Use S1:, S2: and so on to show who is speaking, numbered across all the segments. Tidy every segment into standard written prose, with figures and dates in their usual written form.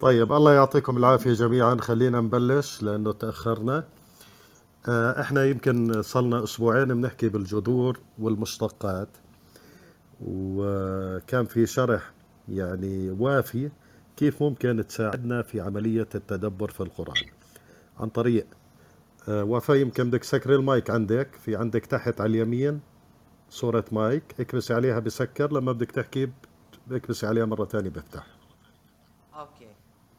S1: طيب، الله يعطيكم العافية جميعا. خلينا نبلش لأنه تأخرنا. احنا يمكن صلنا أسبوعين بنحكي بالجذور والمشتقات، وكان في شرح يعني وافي كيف ممكن تساعدنا في عملية التدبر في القرآن عن طريق وفاء. يمكن بدك سكر المايك، عندك تحت على اليمين صورة مايك، اكبسي عليها بسكر. لما بدك تحكي اكبسي عليها مرة تانية بفتح.
S2: اوكي.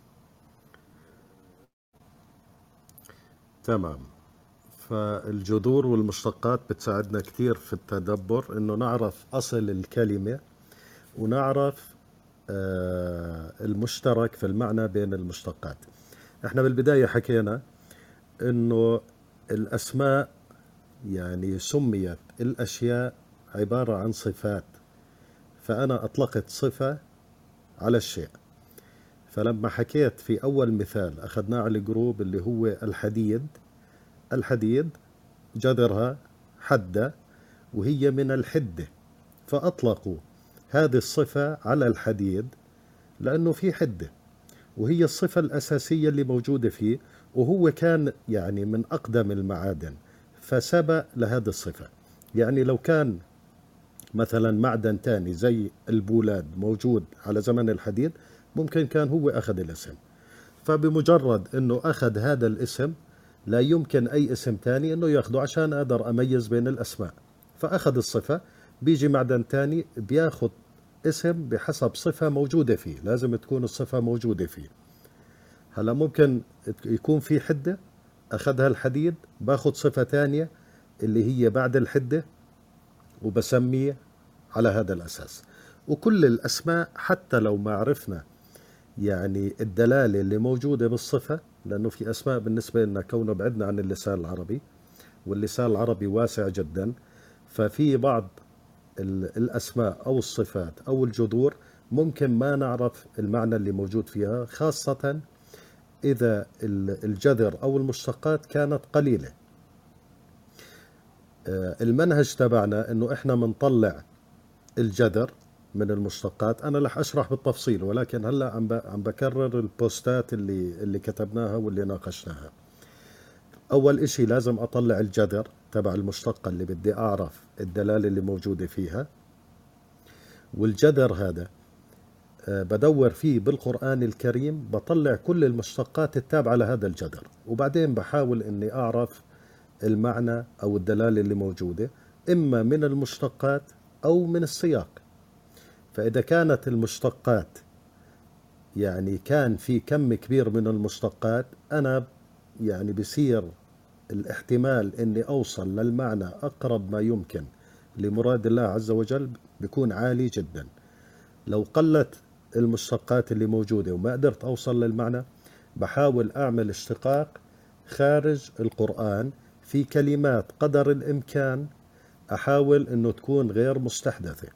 S1: تمام. فالجذور والمشتقات بتساعدنا كثير في التدبر، انه نعرف اصل الكلمة ونعرف المشترك في المعنى بين المشتقات. احنا بالبداية حكينا انه الاسماء يعني سميت الاشياء عبارة عن صفات، فانا اطلقت صفة على الشيء. فلما حكيت في اول مثال اخذناه على الجروب اللي هو الحديد، الحديد جذرها حدة، وهي من الحدة، فأطلقوا هذه الصفة على الحديد لأنه في حدة، وهي الصفة الأساسية اللي موجودة فيه، وهو كان يعني من أقدم المعادن فسبق لهذه الصفة. يعني لو كان مثلا معدن تاني زي البولاد موجود على زمن الحديد، ممكن كان هو أخذ الاسم. فبمجرد أنه أخذ هذا الاسم، لا يمكن أي اسم تاني أنه ياخده عشان أقدر أميز بين الأسماء. فأخذ الصفة، بيجي معدن تاني بياخد اسم بحسب صفة موجودة فيه، لازم تكون الصفة موجودة فيه. هلا ممكن يكون في حدة، أخذها الحديد، باخد صفة تانية اللي هي بعد الحدة وبسميه على هذا الأساس. وكل الأسماء حتى لو ما عرفنا يعني الدلالة اللي موجودة بالصفة، لأنه في أسماء بالنسبة لنا كونه بعدنا عن اللسان العربي، واللسان العربي واسع جدا، ففي بعض الأسماء أو الصفات أو الجذور ممكن ما نعرف المعنى اللي موجود فيها، خاصة إذا الجذر أو المشتقات كانت قليلة. المنهج تبعنا أنه إحنا منطلع الجذر من المشتقات. أنا رح أشرح بالتفصيل، ولكن هلأ عم بكرر البوستات اللي كتبناها واللي ناقشناها. أول إشي لازم أطلع الجذر تبع المشتقة اللي بدي أعرف الدلالة اللي موجودة فيها. والجذر هذا بدور فيه بالقرآن الكريم، بطلع كل المشتقات التابعة لهذا الجذر، وبعدين بحاول أني أعرف المعنى أو الدلالة اللي موجودة إما من المشتقات أو من السياق. فإذا كانت المشتقات يعني كان في كم كبير من المشتقات، أنا يعني بصير الاحتمال أني أوصل للمعنى أقرب ما يمكن لمراد الله عز وجل بيكون عالي جدا. لو قلت المشتقات اللي موجودة وما قدرت أوصل للمعنى، بحاول أعمل اشتقاق خارج القرآن في كلمات قدر الإمكان، أحاول أنه تكون غير مستحدثة،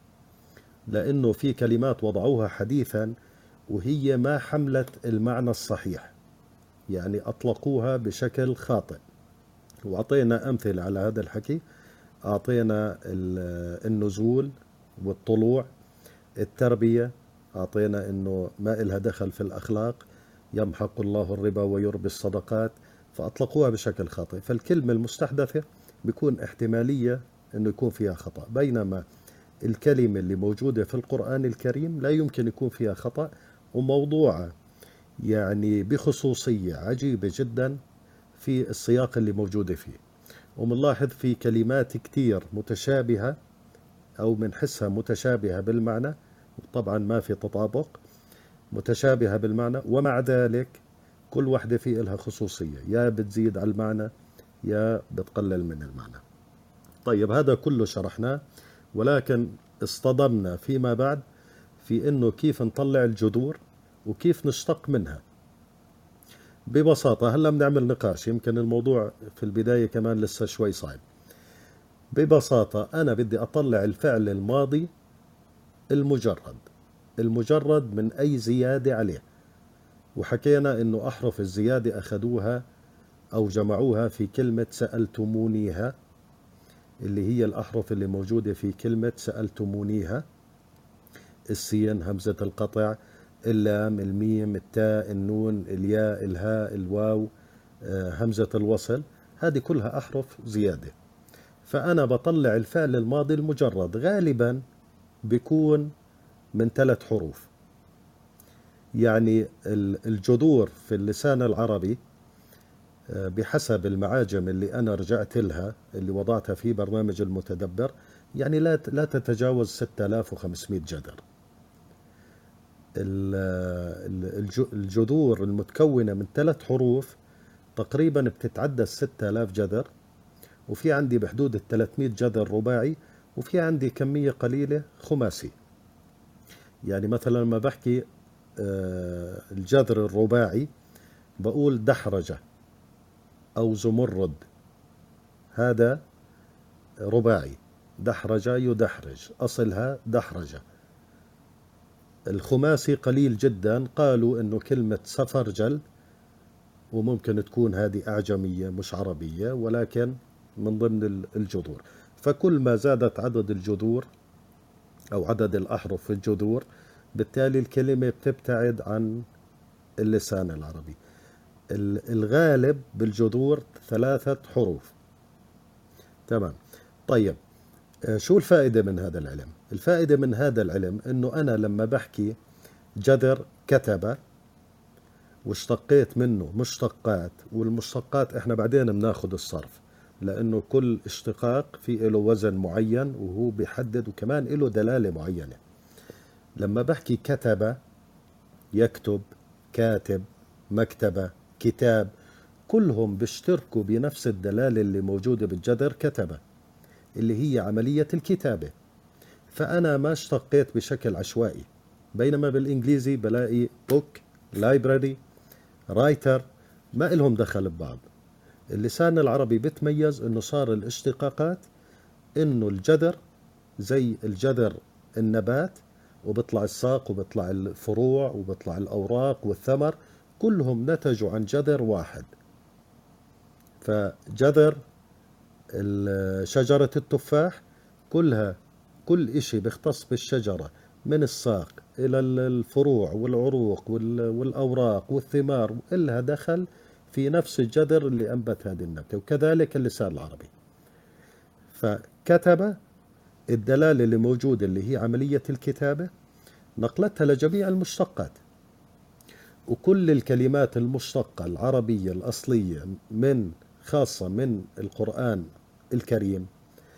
S1: لأنه في كلمات وضعوها حديثا وهي ما حملت المعنى الصحيح، يعني أطلقوها بشكل خاطئ. وأعطينا أمثلة على هذا الحكي. أعطينا النزول والطلوع، التربية أعطينا أنه ما إلها دخل في الأخلاق، يمحق الله الربا ويربي الصدقات، فأطلقوها بشكل خاطئ. فالكلمة المستحدثة بيكون احتمالية أنه يكون فيها خطأ، بينما الكلمة اللي موجودة في القرآن الكريم لا يمكن يكون فيها خطأ، وموضوعة يعني بخصوصية عجيبة جدا في السياق اللي موجودة فيه. ومنلاحظ في كلمات كتير متشابهة أو منحسها متشابهة بالمعنى، طبعا ما في تطابق، متشابهة بالمعنى، ومع ذلك كل واحدة في إلها خصوصية، يا بتزيد على المعنى يا بتقلل من المعنى. طيب، هذا كله شرحناه، ولكن اصطدمنا فيما بعد في إنه كيف نطلع الجذور وكيف نشتق منها. ببساطة هلا بنعمل نقاش، يمكن الموضوع في البداية كمان لسه شوي صعب. ببساطة أنا بدي أطلع الفعل الماضي المجرد، المجرد من أي زيادة عليه. وحكينا إنه أحرف الزيادة أخذوها أو جمعوها في كلمة سألتمونيها، اللي هي الأحرف اللي موجودة في كلمة سألتمونيها: السين، همزة القطع، اللام، الميم، التاء، النون، الياء، الهاء، الواو، همزة الوصل، هذه كلها أحرف زيادة. فأنا بطلع الفعل الماضي المجرد، غالبا بيكون من 3 حروف. يعني الجذور في اللسان العربي بحسب المعاجم اللي أنا رجعت لها، اللي وضعتها في برنامج المتدبر، يعني لا تتجاوز 6500 جذر. الجذور المتكونة من 3 حروف تقريبا بتتعدى 6000 جذر، وفي عندي بحدود 300 جذر رباعي، وفي عندي كمية قليلة خماسي. يعني مثلا لما بحكي الجذر الرباعي بقول دحرجة أو زمرد، هذا رباعي. دحرجة يدحرج، أصلها دحرجة. الخماسي قليل جدا، قالوا إنه كلمة سفرجل، وممكن تكون هذه أعجمية مش عربية، ولكن من ضمن الجذور. فكل ما زادت عدد الجذور أو عدد الأحرف في الجذور، بالتالي الكلمة بتبتعد عن اللسان العربي. الغالب بالجذور 3 حروف. تمام. طيب، شو الفائدة من هذا العلم؟ الفائدة من هذا العلم إنه أنا لما بحكي جذر كتب واشتقيت منه مشتقات، والمشتقات إحنا بعدين بناخد الصرف، لأنه كل اشتقاق فيه له وزن معين وهو بيحدد، وكمان له دلالة معينة. لما بحكي كتب، يكتب، كاتب، مكتبة، كتاب، كلهم بيشتركوا بنفس الدلالة اللي موجودة بالجذر كتب، اللي هي عملية الكتابة. فأنا ما اشتقيت بشكل عشوائي، بينما بالإنجليزي بلاقي book، library، writer، ما إلهم دخل ببعض. اللسان العربي بتميز إنه صار الاشتقاقات، إنه الجذر زي الجذر النبات، وبطلع الساق وبطلع الفروع وبطلع الأوراق والثمر، كلهم نتجوا عن جذر واحد. فجذر شجرة التفاح كل إشي بيختص بالشجرة، من الساق إلى الفروع والعروق والأوراق والثمار، إلها دخل في نفس الجذر اللي أنبت هذه النبتة. وكذلك اللسان العربي. فكتب، الدلالة اللي موجودة اللي هي عملية الكتابة، نقلتها لجميع المشتقات. وكل الكلمات المشتقة العربية الأصلية خاصة من القرآن الكريم،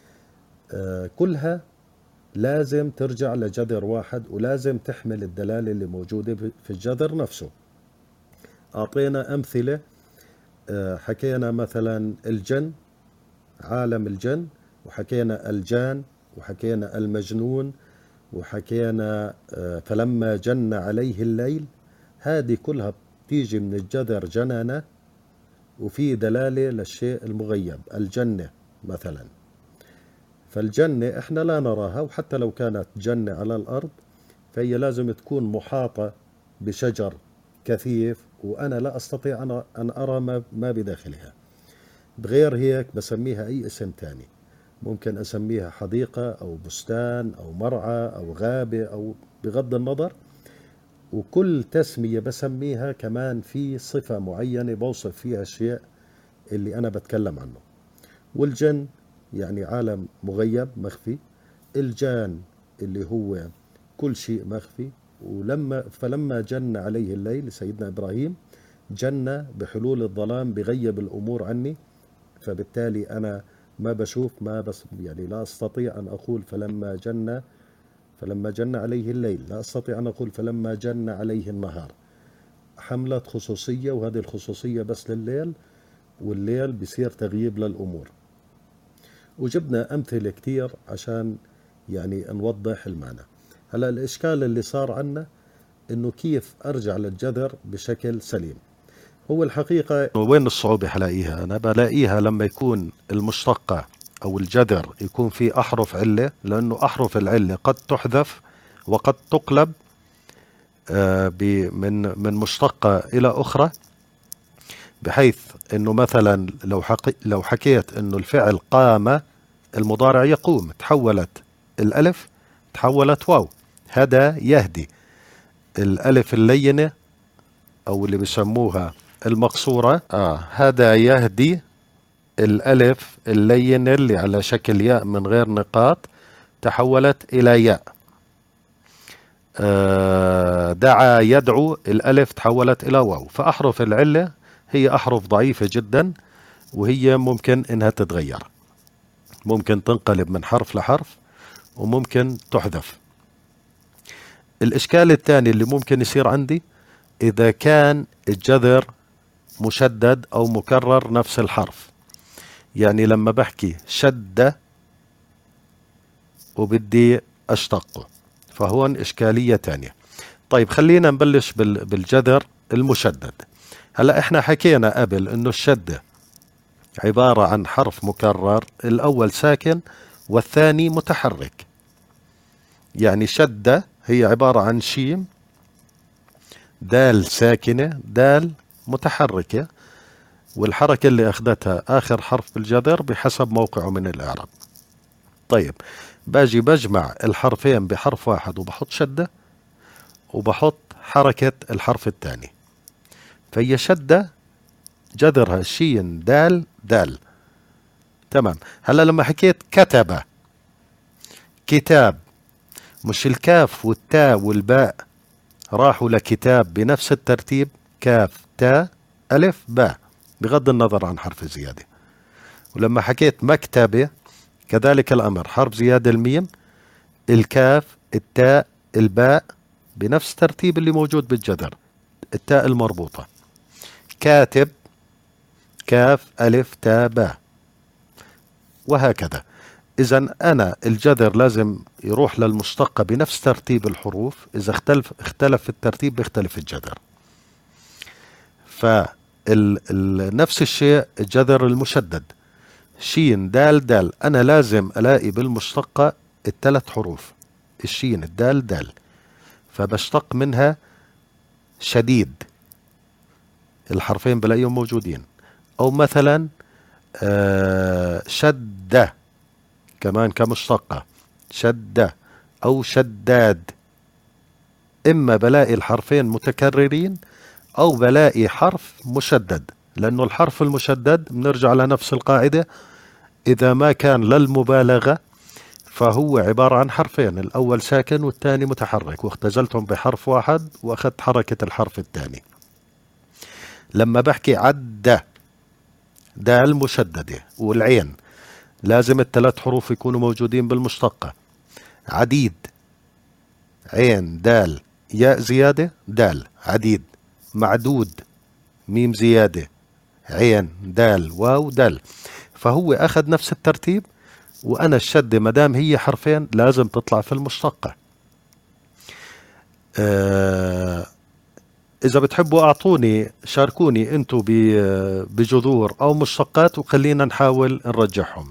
S1: كلها لازم ترجع لجذر واحد، ولازم تحمل الدلالة اللي موجودة في الجذر نفسه. أعطينا أمثلة. حكينا مثلا الجن، عالم الجن، وحكينا الجان، وحكينا المجنون، وحكينا فلما جن عليه الليل. هذه كلها بتيجي من الجذر جنانة، وفي دلالة للشيء المغيب، الجنة مثلا. فالجنة احنا لا نراها، وحتى لو كانت جنة على الأرض فهي لازم تكون محاطة بشجر كثيف، وأنا لا أستطيع أن أرى ما بداخلها. بغير هيك بسميها أي اسم تاني، ممكن أسميها حديقة أو بستان أو مرعى أو غابة، أو بغض النظر. وكل تسمية بسميها كمان في صفة معينة بوصف فيها الشيء اللي أنا بتكلم عنه. والجن يعني عالم مغيب مخفي، الجان اللي هو كل شيء مخفي. فلما جن عليه الليل، سيدنا إبراهيم جن بحلول الظلام، بغيب الأمور عني، فبالتالي أنا ما بشوف، ما بس يعني لا أستطيع أن أقول فلما جن عليه الليل، لا أستطيع أن أقول فلما جن عليه النهار. حملت خصوصية، وهذه الخصوصية بس لليل، والليل بيصير تغييب للأمور. وجبنا أمثلة كتير عشان يعني نوضح المعنى. هلا الإشكال اللي صار عنا إنه كيف أرجع للجذر بشكل سليم. هو الحقيقة وين الصعوبة حلاقيها؟ أنا بلاقيها لما يكون المشتقة أو الجذر يكون في أحرف علة، لأنه أحرف العلة قد تحذف وقد تقلب من مشتقة إلى أخرى، بحيث أنه مثلا لو حكيت أنه الفعل قام، المضارع يقوم، تحولت الألف تحولت واو، هدى يهدي. الألف اللينة أو اللي بسموها المقصورة، هذا يهدي. الألف اللينة اللي على شكل ياء من غير نقاط تحولت إلى ياء. دعا يدعو، الألف تحولت إلى واو. فأحرف العلة هي أحرف ضعيفة جدا، وهي ممكن إنها تتغير، ممكن تنقلب من حرف لحرف، وممكن تحذف. الإشكال الثاني اللي ممكن يصير عندي إذا كان الجذر مشدد أو مكرر نفس الحرف. يعني لما بحكي شد وبدي أشتقه، فهون إشكالية تانية. طيب خلينا نبلش بالجذر المشدد. هلأ إحنا حكينا قبل إنه الشدة عبارة عن حرف مكرر، الأول ساكن والثاني متحرك. يعني شدة هي عبارة عن شيم دال ساكنة دال متحركة، والحركة اللي أخذتها آخر حرف بالجذر بحسب موقعه من الإعراب. طيب باجي بجمع الحرفين بحرف واحد وبحط شدة وبحط حركة الحرف الثاني، فهي شدة جذرها شين دال دال. تمام. هلا لما حكيت كتب كتاب، مش الكاف والتاء والباء راحوا لكتاب بنفس الترتيب؟ كاف تاء ألف باء بغض النظر عن حرف زيادة. ولما حكيت مكتبة كذلك الأمر، حرف زيادة الميم، الكاف التاء الباء بنفس ترتيب اللي موجود بالجذر، التاء المربوطة. كاتب كاف ألف تاء باء، وهكذا. إذا أنا الجذر لازم يروح للمشتقة بنفس ترتيب الحروف، إذا اختلف الترتيب بيختلف الجذر. فنفس الشيء الجذر المشدد شين دال دال، أنا لازم ألاقي بالمشتقة الثلاث حروف، الشين الدال دال، فبشتق منها شديد، الحرفين بلاقيهم موجودين. أو مثلا شدة كمان كمشتقة، شدة أو شداد، إما بلاقي الحرفين متكررين أو بلاقي حرف مشدد، لأنه الحرف المشدد بنرجع لنفس القاعدة، إذا ما كان للمبالغة فهو عبارة عن حرفين، الأول ساكن والثاني متحرك، واختزلتهم بحرف واحد وأخذت حركة الحرف الثاني. لما بحكي عد دال مشددة والعين لازم الثلاث حروف يكونوا موجودين بالمشتقة. عديد عين دال ياء زيادة دال عديد. معدود ميم زيادة عين دال واو دال. فهو أخذ نفس الترتيب، وأنا الشدة مدام هي حرفين لازم تطلع في المشتقة. إذا بتحبوا أعطوني شاركوني أنتوا بجذور أو مشتقات وخلينا نحاول نرجعهم.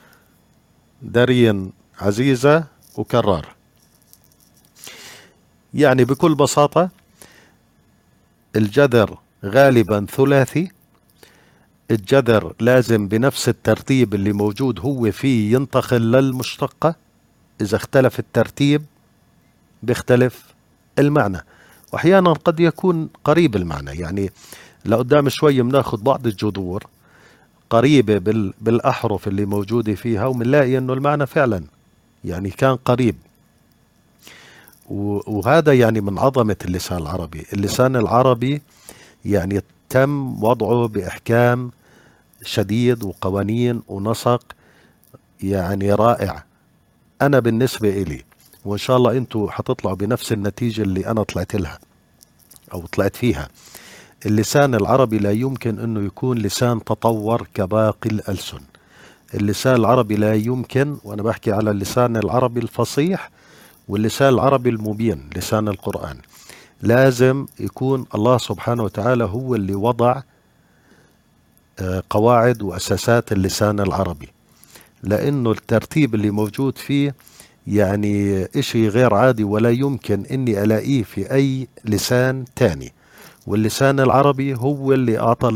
S1: دارين عزيزة وكرار. يعني بكل بساطة الجذر غالبا ثلاثي، الجذر لازم بنفس الترتيب اللي موجود هو فيه ينتقل للمشتقة، إذا اختلف الترتيب بيختلف المعنى، وأحيانا قد يكون قريب المعنى. يعني لقدام شوي بناخد بعض الجذور قريبة بالأحرف اللي موجودة فيها ومنلاقي أنه المعنى فعلا يعني كان قريب. وهذا يعني من عظمة اللسان العربي. اللسان العربي يعني تم وضعه بإحكام شديد وقوانين ونسق يعني رائع. أنا بالنسبة إلي وإن شاء الله أنتوا حتطلعوا بنفس النتيجة اللي أنا طلعت لها أو طلعت فيها، اللسان العربي لا يمكن أنه يكون لسان تطور كباقي الألسن. اللسان العربي لا يمكن، وأنا بحكي على اللسان العربي الفصيح واللسان العربي المبين لسان القرآن، لازم يكون الله سبحانه وتعالى هو اللي وضع قواعد وأساسات اللسان العربي، لأنه الترتيب اللي موجود فيه يعني إشي غير عادي ولا يمكن إني ألاقيه في أي لسان تاني. واللسان العربي هو اللي أعطى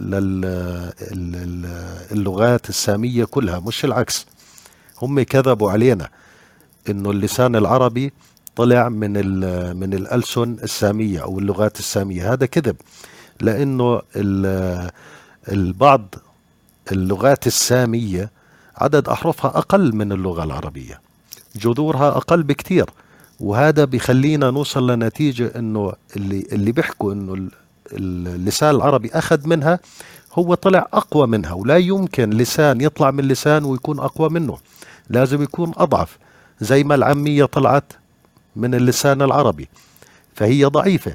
S1: اللغات السامية كلها، مش العكس. هم كذبوا علينا إنه اللسان العربي طلع من الألسن السامية أو اللغات السامية. هذا كذب، لأنه البعض اللغات السامية عدد أحرفها أقل من اللغة العربية، جذورها أقل بكتير، وهذا بيخلينا نوصل لنتيجة إنه اللي بيحكوا إنه اللسان العربي أخذ منها هو طلع أقوى منها، ولا يمكن لسان يطلع من لسان ويكون أقوى منه، لازم يكون أضعف، زي ما العامية طلعت من اللسان العربي فهي ضعيفة.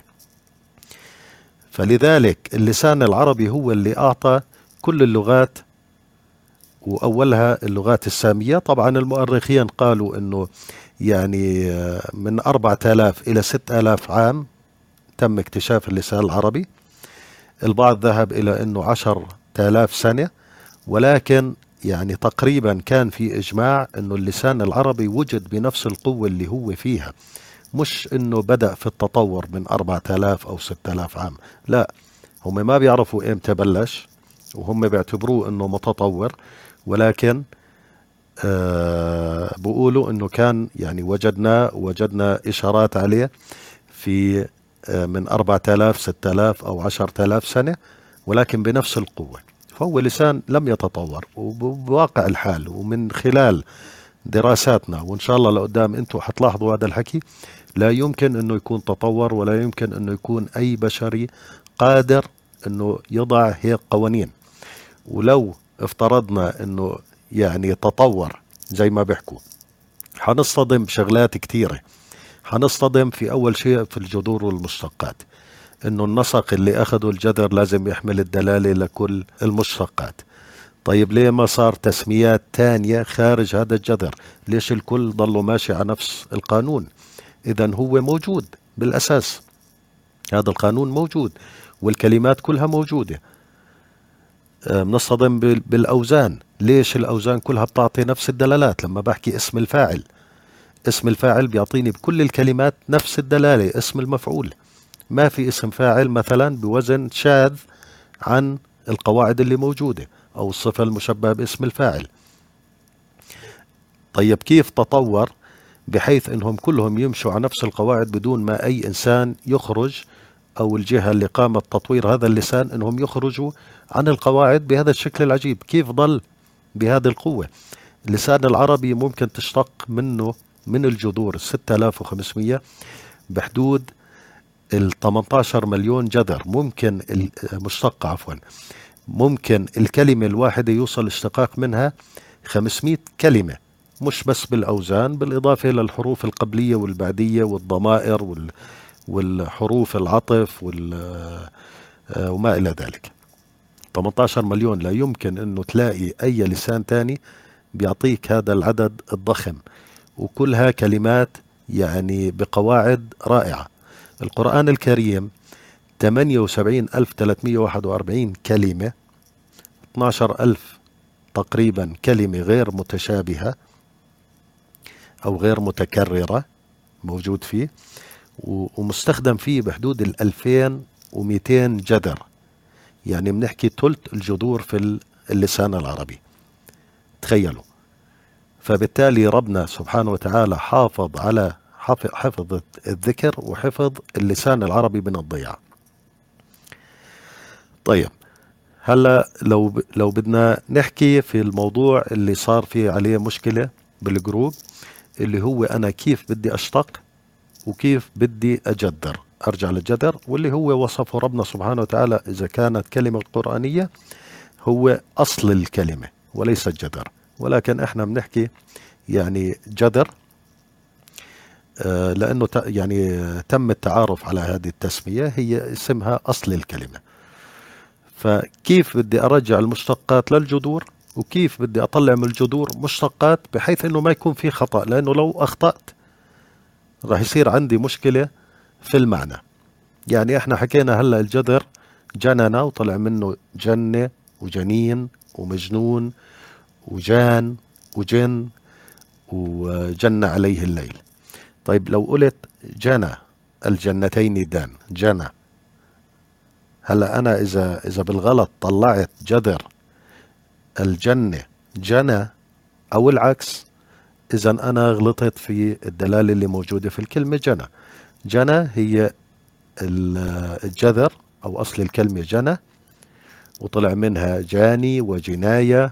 S1: فلذلك اللسان العربي هو اللي أعطى كل اللغات، وأولها اللغات السامية. طبعا المؤرخين قالوا أنه يعني من 4000 إلى 6000 عام تم اكتشاف اللسان العربي. البعض ذهب إلى أنه 10,000 سنة، ولكن يعني تقريبا كان في إجماع أنه اللسان العربي وجد بنفس القوة اللي هو فيها، مش أنه بدأ في التطور من 4000 أو 6000 عام، لا، هم ما بيعرفوا إمتى بلش، وهم بيعتبروه أنه متطور، ولكن بيقولوا أنه كان يعني وجدنا إشارات عليه في من 4000 6000 أو 10,000 سنة، ولكن بنفس القوة. فهو لسان لم يتطور، وبواقع الحال ومن خلال دراساتنا وإن شاء الله لقدام أنتم حتلاحظوا هذا الحكي، لا يمكن أنه يكون تطور، ولا يمكن أنه يكون أي بشري قادر أنه يضع هيك قوانين. ولو افترضنا أنه يعني تطور زي ما بيحكوا، حنصطدم بشغلات كثيرة. حنصطدم في أول شيء في الجذور والمشتقات، أنه النسق اللي أخذه الجذر لازم يحمل الدلالة لكل المشتقات. طيب ليه ما صار تسميات تانية خارج هذا الجذر؟ ليش الكل ضلوا ماشي على نفس القانون؟ إذن هو موجود بالأساس، هذا القانون موجود والكلمات كلها موجودة. بنصطدم بالأوزان. ليش الأوزان كلها بتعطي نفس الدلالات؟ لما بحكي اسم الفاعل، اسم الفاعل بيعطيني بكل الكلمات نفس الدلالة. اسم المفعول، ما في اسم فاعل مثلا بوزن شاذ عن القواعد اللي موجودة، أو الصفة المشبهة باسم الفاعل. طيب كيف تطور بحيث أنهم كلهم يمشوا على نفس القواعد بدون ما أي إنسان يخرج، أو الجهة اللي قامت تطوير هذا اللسان أنهم يخرجوا عن القواعد بهذا الشكل العجيب؟ كيف ضل بهذه القوة؟ اللسان العربي ممكن تشتق منه من الجذور 6500 بحدود 18 مليون جذر، ممكن مشتقة عفوا، ممكن الكلمة الواحدة يوصل اشتقاق منها 500 كلمة، مش بس بالأوزان، بالإضافة إلى الحروف القبلية والبعدية والضمائر والحروف العطف وما إلى ذلك. 18 مليون، لا يمكن أنه تلاقي أي لسان تاني بيعطيك هذا العدد الضخم، وكلها كلمات يعني بقواعد رائعة. القرآن الكريم 78,341 كلمة، 12,000 تقريبا كلمة غير متشابهة أو غير متكررة موجود فيه، ومستخدم فيه بحدود 2200 جذر، يعني بنحكي ثلث الجذور في اللسان العربي، تخيلوا. فبالتالي ربنا سبحانه وتعالى حفظ الذكر وحفظ اللسان العربي من الضياع. طيب هلا لو بدنا نحكي في الموضوع اللي صار فيه عليه مشكلة بالجروب، اللي هو أنا كيف بدي أشتق وكيف بدي أجذر، أرجع للجذر، واللي هو وصفه ربنا سبحانه وتعالى إذا كانت كلمة قرآنية هو أصل الكلمة وليس الجذر، ولكن إحنا بنحكي يعني جذر لأنه يعني تم التعارف على هذه التسمية، هي اسمها أصل الكلمة. فكيف بدي أرجع المشتقات للجذور، وكيف بدي أطلع من الجذور مشتقات بحيث أنه ما يكون في خطأ، لأنه لو أخطأت راح يصير عندي مشكلة في المعنى. يعني احنا حكينا هلأ الجذر جنن وطلع منه جنة وجنين ومجنون وجان وجن وجن عليه الليل. طيب لو قلت جنى الجنتين دان، جنى، هلا انا اذا بالغلط طلعت جذر الجنة جنى او العكس، إذا أنا غلطت في الدلالة اللي موجودة في الكلمة جنى. جنى هي الجذر أو أصل الكلمة جنى، وطلع منها جاني وجناية،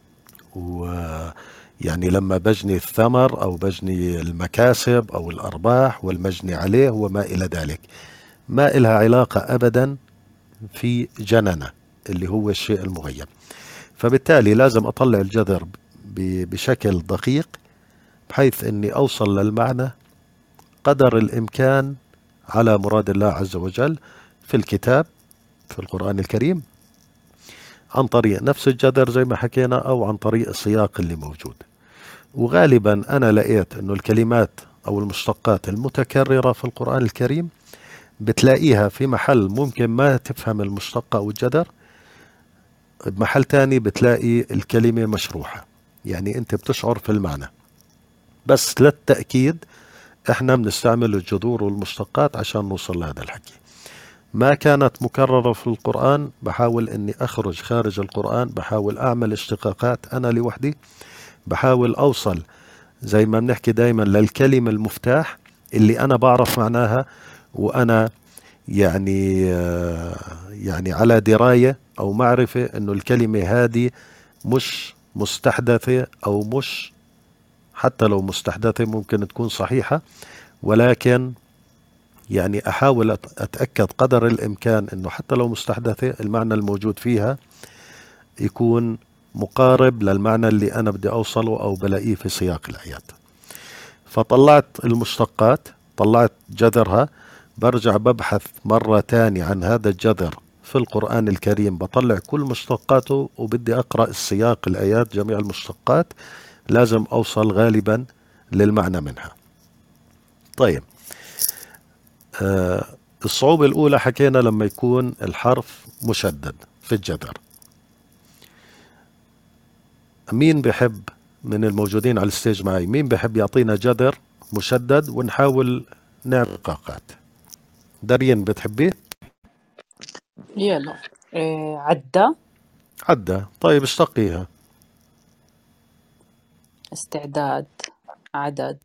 S1: ويعني لما بجني الثمر أو بجني المكاسب أو الأرباح والمجني عليه وما إلى ذلك، ما إلها علاقة أبدا في جننة اللي هو الشيء المغيب. فبالتالي لازم أطلع الجذر بشكل دقيق بحيث أني أوصل للمعنى قدر الإمكان على مراد الله عز وجل في الكتاب في القرآن الكريم، عن طريق نفس الجذر زي ما حكينا أو عن طريق السياق اللي موجود. وغالبا أنا لقيت أنه الكلمات أو المشتقات المتكررة في القرآن الكريم بتلاقيها في محل ممكن ما تفهم المشتقة أو الجذر، بمحل تاني بتلاقي الكلمة مشروحة، يعني أنت بتشعر في المعنى. بس للتأكيد احنا بنستعمل الجذور والمشتقات عشان نوصل لهذا الحكي. ما كانت مكررة في القرآن بحاول اني اخرج خارج القرآن، بحاول اعمل اشتقاقات انا لوحدي، بحاول اوصل زي ما بنحكي دايما للكلمة المفتاح اللي انا بعرف معناها، وانا يعني على دراية او معرفة انه الكلمة هذه مش مستحدثة، او مش حتى لو مستحدثة ممكن تكون صحيحة، ولكن يعني أحاول أتأكد قدر الإمكان أنه حتى لو مستحدثة المعنى الموجود فيها يكون مقارب للمعنى اللي أنا بدي أوصله أو بلاقيه في سياق الآيات. فطلعت المشتقات، طلعت جذرها، برجع ببحث مرة تانية عن هذا الجذر في القرآن الكريم، بطلع كل مشتقاته وبدي أقرأ السياق الآيات جميع المشتقات، لازم أوصل غالبا للمعنى منها. طيب، الصعوبة الأولى حكينا لما يكون الحرف مشدد في الجذر. مين بحب من الموجودين على الستيج معي، مين بحب يعطينا جذر مشدد ونحاول نعمل قاقات؟ دارين بتحبيه؟
S3: يلا. عدى.
S1: عدى. طيب اشتقيها.
S3: استعداد. عدد.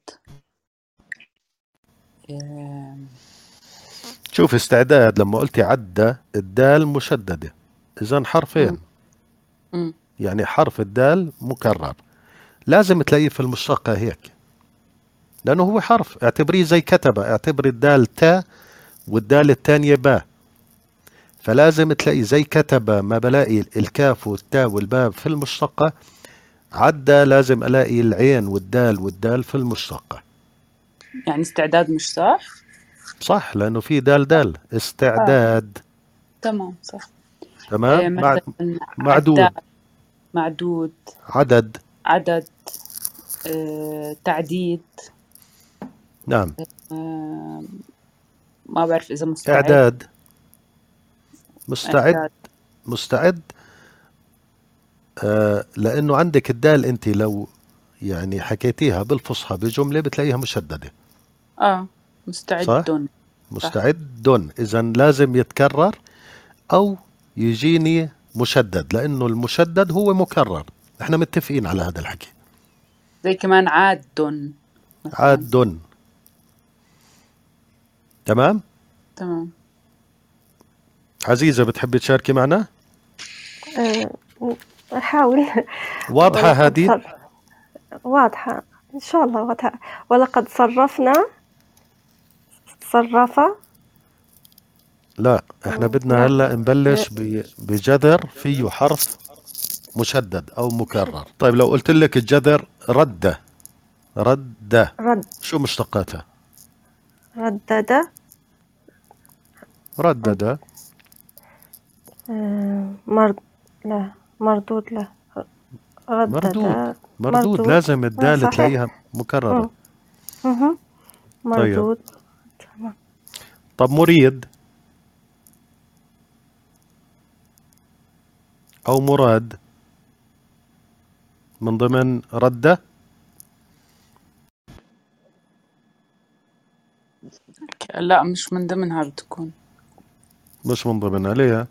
S1: شوف، استعداد لما قلتي عدى الدال مشددة، إذن حرفين، يعني حرف الدال مكرر، لازم تلاقيه في المشتقة هيك، لأنه هو حرف. اعتبريه زي كتبة، اعتبري الدال تاء والدال الثانية باء، فلازم تلاقي زي كتبة ما بلاقي الكاف والتاء والباء في المشتقة، عدى لازم ألاقي العين والدال في المشتقة.
S3: يعني استعداد مش صح؟
S1: صح، لأنه في دال استعداد.
S3: تمام صح.
S1: تمام.
S3: مثلا
S1: معدود.
S3: معدود.
S1: عدد.
S3: تعديد.
S1: نعم.
S3: ما بعرف إذا مستعد.
S1: إعداد. مستعد. لأنه عندك الدال أنت لو يعني حكيتيها بالفصحى بجملة بتلاقيها مشددة.
S3: مستعد.
S1: صح؟ مستعد. إذا لازم يتكرر أو يجيني مشدد، لأنه المشدد هو مكرر. احنا متفقين على هذا الحكي.
S3: زي كمان عاد.
S1: تمام. عزيزة بتحبي تشاركي معنا؟
S4: أحاول.
S1: واضحة هذه؟
S4: واضحة إن شاء الله واضحة. ولقد صرفنا.
S1: لا، احنا بدنا هلا نبلش بجذر فيه حرف مشدد او مكرر. طيب لو قلت لك الجذر رد. شو مشتقاتها؟
S4: ردد. مردود. لا.
S1: مردود. لازم الدال تلاقيها مكررة.
S4: مردود.
S1: طب مريد أو مراد من ضمن ردة؟
S3: لا، مش من ضمنها بتكون.
S1: مش من ضمنها. ليه؟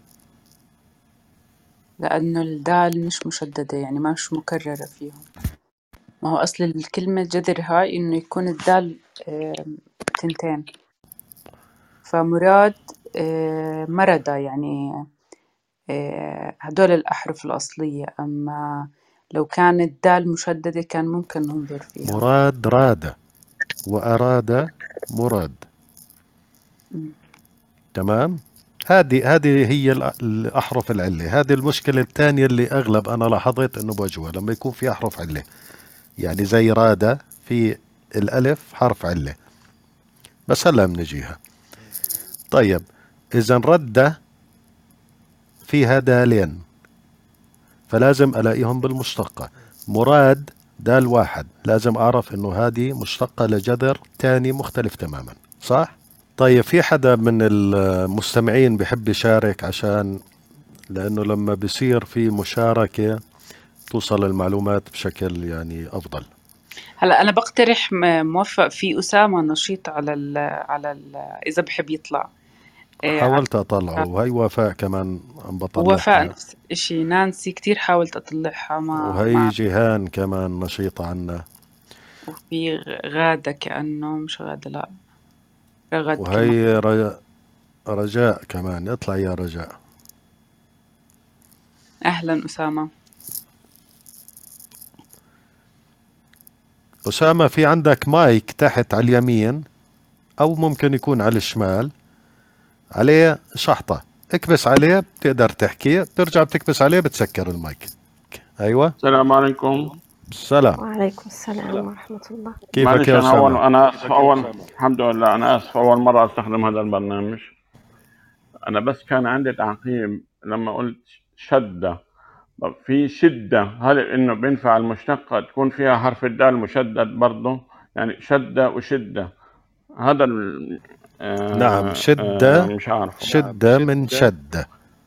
S3: لأنه الدال مش مشددة، يعني مش مكررة فيهم. ما هو أصل الكلمة جذر هاي إنه يكون الدال تنتين، فمراد مردة يعني هدول الأحرف الأصلية. أما لو كانت دال مشددة كان ممكن ننظر فيها.
S1: مراد راد، وأراد مراد.
S3: مم.
S1: تمام. هذه هي الأحرف العلة. هذه المشكلة الثانية اللي أغلب أنا لاحظت إنه بواجهها لما يكون في أحرف علة، يعني زي رادة في الألف حرف علة، بس هلا بنجيها. طيب إذا ردة فيها دالين، فلازم ألاقيهم بالمشتقة. مراد دال واحد، لازم أعرف إنه هذه مشتقة لجذر تاني مختلف تماما، صح؟ طيب في حدا من المستمعين بحب يشارك، عشان لأنه لما بصير في مشاركة توصل المعلومات بشكل يعني أفضل.
S3: هلا أنا بقترح موفق في أسامة نشيط إذا بحب يطلع.
S1: حاولت أطلعه، وهي وفاء كمان عم
S3: ووفاء
S1: بطلعها،
S3: نفس الشيء، نانسي كتير حاولت أطلعها
S1: وهي جيهان كمان نشيطة عنا،
S3: وفي غادة كأنه مش غادة، لا رغد كمان.
S1: وهي رجاء كمان. اطلع يا رجاء.
S3: أهلا أسامة.
S1: أسامة في عندك مايك تحت على اليمين، أو ممكن يكون على الشمال، عليه شحطة، اكبس عليه بتقدر تحكي، بترجع بتكبس عليه بتسكر المايك. أيوة.
S5: السلام عليكم.
S1: السلام.
S4: وعليكم السلام ورحمة الله.
S1: كيفك
S5: معلش
S1: يا أسامة؟
S5: أنا آسف الحمد لله، أنا آسف أول مرة أستخدم هذا البرنامج. أنا بس كان عندي تعقيب لما قلت شدة. طب في شدة، هل إنه بينفع المشتقة تكون فيها حرف الدال مشدد برضه؟ يعني شدة وشدة، هذا
S1: نعم، شدة.
S5: مش عارف.
S1: شدة من شدة.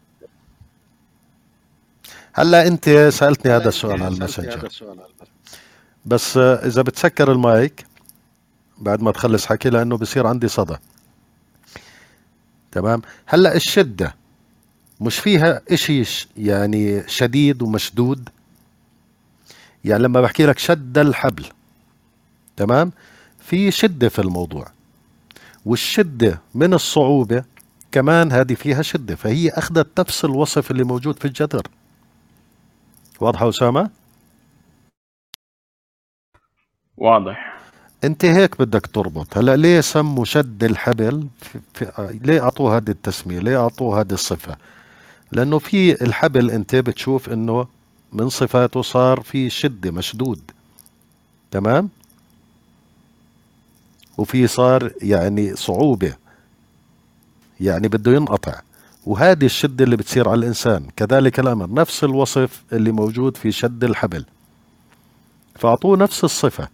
S1: هلا أنت سألتني هذا السؤال على الماسنجر، بس إذا بتسكر المايك بعد ما تخلص حكي، لأنه بصير عندي صدى. تمام. هلا الشدة مش فيها إشي يعني شديد ومشدود؟ يعني لما بحكي لك شد الحبل، تمام، في شدة في الموضوع، والشدة من الصعوبة كمان هذه فيها شدة، فهي أخذت نفس الوصف اللي موجود في الجذر. واضحة أسامة؟
S5: واضح.
S1: أنت هيك بدك تربط. هلا ليه سموا شد الحبل؟ ليه أعطوه هذه التسمية؟ ليه أعطوه هذه الصفة؟ لأنه في الحبل أنت بتشوف إنه من صفاته صار في شدة، مشدود، تمام، وفي صار يعني صعوبة، يعني بده ينقطع، وهذه الشدة اللي بتصير على الإنسان. كذلك الأمر، نفس الوصف اللي موجود في شد الحبل، فأعطوه نفس الصفة.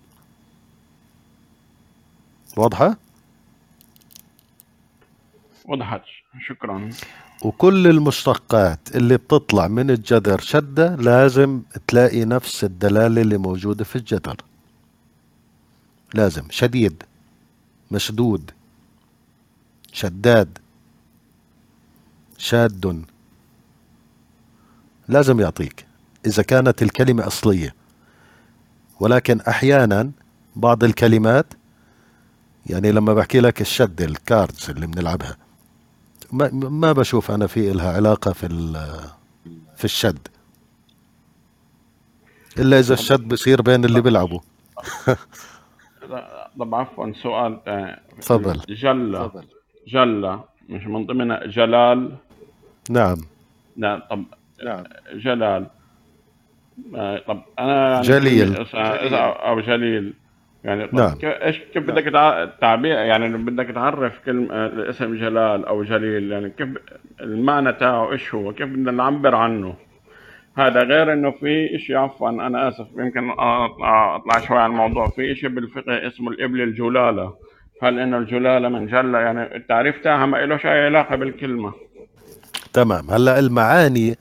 S1: واضحة؟
S5: وضحت، شكرا.
S1: وكل المشتقات اللي بتطلع من الجذر شدة لازم تلاقي نفس الدلالة اللي موجودة في الجذر، لازم شديد، مشدود، شداد، شاد، لازم يعطيك إذا كانت الكلمة أصلية. ولكن أحيانا بعض الكلمات، يعني لما بحكي لك الشد، الكاردز اللي بنلعبها، ما بشوف أنا في إلها علاقة في الشد، إلا إذا الشد بصير بين اللي بيلعبوا.
S5: طب عفوا، سؤال
S1: تفضل.
S5: جلة مش من ضمن جلال؟
S1: نعم.
S5: لا طب جلال. طب انا يعني
S1: جليل
S5: او جليل، يعني طب
S1: نعم.
S5: كيف بدك تعبير، يعني بدك تعرف كلمة الاسم جلال او جليل، يعني كيف المعنى تاعه، ايش هو، كيف بدنا نعبر عنه؟ هذا غير انه في اشي، عفوا انا اسف يمكن اطلع شوي عن الموضوع، في اشي بالفقه اسمه الابل الجلالة. هل انه الجلالة من جلة، يعني التعريف تاعها ما إلوش اي علاقة بالكلمة.
S1: تمام. هلا المعاني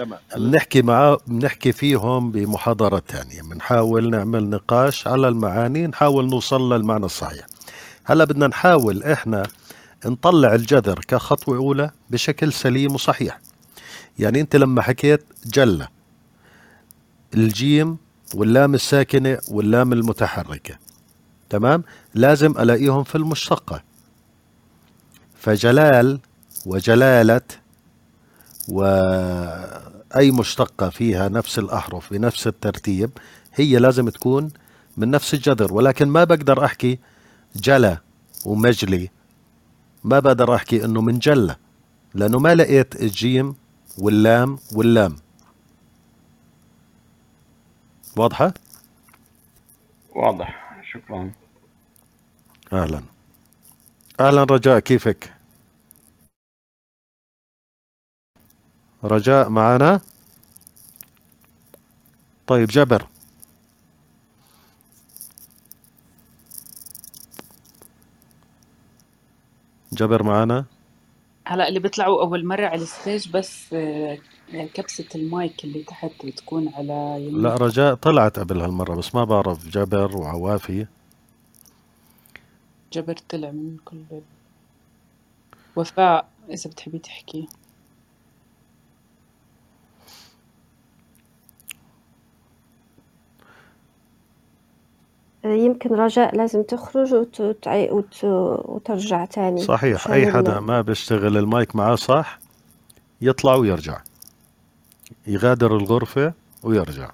S1: بنحكي فيهم بمحاضرة ثانية، بنحاول نعمل نقاش على المعاني، نحاول نوصل للمعنى الصحيح. هلا بدنا نحاول احنا نطلع الجذر كخطوة أولى بشكل سليم وصحيح. يعني أنت لما حكيت جلة، الجيم واللام الساكنة واللام المتحركة. تمام، لازم ألاقيهم في المشتقة. فجلال وجلالة وأي مشتقة فيها نفس الأحرف بنفس الترتيب هي لازم تكون من نفس الجذر. ولكن ما بقدر أحكي جلى ومجلي، ما بقدر أحكي إنه من جلة، لأنه ما لقيت الجيم واللام واللام. واضحة؟
S5: واضح، شكرا.
S1: أهلا أهلا رجاء، كيفك؟ رجاء معنا؟ طيب جبر. جبر معنا؟
S3: هلا اللي بيطلعوا أول مرة على الستيج بس كبسة المايك اللي تحت بتكون على يمين.
S1: لا رجاء طلعت قبل هالمرة، بس ما بعرف جبر وعوافي.
S3: جبر طلع من كل. وفاء إذا بتحبي تحكي.
S4: يمكن رجاء لازم تخرج وترجع تاني
S1: صحيح،
S4: عشان
S1: أي حدا ما بيشتغل المايك معاه صح يطلع ويرجع، يغادر الغرفة ويرجع.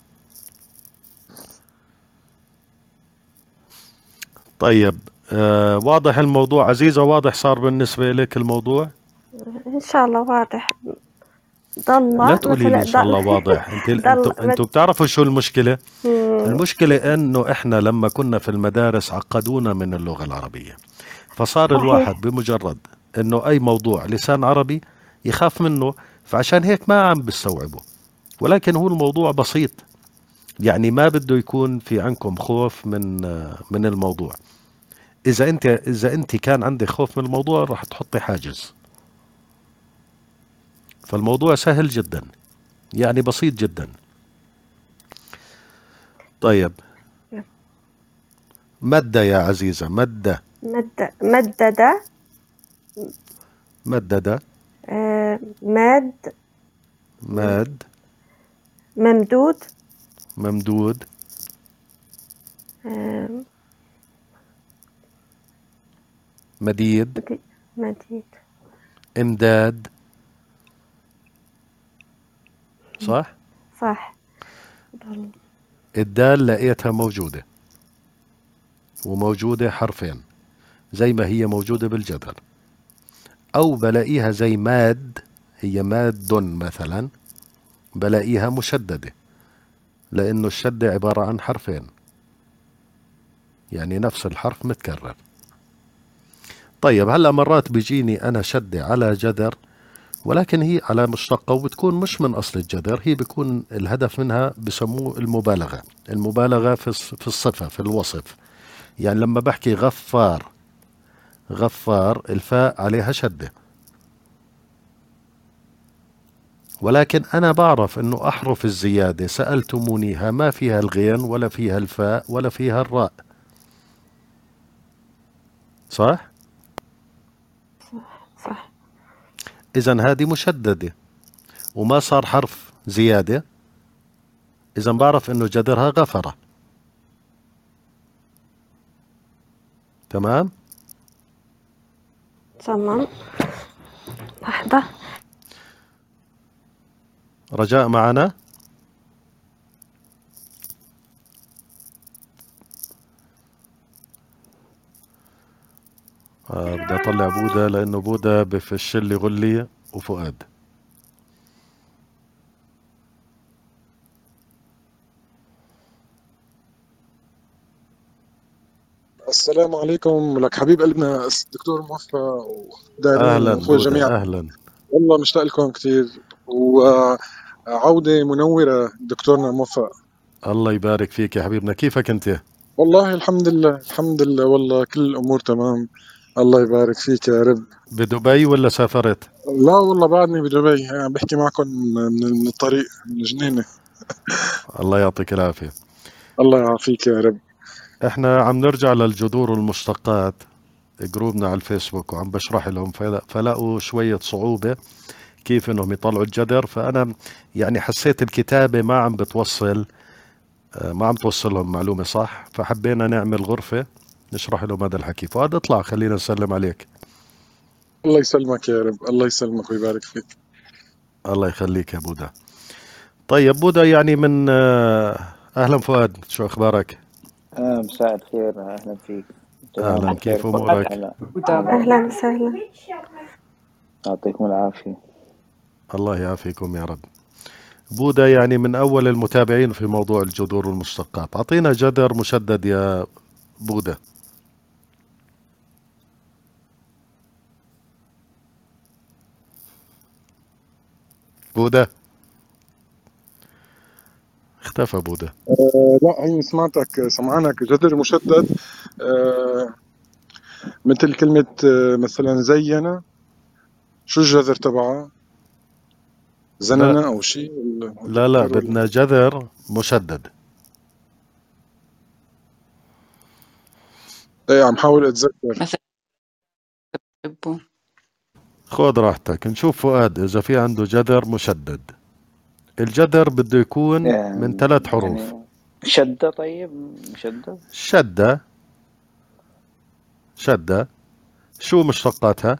S1: طيب واضح الموضوع عزيزة؟ واضح صار بالنسبة لك الموضوع؟
S4: إن شاء الله واضح. ضل
S1: لا تقولي لي
S4: مثلا
S1: إن شاء الله
S4: ضل
S1: واضح. انتوا بتعرفوا شو المشكلة؟ المشكلة انه احنا لما كنا في المدارس عقدونا من اللغة العربية، فصار
S4: صحيح.
S1: الواحد بمجرد انه اي موضوع لسان عربي يخاف منه، فعشان هيك ما عم بيستوعبه. ولكن هو الموضوع بسيط، يعني ما بده يكون في عندكم خوف من الموضوع. اذا انت كان عندك خوف من الموضوع راح تحطي حاجز. فالموضوع سهل جدا، يعني بسيط جدا. طيب مدة يا عزيزة، مدة.
S4: مدد.
S1: مدد.
S4: ماد.
S1: ماد.
S4: ممدود.
S1: ممدود. مديد.
S4: مديد.
S1: امداد. صح؟
S4: صح.
S1: الدال لقيتها موجودة، وموجودة حرفين زي ما هي موجودة بالجدل، أو بلاقيها زي ماد، هي ماد مثلا، بلاقيها مشددة لأنه الشدة عبارة عن حرفين، يعني نفس الحرف متكرر. طيب هلأ مرات بيجيني أنا شدة على جذر، ولكن هي على مشتقة وبتكون مش من أصل الجذر، هي بيكون الهدف منها بسموه المبالغة. المبالغة في الصفة، في الوصف. يعني لما بحكي غفار، غفار الفاء عليها شدة، ولكن أنا بعرف أنه أحرف الزيادة سألتمونيها ما فيها الغين ولا فيها الفاء ولا فيها الراء، صح؟
S4: صح.
S1: إذن هذه مشددة وما صار حرف زيادة، إذن بعرف أنه جذرها غفرة. تمام؟
S4: تمام. لحظة.
S1: رجاء معنا؟ بدي أطلع بودة لأنه بودة بفش لي غلي وفؤاد.
S6: السلام عليكم، لك حبيب قلبنا الدكتور موفى ودارين
S1: أهلا
S6: واخوي الجميع.
S1: بودة، أهلا.
S6: والله مشتاق لكم كثير، وعودة منورة دكتورنا موفى.
S1: الله يبارك فيك يا حبيبنا، كيفك أنت؟
S6: والله الحمد لله الحمد لله، والله كل الأمور تمام. الله يبارك فيك يا رب.
S1: بدبي ولا سافرت؟
S6: لا والله بعدني بدبي، يعني بحكي معكم من الطريق من الجنينة.
S1: الله يعطيك العافية.
S6: الله يعافيك يا رب.
S1: احنا عم نرجع للجذور والمشتقات، جروبنا على الفيسبوك، وعم بشرح لهم فلقوا شوية صعوبة كيف انهم يطلعوا الجذر. فانا يعني حسيت الكتابة ما عم بتوصل ما عم توصل لهم معلومة صح، فحبينا نعمل غرفة نشرح لهم هذا الحكي. فؤاد اطلع خلينا نسلم عليك.
S6: الله يسلمك يا رب، الله يسلمك ويبارك فيك.
S1: الله يخليك يا بودا. طيب بودا يعني من أهلا فؤاد، شو أخبارك؟
S7: مساء الخير، أهلا فيك.
S1: أهلا،
S7: تمام
S1: كيف
S7: بخير.
S1: أمورك؟
S7: هلا
S3: بودا
S4: أهلا وسهلا.
S7: يعطيكم العافية.
S1: الله يعافيكم يا رب. بودا يعني من أول المتابعين في موضوع الجذور والمشتقات. أعطينا جذر مشدد يا بودا. بودا اختفى بودا.
S6: لا هي سمعتك، سمعانك. جذر مشدد مثل كلمة مثلا زينة، شو الجذر تبعها؟
S1: لا
S6: زننة أو شيء
S1: لا لا،
S6: جذر ولا؟
S1: بدنا جذر مشدد.
S6: ايه عم حاول أتذكر.
S3: مثلا بحبه.
S1: خذ راحتك، نشوف فؤاد إذا في عنده جذر مشدد. الجذر بده يكون من 3 حروف.
S7: يعني شدة. طيب مشدة.
S1: شدة. شدة شو مشتقاتها؟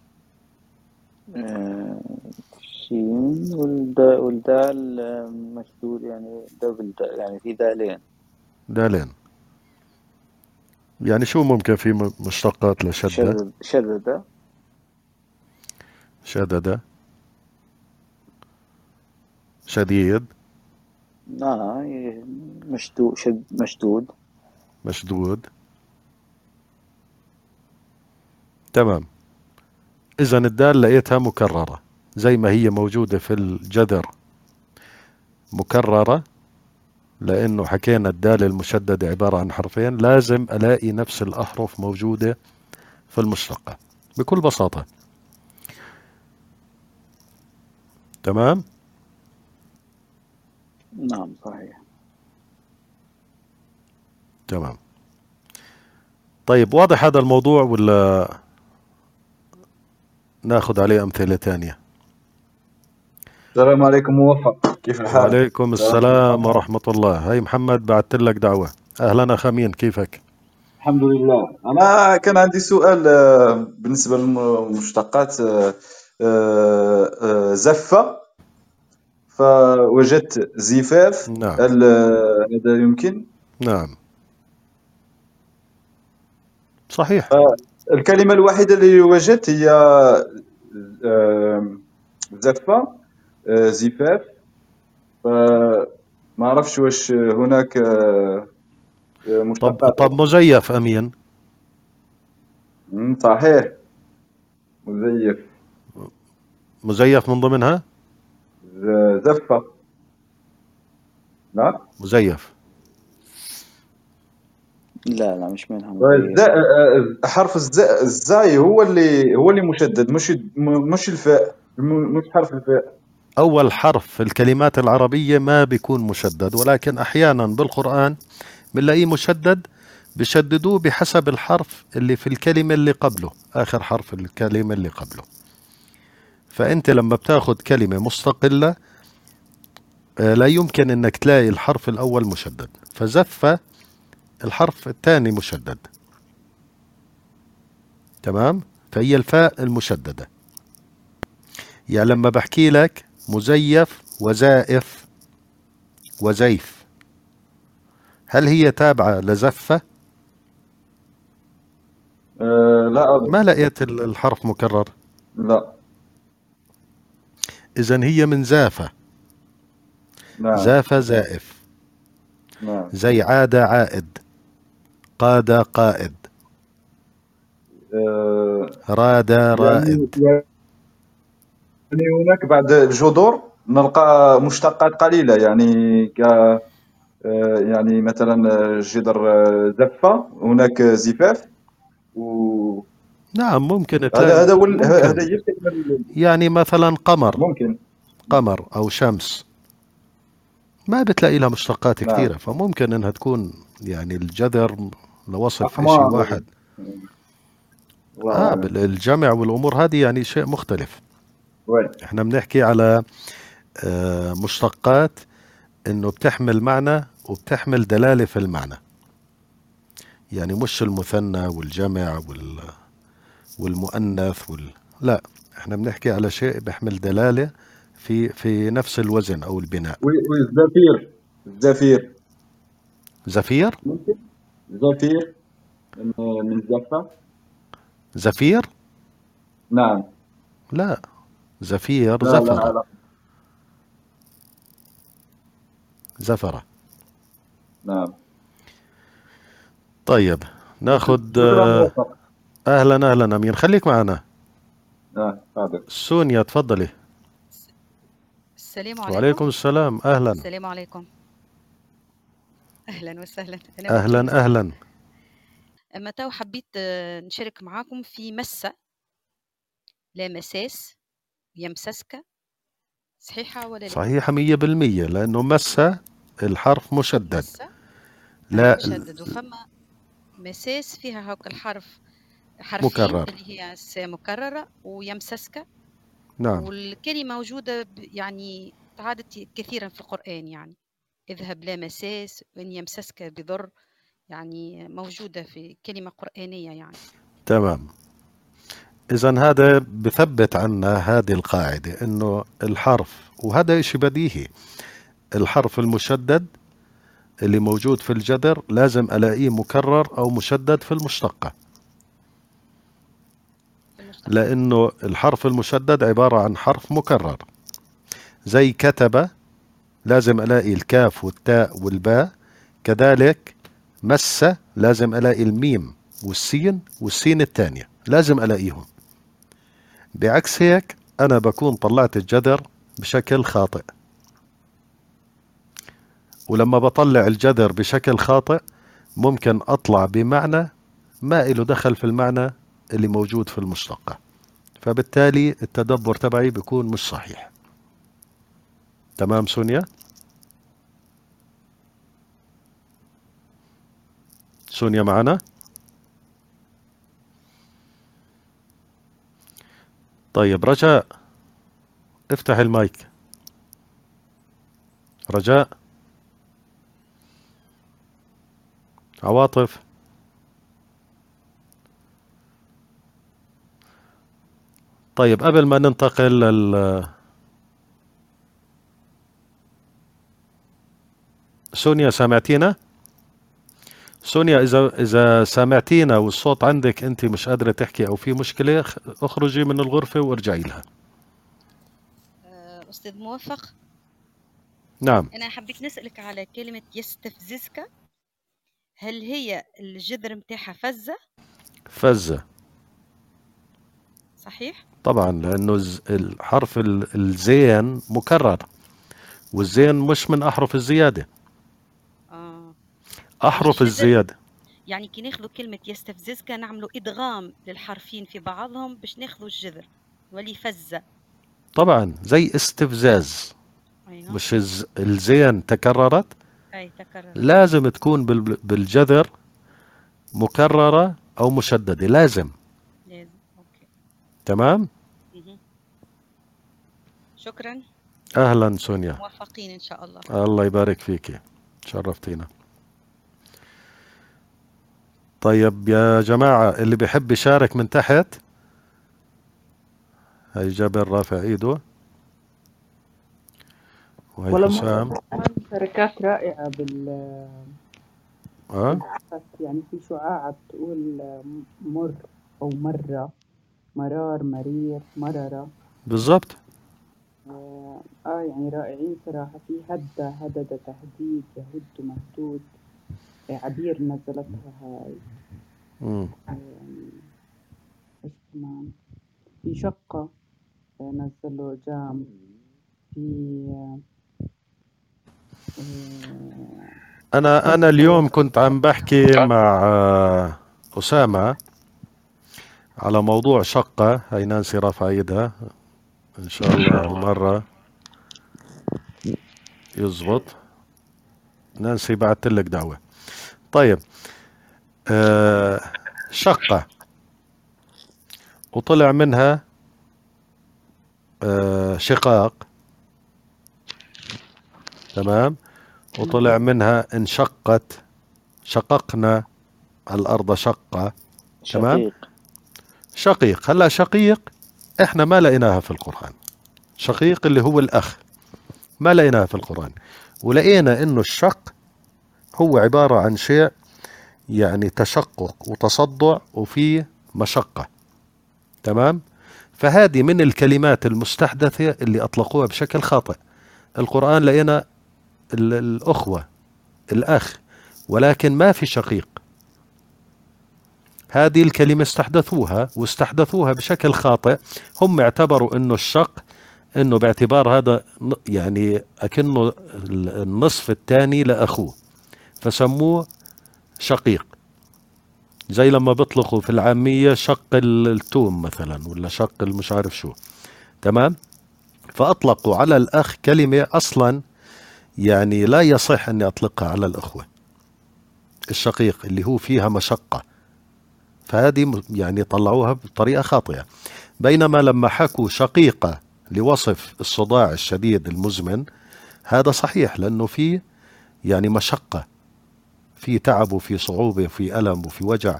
S7: شين والدال مشدود، يعني دبل يعني في دالين.
S1: دالين. يعني شو ممكن في مشتقات لشدة؟
S7: شددة.
S1: شددة. شديد.
S7: مشدود. مشدود.
S1: مشدود. تمام. إذا الدال لقيتها مكررة زي ما هي موجودة في الجذر مكررة، لأنه حكينا الدال المشددة عبارة عن حرفين، لازم ألاقي نفس الأحرف موجودة في المشتقة بكل بساطة. تمام؟
S7: نعم صحيح.
S1: تمام. طيب واضح هذا الموضوع ولا ناخذ عليه أمثلة تانية؟
S8: السلام عليكم موفق، كيف الحال؟
S1: وعليكم السلام ورحمة الله. هاي محمد بعثت لك دعوة. أهلا أخ أمين، كيفك؟
S8: الحمد لله. أنا كان عندي سؤال بالنسبة للمشتقات. زفة، فوجدت زفاف.
S1: نعم
S8: هل هذا يمكن؟
S1: نعم صحيح.
S8: الكلمة الوحيدة اللي وجدت هي زفة، زفاف. فما أعرفش واش هناك مشتقات.
S1: طب مزيف أمين.
S8: صحيح، مزيف.
S1: مزيف من ضمنها؟
S8: زفة. لا
S1: مزيف.
S7: لا مش منها مزيف.
S8: حرف الزاي هو اللي مشدد، مش الفاء، مش حرف الفاء.
S1: أول حرف في الكلمات العربية ما بيكون مشدد، ولكن أحيانا بالقرآن بنلاقيه مشدد، بشددوه بحسب الحرف اللي في الكلمة اللي قبله، آخر حرف الكلمة اللي قبله. فأنت لما بتاخد كلمة مستقلة لا يمكن أنك تلاقي الحرف الأول مشدد، فزف الحرف الثاني مشدد. تمام؟ فهي الفاء المشددة. يعني لما بحكي لك مزيف وزائف وزيف، هل هي تابعة لزفة؟
S8: لا
S1: ما لقيت الحرف مكرر.
S8: لا.
S1: إذن هي من زافة.
S8: نعم
S1: زافة زائف،
S8: نعم.
S1: زي عاد عائد، قاد قائد، راد رائد.
S8: يعني هناك بعد الجذور نلقى مشتقات قليلة، يعني يعني مثلا جذر زفة، هناك زفاف.
S1: نعم ممكن
S8: هذا
S1: تلاقي،
S8: هذا
S1: ممكن
S8: هذا هي الكلمة
S1: يعني مثلا قمر،
S8: ممكن.
S1: قمر أو شمس، ما بتلاقي لها مشتقات
S8: نعم.
S1: كثيرة، فممكن انها تكون يعني الجذر لوصف اشي
S8: أحمر.
S1: واحد.
S8: الله أعلم.
S1: الجمع والامور هذه يعني شيء مختلف.
S8: وين؟
S1: احنا بنحكي على مشتقات انه بتحمل معنى وبتحمل دلالة في المعنى، يعني مش المثنى والجمع والمؤنث لا، احنا بنحكي على شيء بيحمل دلالة في نفس الوزن أو البناء.
S8: والزفير، الزفير
S1: زفير.
S8: ممكن، زفير من زفة.
S1: زفير.
S8: نعم.
S1: لا، زفير
S8: لا
S1: زفرة.
S8: لا.
S1: زفرة.
S8: نعم.
S1: طيب ناخد
S8: شكرا موفق.
S1: أهلا أهلا أمين، خليك معنا.
S8: حاضر.
S1: سونيا تفضلي.
S9: السلام عليكم.
S1: وعليكم السلام، أهلا.
S9: السلام عليكم. أهلا وسهلا.
S1: أهلا أهلا.
S9: أما تو حبيت نشارك معاكم في مسة، لا مساس، يمسسك، صحيحة ولا لا؟
S1: صحيحة 100%، لأنه مسة الحرف مشدد.
S9: مسة
S1: لا
S9: مشدد، وفما مساس فيها هاك الحرف حرفين
S1: مكرر.
S9: اللي هي مكررة، ويمسسك.
S1: نعم.
S9: والكلمة موجودة يعني تعادت كثيرا في القرآن، يعني اذهب لا مساس، وإن يمسسك بضر، يعني موجودة في كلمة قرآنية يعني.
S1: تمام. إذن هذا بثبت عنا هذه القاعدة إنه الحرف، وهذا إشي بديهي، الحرف المشدد اللي موجود في الجذر لازم ألاقيه مكرر أو مشدد في المشتقة، لأنه الحرف المشدد عبارة عن حرف مكرر. زي كتب لازم ألاقي الكاف والتاء والباء، كذلك مس لازم ألاقي الميم والسين الثانية، لازم ألاقيهم. بعكس هيك أنا بكون طلعت الجذر بشكل خاطئ، ولما بطلع الجذر بشكل خاطئ ممكن أطلع بمعنى ما إله دخل في المعنى اللي موجود في المشتقة، فبالتالي التدبر تبعي بيكون مش صحيح. تمام سونيا؟ سونيا معنا؟ طيب رجاء افتح المايك. رجاء. عواطف. طيب قبل ما ننتقل سونيا سامعتينا؟ سونيا إذا سامعتينا والصوت عندك أنت مش قادرة تحكي أو في مشكلة، اخرجي من الغرفة وارجعي لها.
S9: أستاذ موفق.
S1: نعم.
S9: أنا حبيت نسألك على كلمة يستفززك، هل هي الجذر متاعها فزة؟
S1: فزة.
S9: صحيح؟
S1: طبعا، لأنه الحرف الزين مكرر، والزين مش من أحرف الزيادة. أحرف الزيادة
S9: يعني كي ناخذوا كلمة يستفززك نعملوا إدغام للحرفين في بعضهم باش ناخذوا الجذر ولي فزة.
S1: طبعا زي استفزاز.
S9: أيوة.
S1: مش الزين تكررت،
S9: أي تكرر،
S1: لازم تكون بالجذر مكررة أو مشددة، لازم.
S9: أوكي.
S1: تمام.
S9: شكرا.
S1: أهلا سونيا،
S9: موفقين إن شاء الله.
S1: الله يبارك فيك، شرفتينا. طيب يا جماعة، اللي بيحب يشارك من تحت، هاي جابر رافع ايده، وهي حسام.
S3: شركات رائعة يعني في شعاع بتقول مر أو مرة، مرار، مرير، مررة.
S1: بالضبط.
S3: يعني رائعين صراحة. في هدى، هدد، تهديد، يهد، مهدود. عبير نزلتها هاي. ايش كمان؟ في شقة نزلوا جام. في
S1: أنا اليوم كنت عم بحكي مع أسامة على موضوع شقة. هاي نانسي رافعة ايدها، إن شاء الله المرة يزبط. نانسي بعت لك دعوة. طيب شقة وطلع منها شقاق، تمام، وطلع منها انشقت، شققنا الأرض شقة. تمام.
S7: شقيق.
S1: شقيق. هلا شقيق احنا ما لقيناها في القرآن. شقيق اللي هو الأخ ما لقيناها في القرآن، ولقينا انه الشق هو عبارة عن شيء يعني تشقق وتصدع وفيه مشقة. تمام. فهذه من الكلمات المستحدثة اللي أطلقوها بشكل خاطئ. القرآن لقينا الأخوة، الأخ، ولكن ما في شقيق. هذه الكلمة واستحدثوها بشكل خاطئ. هم اعتبروا انه الشق انه باعتبار هذا يعني اكنه النصف الثاني لأخوه، فسموه شقيق. زي لما بيطلقوا في العامية شق التوم مثلا، ولا شق المش عارف شو. تمام. فأطلقوا على الأخ كلمة أصلا يعني لا يصح أني أطلقها على الأخوة. الشقيق اللي هو فيها مشقة، فهذه يعني طلعوها بطريقة خاطئة. بينما لما حكوا شقيقة لوصف الصداع الشديد المزمن، هذا صحيح، لأنه فيه يعني مشقة، في تعب وفي صعوبة وفي ألم وفي وجع.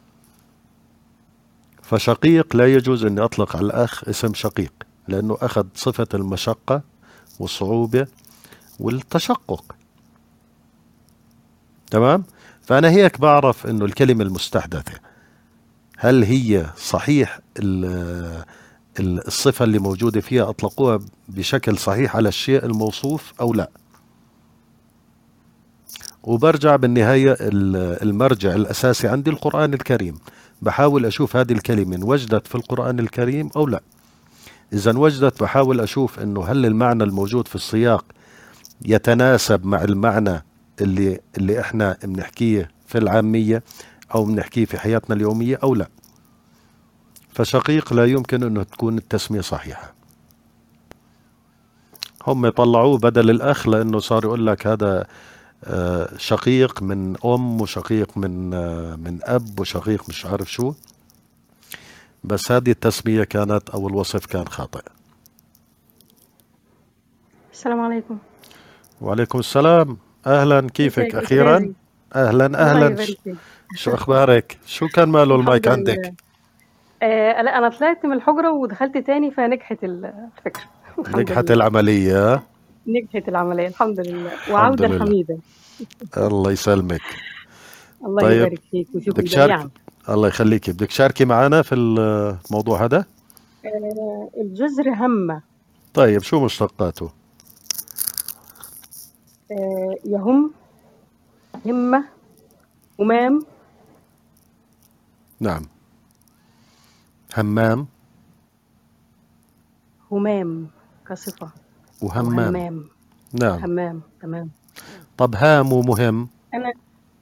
S1: فشقيق لا يجوز أن أطلق على الأخ اسم شقيق، لأنه أخذ صفة المشقة والصعوبة والتشقق. تمام. فأنا هيك بعرف أنه الكلمة المستحدثة هل هي صحيح الصفة اللي موجودة فيها أطلقوها بشكل صحيح على الشيء الموصوف أو لا. وبرجع بالنهاية المرجع الأساسي عندي القرآن الكريم، بحاول أشوف هذه الكلمة وجدت في القرآن الكريم أو لا. إذا وجدت بحاول أشوف أنه هل المعنى الموجود في السياق يتناسب مع المعنى اللي إحنا بنحكيه في العامية أو بنحكيه في حياتنا اليومية أو لا. فشقيق لا يمكن أنه تكون التسمية صحيحة. هم طلعوه بدل الأخ لأنه صار يقول لك هذا شقيق من أم وشقيق من أب وشقيق مش عارف شو. بس هذه التسمية كانت أو الوصف كان خاطئ.
S10: السلام عليكم.
S1: وعليكم السلام. أهلا، كيفك
S10: ازيك
S1: أخيرا؟
S10: أستاذي؟
S1: أهلا
S10: الله
S1: أهلا.
S10: يبارك فيك.
S1: شو أخبارك؟ شو كان ماله المايك
S10: الحمد
S1: عندك؟
S10: لله. لا أنا طلعت من الحجرة ودخلت تاني فنجحت الفكرة. الحمد
S1: نجحت
S10: لله.
S1: العملية.
S10: نجحت العملية الحمد لله،
S1: الحمد
S10: وعودة
S1: لله.
S10: حميدة.
S1: الله يسلمك.
S10: الله
S1: طيب
S10: يبارك فيك وشوفي
S1: بدك تشارك؟
S10: ضيعا.
S1: الله يخليك. بدك تشاركي معنا في الموضوع هذا؟
S10: الجزر همة.
S1: طيب شو مشتقاته؟
S10: يهم، همة، همام.
S1: نعم. همام
S10: همام كصفة أو
S1: وهمام.
S10: همام.
S1: نعم.
S10: همام. تمام.
S1: طب هام ومهم؟
S10: أنا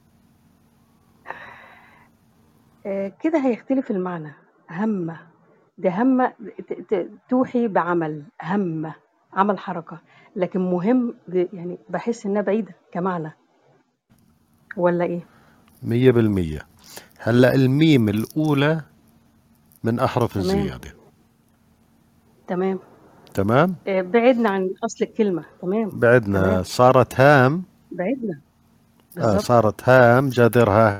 S10: كده هيختلف المعنى. همة ده همة توحي بعمل، همة عمل حركة، لكن مهم يعني بحس إنها بعيدة كمعنى، ولا إيه؟
S1: 100%. هلا الميم الأولى من أحرف
S10: تمام.
S1: الزيادة.
S10: تمام.
S1: تمام.
S10: بعدنا عن أصل الكلمة. تمام.
S1: بعدنا
S10: تمام.
S1: صارت هام.
S10: بعدنا بالظبط.
S1: صارت هام جذرها.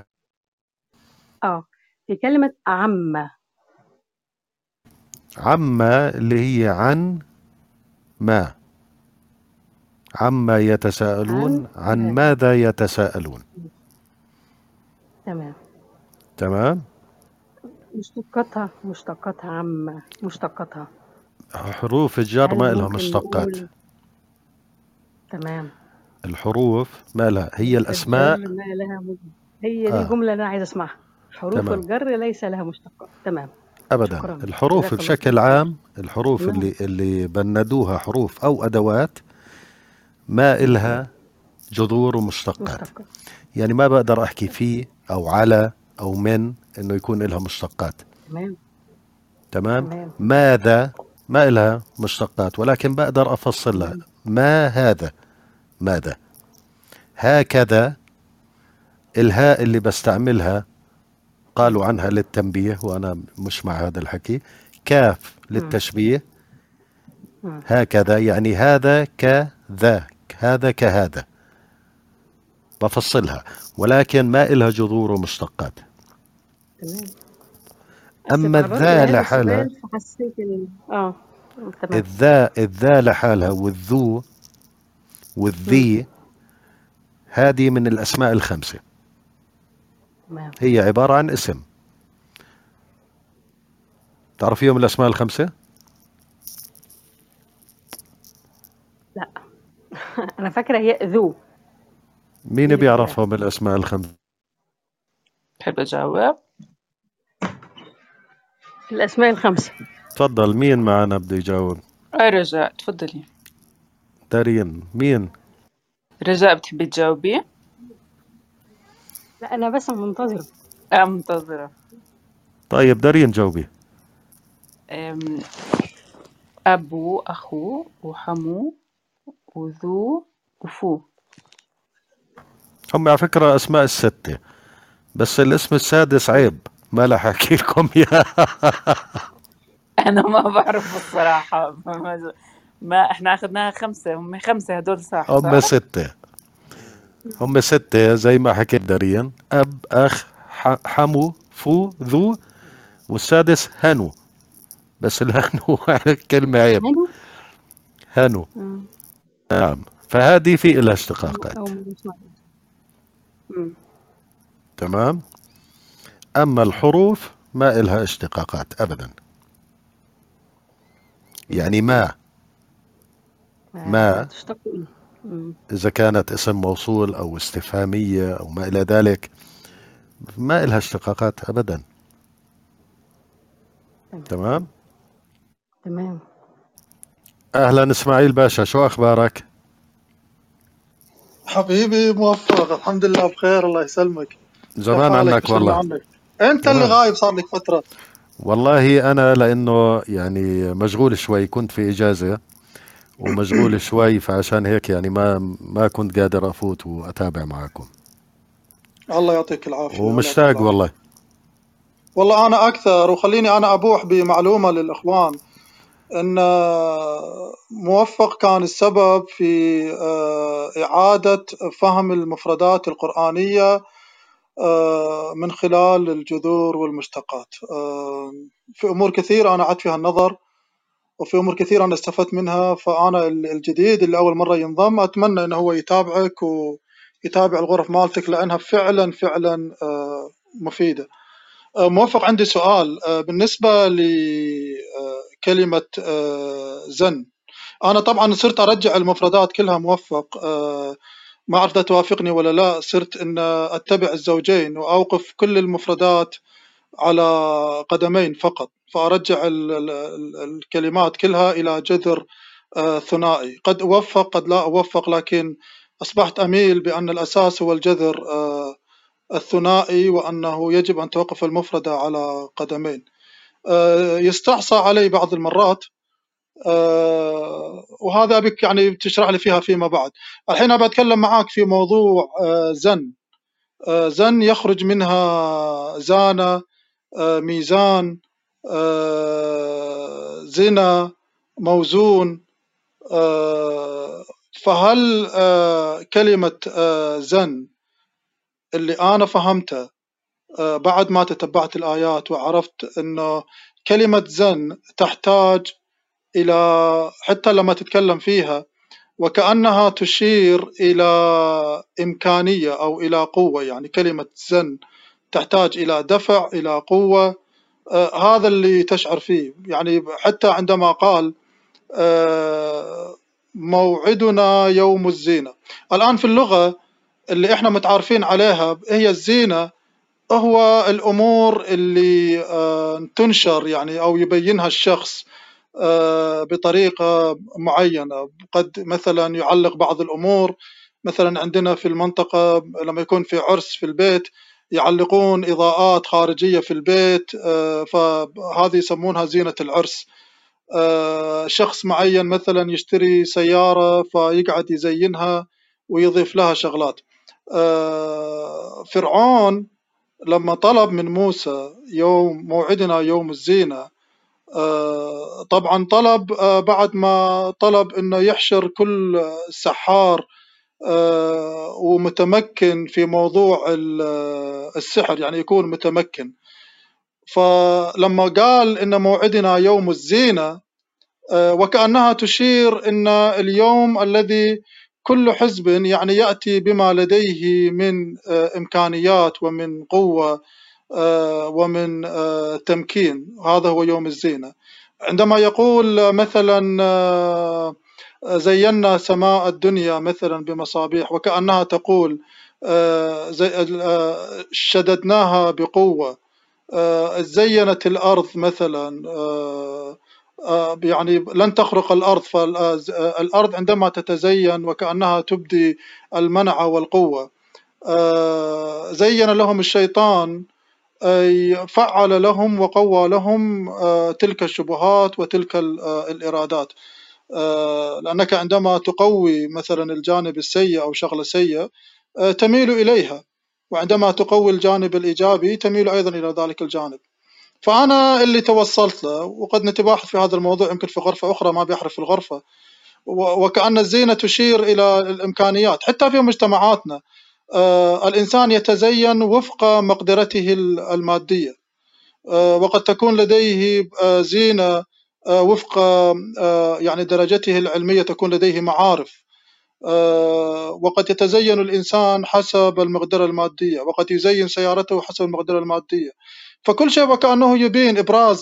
S10: في كلمة عمة.
S1: عما اللي هي عن ما. عما يتساءلون، عن
S10: ما.
S1: ماذا يتساءلون.
S10: تمام.
S1: تمام.
S10: مشتقاتها عمة، مشتقاتها
S1: حروف الجر
S10: هل
S1: ما إلها
S10: ممكن
S1: مشتقات.
S10: نقول؟ تمام.
S1: الحروف ما لها، هي الأسماء.
S10: الجر ما لها هي دي الجملة اللي أنا عايزة أسمعها. حروف
S1: تمام.
S10: الجر ليس لها مشتقات. تمام.
S1: أبدا.
S10: شكرا.
S1: الحروف
S10: جزاك الله
S1: بشكل
S10: خير.
S1: عام، الحروف
S10: نعم.
S1: اللي بندوها حروف أو أدوات ما إلها جذور ومشتقات.
S10: مشتقات.
S1: يعني ما بقدر أحكي فيه أو على أو من إنه يكون إلها مشتقات.
S10: تمام.
S1: تمام.
S10: تمام.
S1: ماذا ما إلها مشتقات، ولكن بقدر أفصل لها. ما هذا ماذا. هكذا الهاء اللي بستعملها قالوا عنها للتنبيه وأنا مش مع هذا الحكي. كاف للتشبيه. هكذا يعني هذا كذا، هذا كهذا. بفصلها، ولكن ما إلها جذور ومشتقات.
S10: تمام.
S1: أما
S10: أسف، أنا برضه
S1: الذا
S10: قارية
S1: لحالها،
S10: السؤال فحسيت تمام.
S1: الذا لحالها والذو والذي، هذه من الأسماء الخمسة،
S10: تمام.
S1: هي عبارة عن اسم. تعرفيهم الأسماء الخمسة؟
S10: لا أنا فاكرة هي ذو.
S1: مين
S10: اللي
S1: بيعرفهم الأسماء الخمسة؟
S3: بحب أجاوب.
S10: الأسماء الخمسة.
S1: تفضل، مين معنا بده يجاوب؟
S3: رجاء تفضلي.
S1: دارين، مين؟
S3: رجاء بتحبي تجاوبي؟
S10: لا أنا بس منتظرة.
S3: منتظرة.
S1: طيب دارين جاوبي.
S3: أبو، أخو، وحمو، وذو، وفو.
S1: هم على فكرة أسماء الستة، بس الاسم السادس عيب، ما لح أحكي لكم إياه.
S3: أنا ما بعرف الصراحة. ما إحنا أخذناها خمسة، هم خمسة هدول صح؟
S1: هم ستة، هم ستة زي ما حكيت دارين: أب، أخ، حمو، فو، ذو، والسادس هنو. بس الهنو كلمة عيب. هنو. نعم، فهذه في إلها اشتقاقات. تمام. أما الحروف ما إلها اشتقاقات أبدا. يعني ما إذا كانت اسم موصول أو استفهامية أو ما إلى ذلك ما إلها اشتقاقات أبدا. تمام. أهلا إسماعيل باشا، شو أخبارك؟
S11: حبيبي موفق، الحمد لله بخير، الله يسلمك.
S1: زمان عنك والله.
S11: عنك. انت اللي غايب صار لك فترة.
S1: والله أنا لأنه يعني مشغول شوي، كنت في إجازة ومشغول شوي، فعشان هيك يعني ما كنت قادر أفوت وأتابع معكم.
S11: الله يعطيك العافية.
S1: ومشتاق والله.
S11: والله أنا أكثر، وخليني أنا أبوح بمعلومة للإخوان أن موفق كان السبب في إعادة فهم المفردات القرآنية من خلال الجذور والمشتقات. في أمور كثيرة أنا عدت فيها النظر، وفي أمور كثيرة أنا استفدت منها. فأنا الجديد اللي أول مرة ينضم أتمنى أنه هو يتابعك ويتابع الغرف مالتك، لأنها فعلا فعلا مفيدة. موفق، عندي سؤال بالنسبة لكلمة زن. أنا طبعا صرت أرجع المفردات كلها موفق، ما أعرف إذا توافقني ولا لا. صرت أن أتبع الزوجين وأوقف كل المفردات على قدمين فقط، فأرجع الكلمات كلها إلى جذر ثنائي. قد أوفق قد لا أوفق، لكن أصبحت أميل بأن الأساس هو الجذر الثنائي، وأنه يجب أن توقف المفردة على قدمين. يستعصى علي بعض المرات، وهذا بك يعني تشرح لي فيها فيما بعد. الحين أبى أتكلم معاك في موضوع زن. زن يخرج منها زانة، ميزان، زنا، موزون. فهل كلمة زن اللي أنا فهمته بعد ما تتبعت الآيات وعرفت أنه كلمة زن تحتاج إلى، حتى لما تتكلم فيها وكأنها تشير إلى إمكانية أو إلى قوة، يعني كلمة زن تحتاج إلى دفع، إلى قوة. هذا اللي تشعر فيه، يعني حتى عندما قال موعدنا يوم الزينة. الآن في اللغة اللي احنا متعارفين عليها هي الزينة هو الأمور اللي تنشر يعني أو يبينها الشخص بطريقة معينة. قد مثلا يعلق بعض الأمور، مثلا عندنا في المنطقة لما يكون في عرس في البيت يعلقون إضاءات خارجية في البيت، فهذه يسمونها زينة العرس. شخص معين مثلا يشتري سيارة فيقعد يزينها ويضيف لها شغلات. فرعون لما طلب من موسى يوم موعدنا يوم الزينة، طبعا طلب بعد ما طلب انه يحشر كل سحار ومتمكن في موضوع السحر، يعني يكون متمكن. فلما قال إن موعدنا يوم الزينة، وكأنها تشير إن اليوم الذي كل حزب يعني يأتي بما لديه من إمكانيات ومن قوة ومن تمكين، هذا هو يوم الزينة. عندما يقول مثلا زينا سماء الدنيا مثلا بمصابيح، وكأنها تقول شددناها بقوة، زينت الأرض مثلا، يعني لن تخرق الأرض، فالأرض عندما تتزين وكأنها تبدي المنع والقوة. زين لهم الشيطان، أي فعل لهم وقوى لهم تلك الشبهات وتلك الإرادات. لأنك عندما تقوي مثلا الجانب السيء أو شغلة سيئة تميل إليها، وعندما تقوي الجانب الإيجابي تميل أيضا إلى ذلك الجانب. فأنا اللي توصلت له، وقد نتباحث في هذا الموضوع يمكن في غرفة أخرى ما بيحرف في الغرفة، وكأن الزينة تشير إلى الإمكانيات. حتى في مجتمعاتنا الإنسان يتزين وفق مقدرته المادية، وقد تكون لديه زينة وفق يعني درجته العلمية، تكون لديه معارف، وقد يتزين الإنسان حسب المقدرة المادية، وقد يزين سيارته حسب المقدرة المادية. فكل شيء وكأنه يبين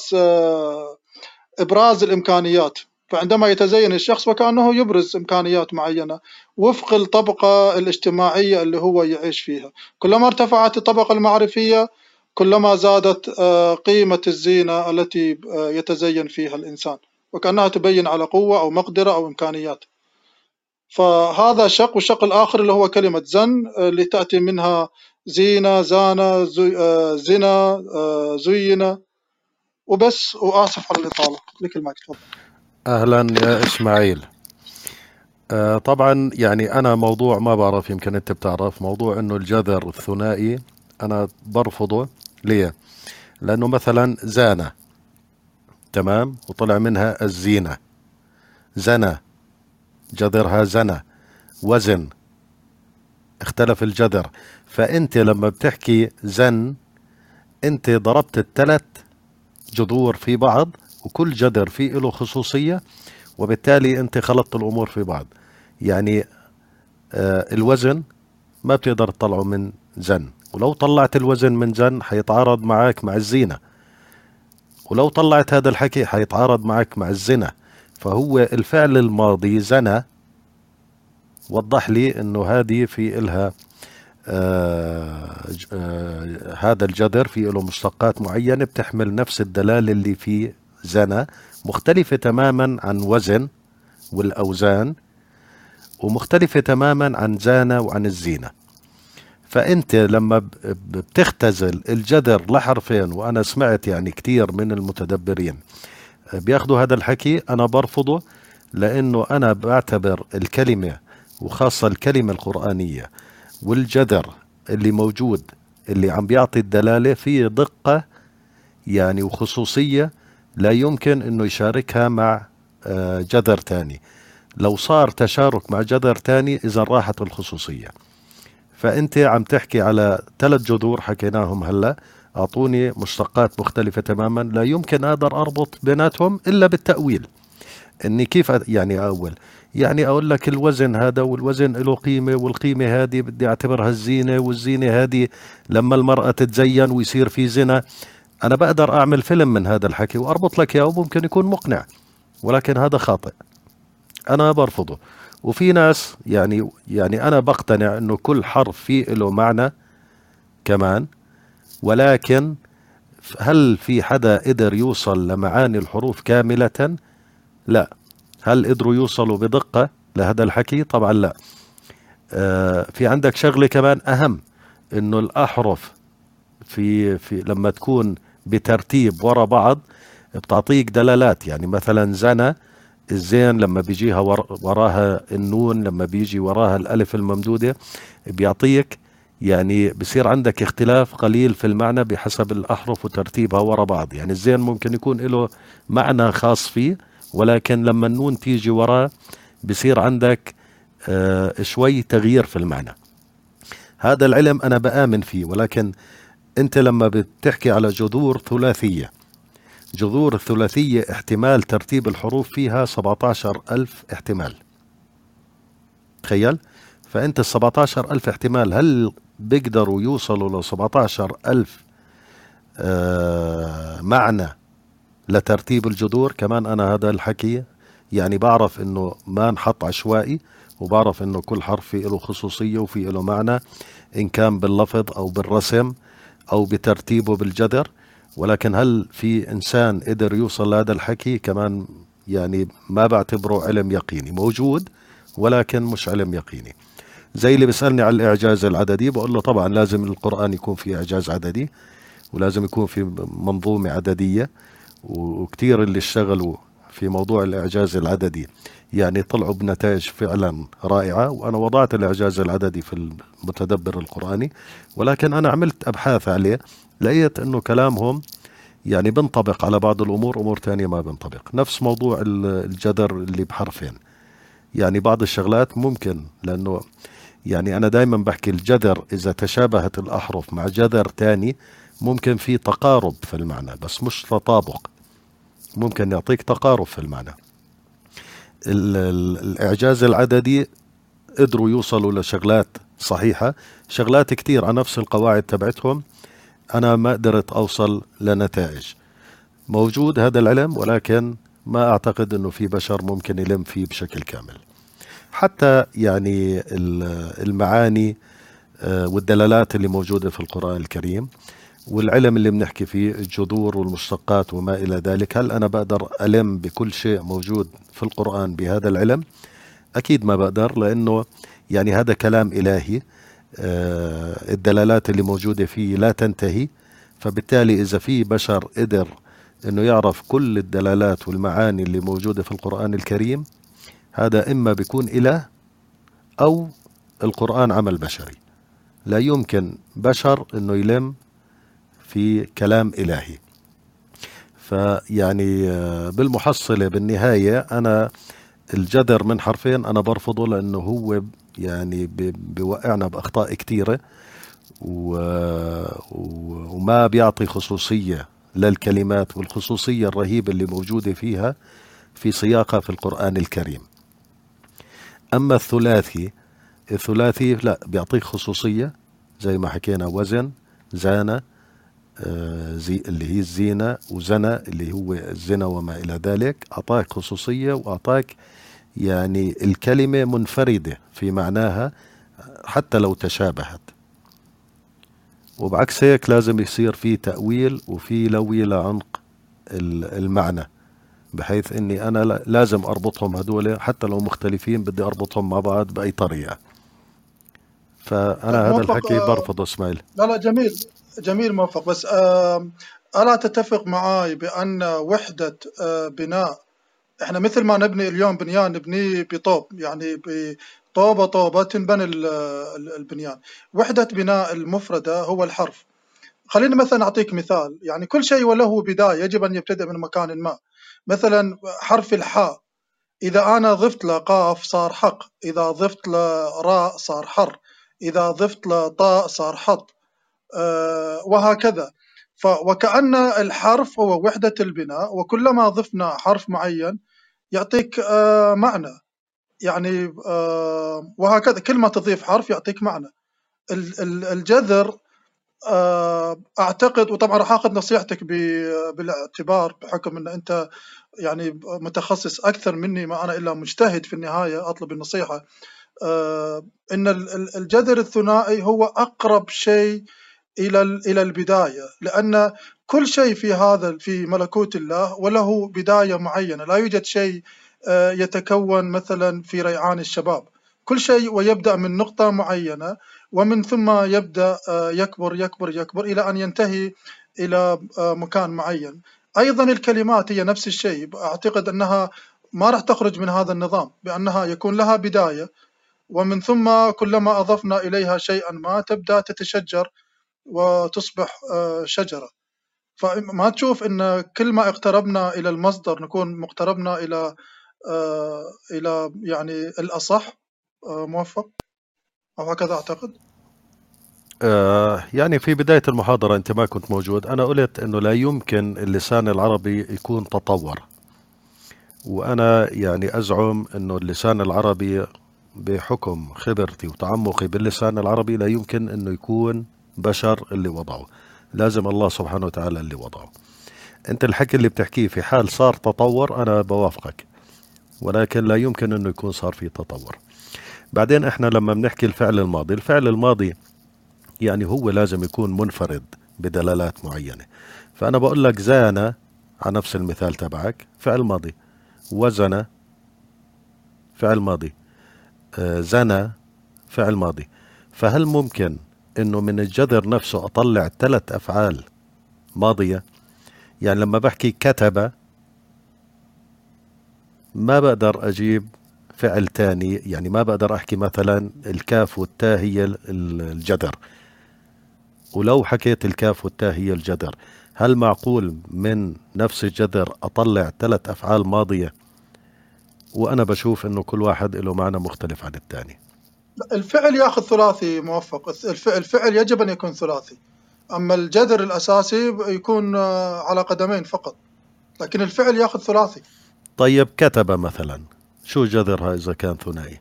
S11: إبراز الإمكانيات. فعندما يتزين الشخص وكأنه يبرز إمكانيات معينة وفق الطبقة الاجتماعية اللي هو يعيش فيها. كلما ارتفعت الطبقة المعرفية كلما زادت قيمة الزينة التي يتزين فيها الإنسان، وكأنها تبين على قوة أو مقدرة أو إمكانيات. فهذا شق. والشق الآخر اللي هو كلمة زن، اللي تأتي منها زينة، زانة، زنا، زينة، وبس. وآسف على الإطالة، لك المايك تفضل.
S1: أهلا يا إسماعيل. طبعا يعني أنا موضوع ما بعرف، يمكن أنت بتعرف موضوع إنه الجذر الثنائي أنا برفضه. ليه؟ لأنه مثلا زانة تمام وطلع منها الزينة، زنا جذرها زنا، وزن اختلف الجذر. فأنت لما بتحكي زن أنت ضربت الثلاث جذور في بعض، وكل جذر فيه له خصوصية، وبالتالي أنت خلطت الأمور في بعض. يعني الوزن ما بتقدر تطلعه من زن، ولو طلعت الوزن من زن حيتعارض معك مع الزينة، ولو طلعت هذا الحكي حيتعارض معك مع الزنا. فهو الفعل الماضي زنا وضح لي انه هذه في إلها هذا الجذر في له مشتقات معينة بتحمل نفس الدلالة اللي في زنا، مختلفة تماما عن وزن والأوزان، ومختلفة تماما عن زانة وعن الزينة. فأنت لما بتختزل الجذر لحرفين، وأنا سمعت يعني كتير من المتدبرين بياخدوا هذا الحكي، أنا برفضه، لأنه أنا بعتبر الكلمة وخاصة الكلمة القرآنية والجذر اللي موجود اللي عم بيعطي الدلالة فيه دقة يعني وخصوصية لا يمكن أنه يشاركها مع جذر تاني. لو صار تشارك مع جذر تاني إذا راحت الخصوصية. فأنت عم تحكي على 3 جذور حكيناهم هلأ، أعطوني مشتقات مختلفة تماما، لا يمكن أقدر أربط بيناتهم إلا بالتأويل. إني كيف يعني أول يعني أقول لك الوزن هذا والوزن له قيمة، والقيمة هذه بدي أعتبرها الزينة، والزينة هذه لما المرأة تتزين ويصير في زنا. أنا بقدر أعمل فيلم من هذا الحكي وأربط لك إياه وممكن يكون مقنع، ولكن هذا خاطئ، أنا برفضه. وفي ناس يعني أنا بقتنع إنه كل حرف فيه له معنى كمان، ولكن هل في حدا قدر يوصل لمعاني الحروف كاملة؟ لا. هل قدروا يوصلوا بدقة لهذا الحكي؟ طبعا لا. في عندك شغلة كمان أهم، إنه الأحرف في لما تكون بترتيب ورا بعض بتعطيك دلالات. يعني مثلا زنا، الزين لما بيجيها وراها النون، لما بيجي وراها الألف الممدودة بيعطيك يعني بصير عندك اختلاف قليل في المعنى بحسب الأحرف وترتيبها ورا بعض. يعني الزين ممكن يكون له معنى خاص فيه، ولكن لما النون تيجي وراه بصير عندك شوي تغيير في المعنى. هذا العلم أنا بآمن فيه، ولكن أنت لما بتحكي على جذور ثلاثية، جذور الثلاثية احتمال ترتيب الحروف فيها 17,000 احتمال. تخيل، فأنت 17,000 احتمال، هل بيقدروا يوصلوا ل 17,000 معنى لترتيب الجذور؟ كمان أنا هذا الحكي يعني بعرف إنه ما نحط عشوائي، وبعرف إنه كل حرف فيه له خصوصية وفيه له معنى، إن كان باللفظ أو بالرسم أو بترتيبه بالجذر. ولكن هل في إنسان قدر يوصل لهذا الحكي؟ كمان يعني ما بعتبره علم يقيني، موجود ولكن مش علم يقيني. زي اللي بيسألني على الإعجاز العددي، بقول له طبعا لازم القرآن يكون فيه إعجاز عددي، ولازم يكون في منظومة عددية، وكتير اللي اشتغلوا في موضوع الإعجاز العددي يعني طلعوا بنتائج فعلا رائعة. وأنا وضعت الإعجاز العددي في المتدبر القرآني، ولكن أنا عملت أبحاث عليه، لقيت أنه كلامهم يعني بنطبق على بعض الأمور، أمور تانية ما بنطبق. نفس موضوع الجذر اللي بحرفين، يعني بعض الشغلات ممكن، لأنه يعني أنا دايما بحكي الجذر إذا تشابهت الأحرف مع جذر تاني ممكن في تقارب في المعنى، بس مش تطابق، ممكن يعطيك تقارب في المعنى. الإعجاز العددي قدروا يوصلوا لشغلات صحيحة، شغلات كتير على نفس القواعد تبعتهم أنا ما قدرت أوصل لنتائج. موجود هذا العلم، ولكن ما أعتقد أنه في بشر ممكن يلم فيه بشكل كامل. حتى يعني المعاني والدلالات اللي موجودة في القرآن الكريم، والعلم اللي بنحكي فيه، الجذور والمشتقات وما إلى ذلك، هل أنا بقدر ألم بكل شيء موجود في القرآن بهذا العلم؟ أكيد ما بقدر، لأنه يعني هذا كلام إلهي، الدلالات اللي موجودة فيه لا تنتهي. فبالتالي إذا في بشر قدر أنه يعرف كل الدلالات والمعاني اللي موجودة في القرآن الكريم، هذا إما بيكون إله أو القرآن عمل بشري. لا يمكن بشر أنه يلم في كلام إلهي. فيعني بالمحصلة بالنهاية أنا الجذر من حرفين أنا برفضه، لأنه هو يعني بيوقعنا بأخطاء كتيرة، وما بيعطي خصوصية للكلمات، والخصوصية الرهيبة اللي موجودة فيها في سياقها في القرآن الكريم. أما الثلاثي لا، بيعطيك خصوصية زي ما حكينا، وزن، زانة اللي هي الزينة، وزنا اللي هو الزنا وما إلى ذلك، أعطاك خصوصية وأعطاك يعني الكلمة منفردة في معناها حتى لو تشابهت. وبعكس هيك لازم يصير في تأويل وفي لوي لعمق المعنى، بحيث اني انا لازم اربطهم هدول حتى لو مختلفين، بدي اربطهم مع بعض باي طريقة. فانا هذا الحكي برفضه اسماعيل.
S11: لا جميل موفق، بس ألا تتفق معاي بأن وحدة بناء، احنا مثل ما نبني اليوم بنيان نبنيه بطوب، يعني بطوبة تنبني البنيان. وحدة بناء المفردة هو الحرف. خليني مثلا أعطيك مثال، يعني كل شيء وله بداية، يجب أن يبتدئ من مكان ما. مثلا حرف الحاء، إذا أنا ضفت له قاف صار حق، إذا ضفت له راء صار حر، إذا ضفت له طاء صار حط، وهكذا. وكأن الحرف هو وحدة البناء، وكلما ضفنا حرف معين يعطيك معنى، يعني وهكذا كل ما تضيف حرف يعطيك معنى. الجذر أعتقد، وطبعا راح أخذ نصيحتك بالاعتبار بحكم أن أنت يعني متخصص أكثر مني، ما أنا إلا مجتهد في النهاية أطلب النصيحة. أن الجذر الثنائي هو أقرب شيء إلى البداية، لأن كل شيء في ملكوت الله وله بداية معينة. لا يوجد شيء يتكون مثلا في ريعان الشباب، كل شيء ويبدأ من نقطة معينة، ومن ثم يبدأ يكبر يكبر يكبر إلى أن ينتهي إلى مكان معين. أيضا الكلمات هي نفس الشيء، أعتقد أنها ما راح تخرج من هذا النظام، بأنها يكون لها بداية، ومن ثم كلما أضفنا إليها شيئا ما تبدأ تتشجر وتصبح شجرة. فما تشوف أن كل ما اقتربنا إلى المصدر نكون مقتربنا إلى يعني الأصح؟ موفق، أو هكذا أعتقد.
S1: يعني في بداية المحاضرة أنت ما كنت موجود، أنا قلت أنه لا يمكن اللسان العربي يكون تطور، وأنا يعني أزعم أنه اللسان العربي بحكم خبرتي وتعمقي باللسان العربي لا يمكن أنه يكون بشر اللي وضعه، لازم الله سبحانه وتعالى اللي وضعه. أنت الحكي اللي بتحكيه في حال صار تطور أنا بوافقك، ولكن لا يمكن أنه يكون صار في تطور. بعدين إحنا لما بنحكي الفعل الماضي، الفعل الماضي يعني هو لازم يكون منفرد بدلالات معينة. فأنا بقول لك زان على نفس المثال تبعك فعل ماضي، وزن فعل ماضي، زنى فعل ماضي. فهل ممكن انه من الجذر نفسه اطلع 3 افعال ماضية؟ يعني لما بحكي كتب ما بقدر اجيب فعل تاني، يعني ما بقدر احكي مثلا الكاف والتاء هي الجذر، ولو حكيت الكاف والتاء هي الجذر هل معقول من نفس الجذر اطلع 3 افعال ماضية؟ وانا بشوف انه كل واحد له معنى مختلف عن الثاني.
S11: الفعل ياخذ ثلاثي موفق، الفعل يجب أن يكون ثلاثي، أما الجذر الأساسي يكون على قدمين فقط، لكن الفعل ياخذ ثلاثي.
S1: طيب كتب مثلا شو جذرها إذا كان ثنائي؟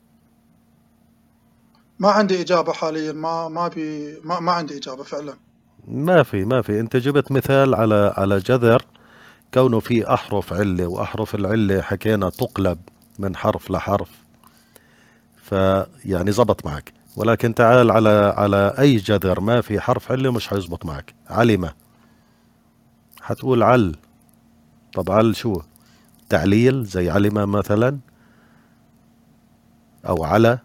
S11: ما عندي إجابة حاليا، ما عندي إجابة فعلا.
S1: ما في أنت جبت مثال على جذر كونه في أحرف علة، وأحرف العلة حكينا تقلب من حرف لحرف، فيعني زبط معك. ولكن تعال على أي جذر ما في حرف علة مش هيزبط معك. علم حتقول عل، طب عل شو؟ تعليل زي علم مثلا، أو على.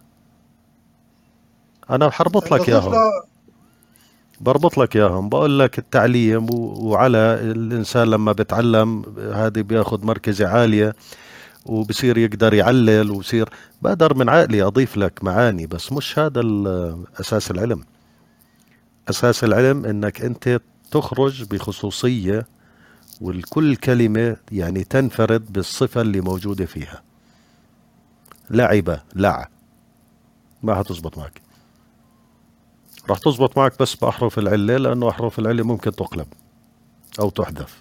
S1: أنا حربط لك إياهم، بربط لك إياهم، بقول لك التعليم وعلى الإنسان لما بتعلم هذه بياخد مركزة عالية وبصير يقدر يعلل، وبصير بقدر من عقلي أضيف لك معاني، بس مش هذا أساس العلم. أساس العلم إنك أنت تخرج بخصوصية، والكل كلمة يعني تنفرد بالصفة اللي موجودة فيها. لعبة لع ما هتزبط معك، راح تزبط معك بس بأحرف العلة، لأنه أحرف العلة ممكن تقلب أو تحذف،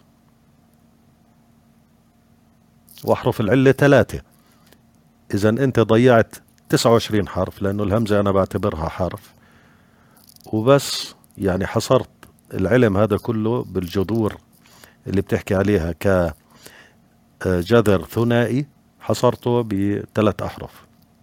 S1: وأحرف العلة 3. إذا أنت ضيعت 29 حرف، لأنه الهمزة أنا بعتبرها حرف، وبس يعني حصرت العلم هذا كله بالجذور اللي بتحكي عليها كجذر ثنائي، حصرته ب3 أحرف.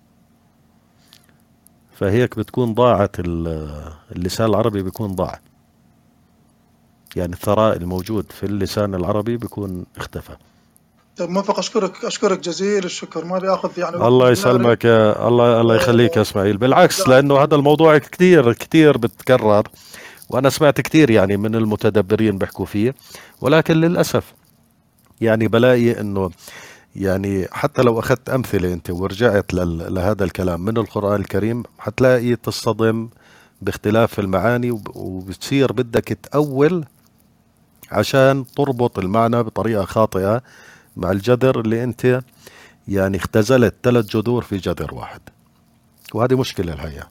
S1: فهيك بتكون ضاعت اللسان العربي، بيكون ضاع، يعني الثراء الموجود في اللسان العربي بيكون اختفى.
S11: طيب موفق، أشكرك جزيل الشكر، ما بياخذ يعني وقت.
S1: الله يسلمك يا الله يخليك يا اسماعيل. بالعكس، لأنه هذا الموضوع كتير بتكرر، وأنا سمعت كتير يعني من المتدبرين بيحكوا فيه، ولكن للأسف يعني بلاقي إنه يعني حتى لو أخذت أمثلة أنت ورجعت لهذا الكلام من القرآن الكريم حتلاقي تصطدم باختلاف المعاني، وبتصير بدك تأول عشان تربط المعنى بطريقة خاطئة مع الجذر اللي أنت يعني اختزلت 3 جذور في جذر واحد، وهذه مشكلة الحقيقة.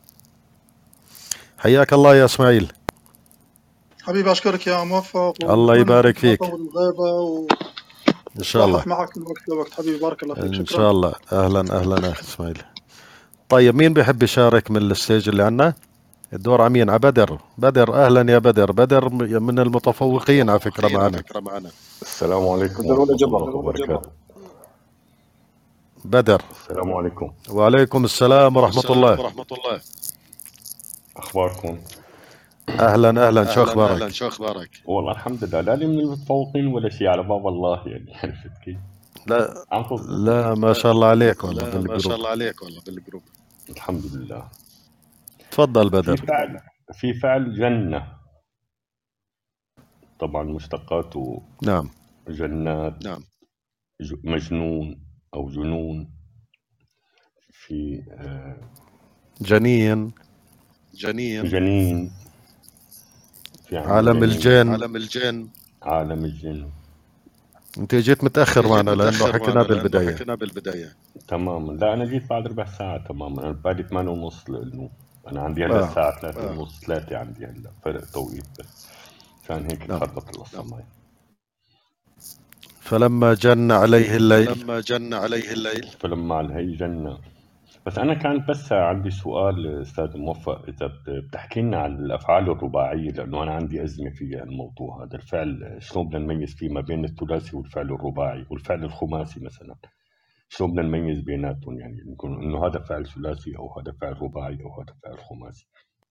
S1: حياك الله يا اسماعيل.
S11: حبيبي أشكرك يا موفق،
S1: الله يبارك فيك.
S11: الغيبة
S1: إن شاء الله
S11: معك من وقت لوقت. حبيبي بارك الله فيك.
S1: إن شاء الله. أهلا أخي إسماعيل. طيب مين بيحب يشارك من الستيج اللي عنا؟ الدور عمين على بدر. أهلا يا بدر من المتفوقين على فكرة معنا.
S12: السلام عليكم ورحمة الله وبركاته.
S1: بدر.
S12: السلام عليكم.
S1: وعليكم السلام ورحمة الله.
S12: أخباركم؟
S1: أهلا شو أخبارك؟
S12: والله الحمد لله، لا لي من المتفوقين ولا شيء، على باب الله يعني. عرفت كيف؟
S1: لا ما شاء الله عليك والله بالجروب.
S12: الحمد لله.
S1: تفضل بدر.
S12: في فعل جنة، طبعا مشتقاته
S1: نعم
S12: جنات، نعم، مجنون أو جنون. في
S1: جنين
S12: في
S1: عالم الجن.
S12: عالم الجن.
S1: انت جيت متأخر معنا لأنه حكينا بالبداية.
S12: تمام. لا أنا جيت بعد ربع ساعة تماما. أنا بعد 8:30 لأنه أنا عندي هلا الساعة 3:30 3 عندي هلا فرق توقيت، بس عشان هيك تخربط القصة معي.
S1: فلما جن عليه الليل
S12: فلما عليه جنة. بس أنا كان بس عندي سؤال أستاذ موفق، إذا بتحكي لنا عن الأفعال الرباعية، لأنه أنا عندي أزمة في الموضوع هذا. الفعل شلون بدنا نميز فيه ما بين الثلاثي والفعل الرباعي والفعل الخماسي مثلا؟ شلون بدنا نميز بيناتهم؟ يعني نكون إنه هذا فعل ثلاثي أو هذا فعل رباعي أو هذا فعل خماسي.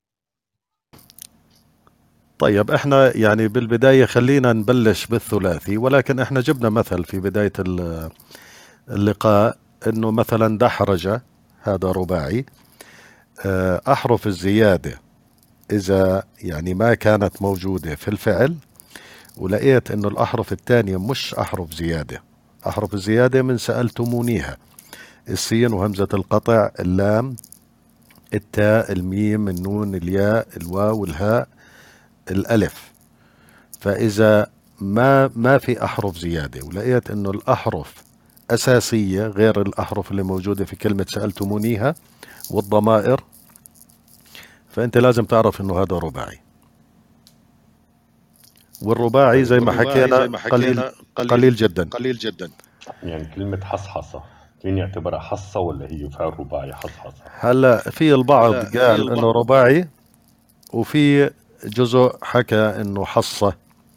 S1: طيب احنا يعني بالبداية خلينا نبلش بالثلاثي، ولكن احنا جبنا مثل في بداية اللقاء انه مثلا دحرج هذا رباعي. احرف الزيادة اذا يعني ما كانت موجودة في الفعل، ولقيت انه الاحرف الثانية مش احرف زيادة. احرف الزيادة من سألتمونيها: السين وهمزة القطع، اللام، التاء، الميم، النون، الياء، الواو، الهاء، الألف. فإذا ما في أحرف زيادة ولقيت إنه الأحرف أساسية غير الأحرف اللي موجودة في كلمة سألتمونيها والضمائر، فأنت لازم تعرف إنه هذا رباعي. والرباعي زي ما حكينا قليل جدا.
S12: يعني كلمة حصحصة فيني اعتبرها حصة ولا هي فعل رباعي حصحصة؟
S1: هلا في البعض قال إنه رباعي، وفي جزء حكى إنه حصة،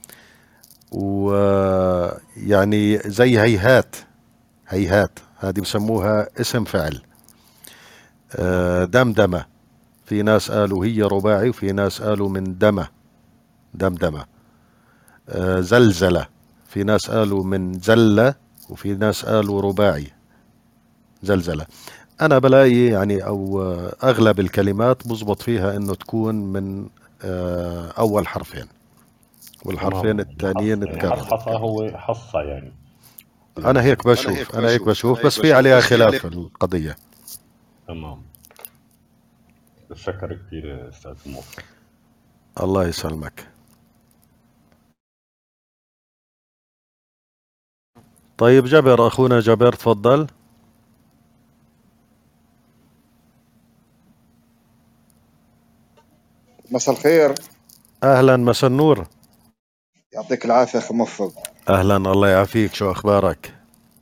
S1: ويعني زي هيهات هذه بسموها اسم فعل. دمدمة في ناس قالوا هي رباعي، وفي ناس قالوا من دمدمة. زلزلة في ناس قالوا من زلة، وفي ناس قالوا رباعي زلزلة. أنا بلاقي يعني أو أغلب الكلمات بزبط فيها إنه تكون من أول حرفين، والحرفين الثانيين
S12: يعني حصة هو حصة يعني.
S1: أنا هيك بشوف بس في عليها خلاف القضية.
S12: تمام. بشكر كثير أستاذ موفق.
S1: الله يسلمك. طيب جابر، أخونا جابر تفضل.
S13: مساء الخير.
S1: أهلا، مساء النور.
S13: يعطيك العافية أخي موفق.
S1: أهلا، الله يعافيك. شو أخبارك؟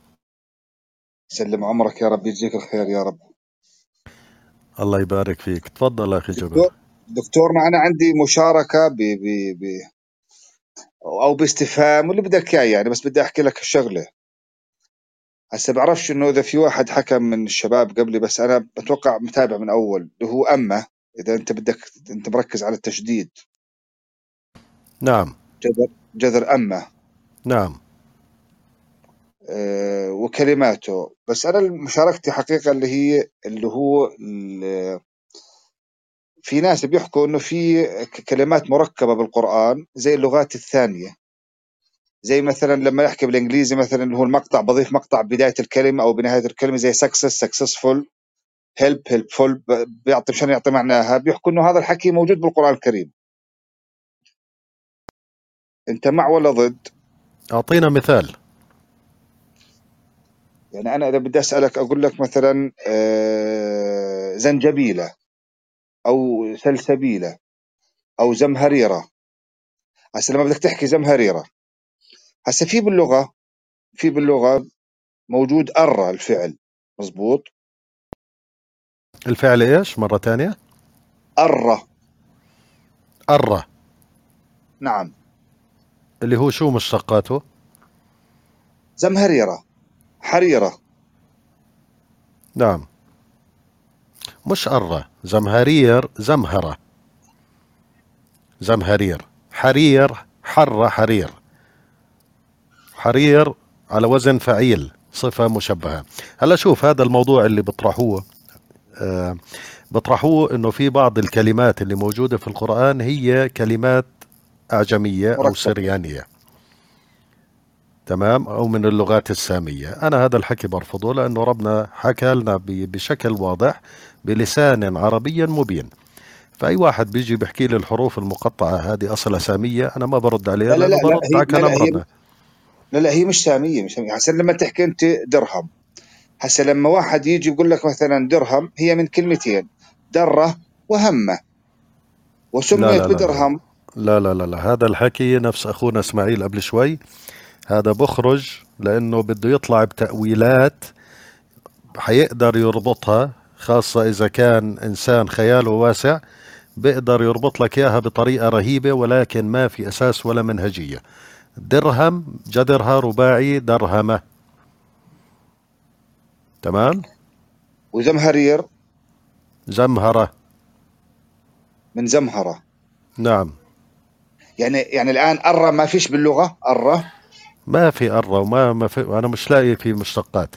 S13: سلم عمرك يا رب، يجزيك الخير يا رب.
S1: الله يبارك فيك. تفضل أخي جابر.
S13: دكتورنا أنا عندي مشاركة أو باستفهام واللي بدك إياه يعني، بس بدي أحكي لك الشغلة. هسه بعرفش إنه إذا في واحد حكى من الشباب قبلي، بس أنا بتوقع متابع من أول، اللي هو أما إذا أنت أنت مركز على التشديد.
S1: نعم.
S13: جذر أما.
S1: نعم.
S13: وكلماته. بس أنا مشاركتي حقيقة اللي هو في ناس بيحكوا إنه في كلمات مركبة بالقرآن زي اللغات الثانية، زي مثلا لما يحكي بالإنجليزي مثلا اللي هو المقطع، بضيف مقطع بداية الكلمة أو بنهاية الكلمة، زي successful، helpful، بيعطي مشان يعطي معناها. بيحكوا إنه هذا الحكي موجود بالقرآن الكريم. أنت مع ولا ضد؟
S1: أعطينا مثال.
S13: يعني أنا إذا بدي أسألك أقول لك مثلا زنجبيلة أو سلسبيلة أو زمهريرة. هسه لما بدك تحكي زمهريرة، هسه في باللغة موجود الفعل، مزبوط؟
S1: الفعل إيش مرة تانية؟ أرى.
S13: نعم.
S1: اللي هو شو مشتقاته؟
S13: زمهريرة، حريرة.
S1: نعم. مش أرى، زمهرير، زمهرير، حرير، حرير على وزن فعيل، صفة مشبهة. هلا شوف، هذا الموضوع اللي بطرحوه انه في بعض الكلمات اللي موجودة في القرآن هي كلمات أعجمية أو سريانية، تمام، أو من اللغات السامية. أنا هذا الحكي برفضه، لأنه ربنا حكى لنا بشكل واضح بلسان عربي مبين. فأي واحد بيجي بيحكي لي الحروف المقطعة هذه أصلها سامية، أنا ما برد عليه، لأنه برد على كلام ربنا.
S13: لا هي مش سامية، هسه لما تحكي أنت درهم، هسه لما واحد يجي يقول لك مثلا درهم هي من كلمتين درة وهمة
S1: لا
S13: وسميت
S1: لا لا لا
S13: بدرهم.
S1: لا لا لا لا، هذا الحكي نفس أخونا إسماعيل قبل شوي، هذا بخرج لأنه بده يطلع بتأويلات حيقدر يربطها، خاصة إذا كان إنسان خياله واسع بيقدر يربط لك إياها بطريقة رهيبة، ولكن ما في أساس ولا منهجية. درهم جدرها رباعي درهمة، تمام.
S13: وزمهرير
S1: زمهرة،
S13: من زمهرة.
S1: نعم.
S13: يعني الآن أرة ما فيش باللغة أرة،
S1: ما في أرة وما ما في، أنا مش لاقي في مشتقات.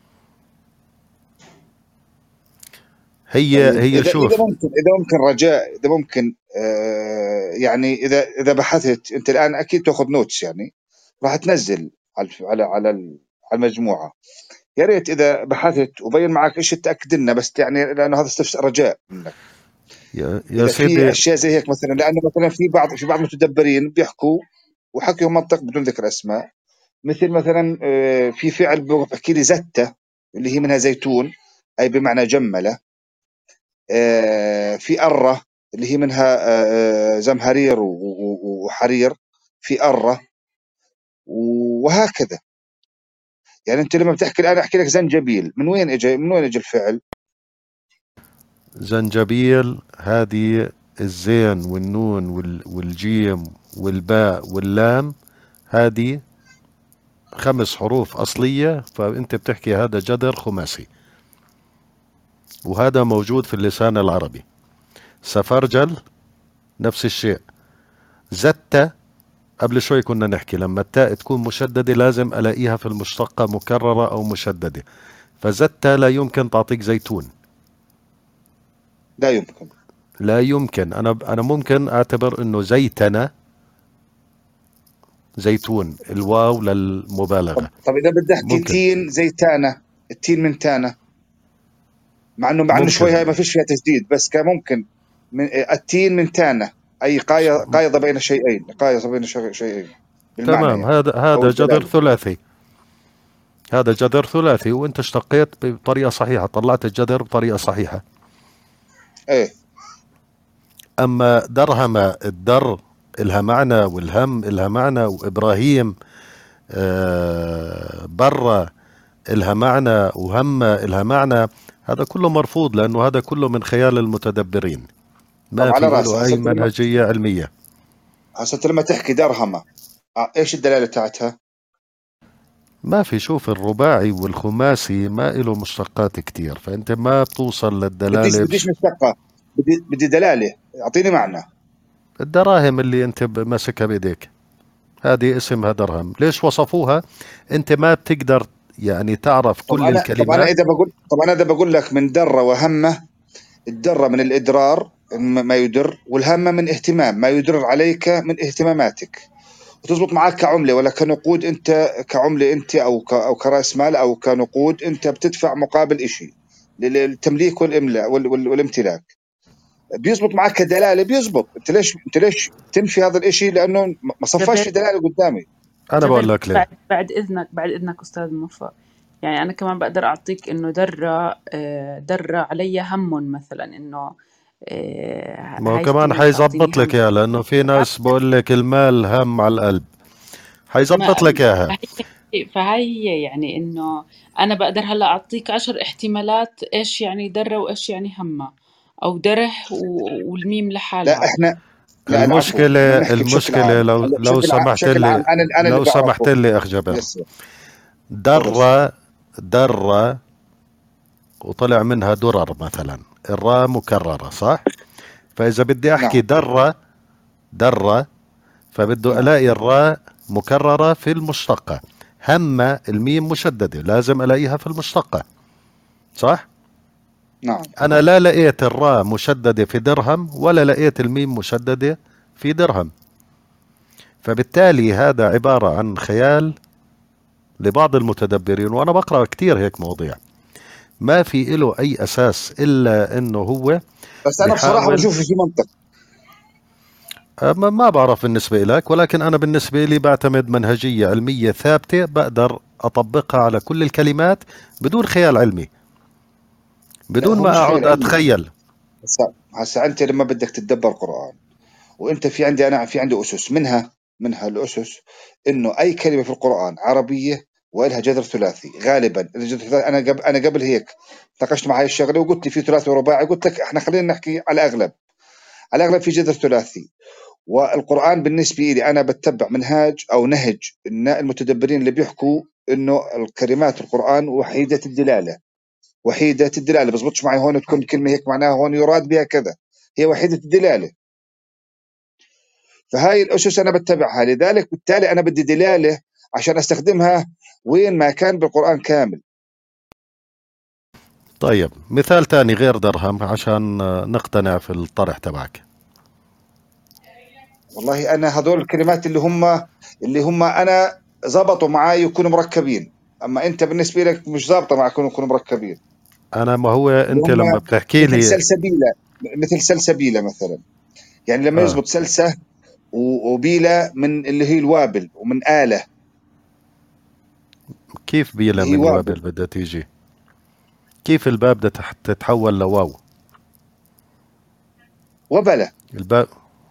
S1: هي
S13: طيب
S1: هي
S13: إذا
S1: شوف،
S13: ممكن رجاء، إذا ممكن يعني إذا بحثت أنت الآن أكيد تأخذ نوتس، يعني راح تنزل على المجموعة. يا ريت إذا بحثت وبين معك إيش تأكد لنا، بس يعني لأنه هذا رجاء منك.
S1: يا
S13: إذا في
S1: سيدي،
S13: أشياء زي هيك مثلا، لأنه مثلا في بعض المتدبرين بيحكوا وحكيوا منطق بدون ذكر أسماء، مثلا في فعل بحكي لي زتة اللي هي منها زيتون أي بمعنى جملة، في أرة اللي هي منها زمهرير وحرير، في أرة وهكذا. يعني أنت لما بتحكي الآن أحكي لك زنجبيل، من وين إجا الفعل؟
S1: زنجبيل هذه الزين والنون والجيم والباء واللام، هذه 5 حروف أصلية، فأنت بتحكي هذا جدر خماسي، وهذا موجود في اللسان العربي. سفرجل نفس الشيء. زتة قبل شوي كنا نحكي لما التاء تكون مشددة لازم ألاقيها في المشتقة مكررة أو مشددة، فزتة لا يمكن تعطيك زيتون،
S13: لا يمكن.
S1: أنا ممكن أعتبر إنه زيتنا زيتون، الواو للمبالغة.
S13: طب إذا بدي أحكي تين زيتانة، التين من تانة، مع إنه شوي هاي ما فيش فيها تجديد، بس كان ممكن من التين من تانة أي قايضة بين شيئين،
S1: تمام.
S13: يعني.
S1: هذا جذر ثلاثي، هذا جذر ثلاثي، وانت اشتقيت بطريقة صحيحة، طلعت الجذر بطريقة صحيحة.
S13: ايه.
S1: اما درهم، الدر إلها معنى، والهم إلها معنى، وإبراهيم برة إلها معنى، وهم إلها معنى، هذا كله مرفوض لأنه هذا كله من خيال المتدبرين، ما في له أي منهجية علمية.
S13: هسه لما تحكي درهمة إيش الدلالة تاعتها؟
S1: ما في. شوف الرباعي والخماسي ما له مشتقات كتير، فأنت ما بتوصل للدلالة.
S13: بديش مشتقة، بدي دلالة، أعطيني معنى.
S1: الدراهم اللي أنت ماسكها بإيديك هذه اسمها درهم. ليش وصفوها؟ أنت ما بتقدر يعني تعرف كل الكلمات.
S13: طب أنا إذا بقول لك من درة وهمة، الدرة من الإدرار ما يدر، والهمة من اهتمام ما يدر عليك من اهتماماتك، وتزبط معك كعملة ولا كنقود. أنت كعملة أنت أو كرأس مال أو كنقود، أنت بتدفع مقابل إشي للتمليك والإملاء والامتلاك، بيزبط معك كدلالة، بيزبط. أنت ليش تنفي هذا الإشي؟ لأنه ما صفاش في دلالة قدامي.
S1: أنا بقول لك ليه.
S3: بعد إذنك أستاذ موفق، يعني أنا كمان بقدر أعطيك إنه در علي هم مثلا، إنه
S1: ما هو كمان حيزبط لك اياها، لانه في ناس بقول لك المال هم على القلب، حيزبط لك اياها.
S3: فهي يعني انه انا بقدر هلا اعطيك 10 احتمالات ايش يعني دره وايش يعني همه، او دره والميم لحالها.
S13: لا احنا
S1: المشكلة لو سمحت لي، لو سمحت لي اخ جبر، درة وطلع منها درر مثلا، الراء مكررة صح؟ فإذا بدي أحكي درة فبده ألاقي الراء مكررة في المشتقة. هم الميم مشددة لازم ألاقيها في المشتقة صح؟
S13: نعم.
S1: أنا لا لقيت الراء مشددة في درهم ولا لقيت الميم مشددة في درهم، فبالتالي هذا عبارة عن خيال لبعض المتدبرين، وأنا بقرأ كتير هيك مواضيع ما في له أي أساس إلا أنه هو.
S13: بس أنا بصراحة بشوف في منطق.
S1: ما بعرف بالنسبة لك، ولكن أنا بالنسبة لي بعتمد منهجية علمية ثابتة بقدر أطبقها على كل الكلمات بدون خيال علمي،
S13: لا
S1: بدون
S13: هو
S1: ما
S13: مش
S1: أقعد
S13: خيال علمي.
S1: أتخيل.
S13: هسا انت لما بدك تتدبر قرآن، وانت في عندي اسس، منها الاسس انه اي كلمه في القرآن عربيه والها جذر ثلاثي غالبا. الجذر الثلاثي انا قبل هيك ناقشت مع هاي الشغله وقلت لي في ثلاثي ورباعي، قلت لك احنا خلينا نحكي على الاغلب في جذر ثلاثي. والقرآن بالنسبه لي انا بتبع منهاج او نهج المتدبرين اللي بيحكوا انه الكلمات القرآن وحيده الدلاله. بزبطش معي هون تكون كلمه هيك معناها هون يراد بها كذا، هي وحيده الدلاله. فهاي الأسس أنا بتبعها، لذلك بالتالي أنا بدي دلالة عشان أستخدمها وين ما كان بالقرآن كامل.
S1: طيب مثال تاني غير درهم عشان نقتنع في الطرح تبعك.
S13: والله أنا هذول الكلمات اللي هم أنا زبطوا معي يكونوا مركبين، أما أنت بالنسبة لك مش زابطة معك يكونوا مركبين.
S1: أنا ما هو
S13: اللي
S1: أنت
S13: هم
S1: لما بتحكي
S13: مثل
S1: لي
S13: سلسبيلة مثلا، يعني لما يزبط سلسة وبيلة من اللي هي الوابل ومن آلة.
S1: كيف بيلا
S13: اللي هي
S1: من
S13: وابل
S1: وابل بدها تيجي؟ كيف الباب بدها تتحول لواو؟
S13: وبلة
S1: الباب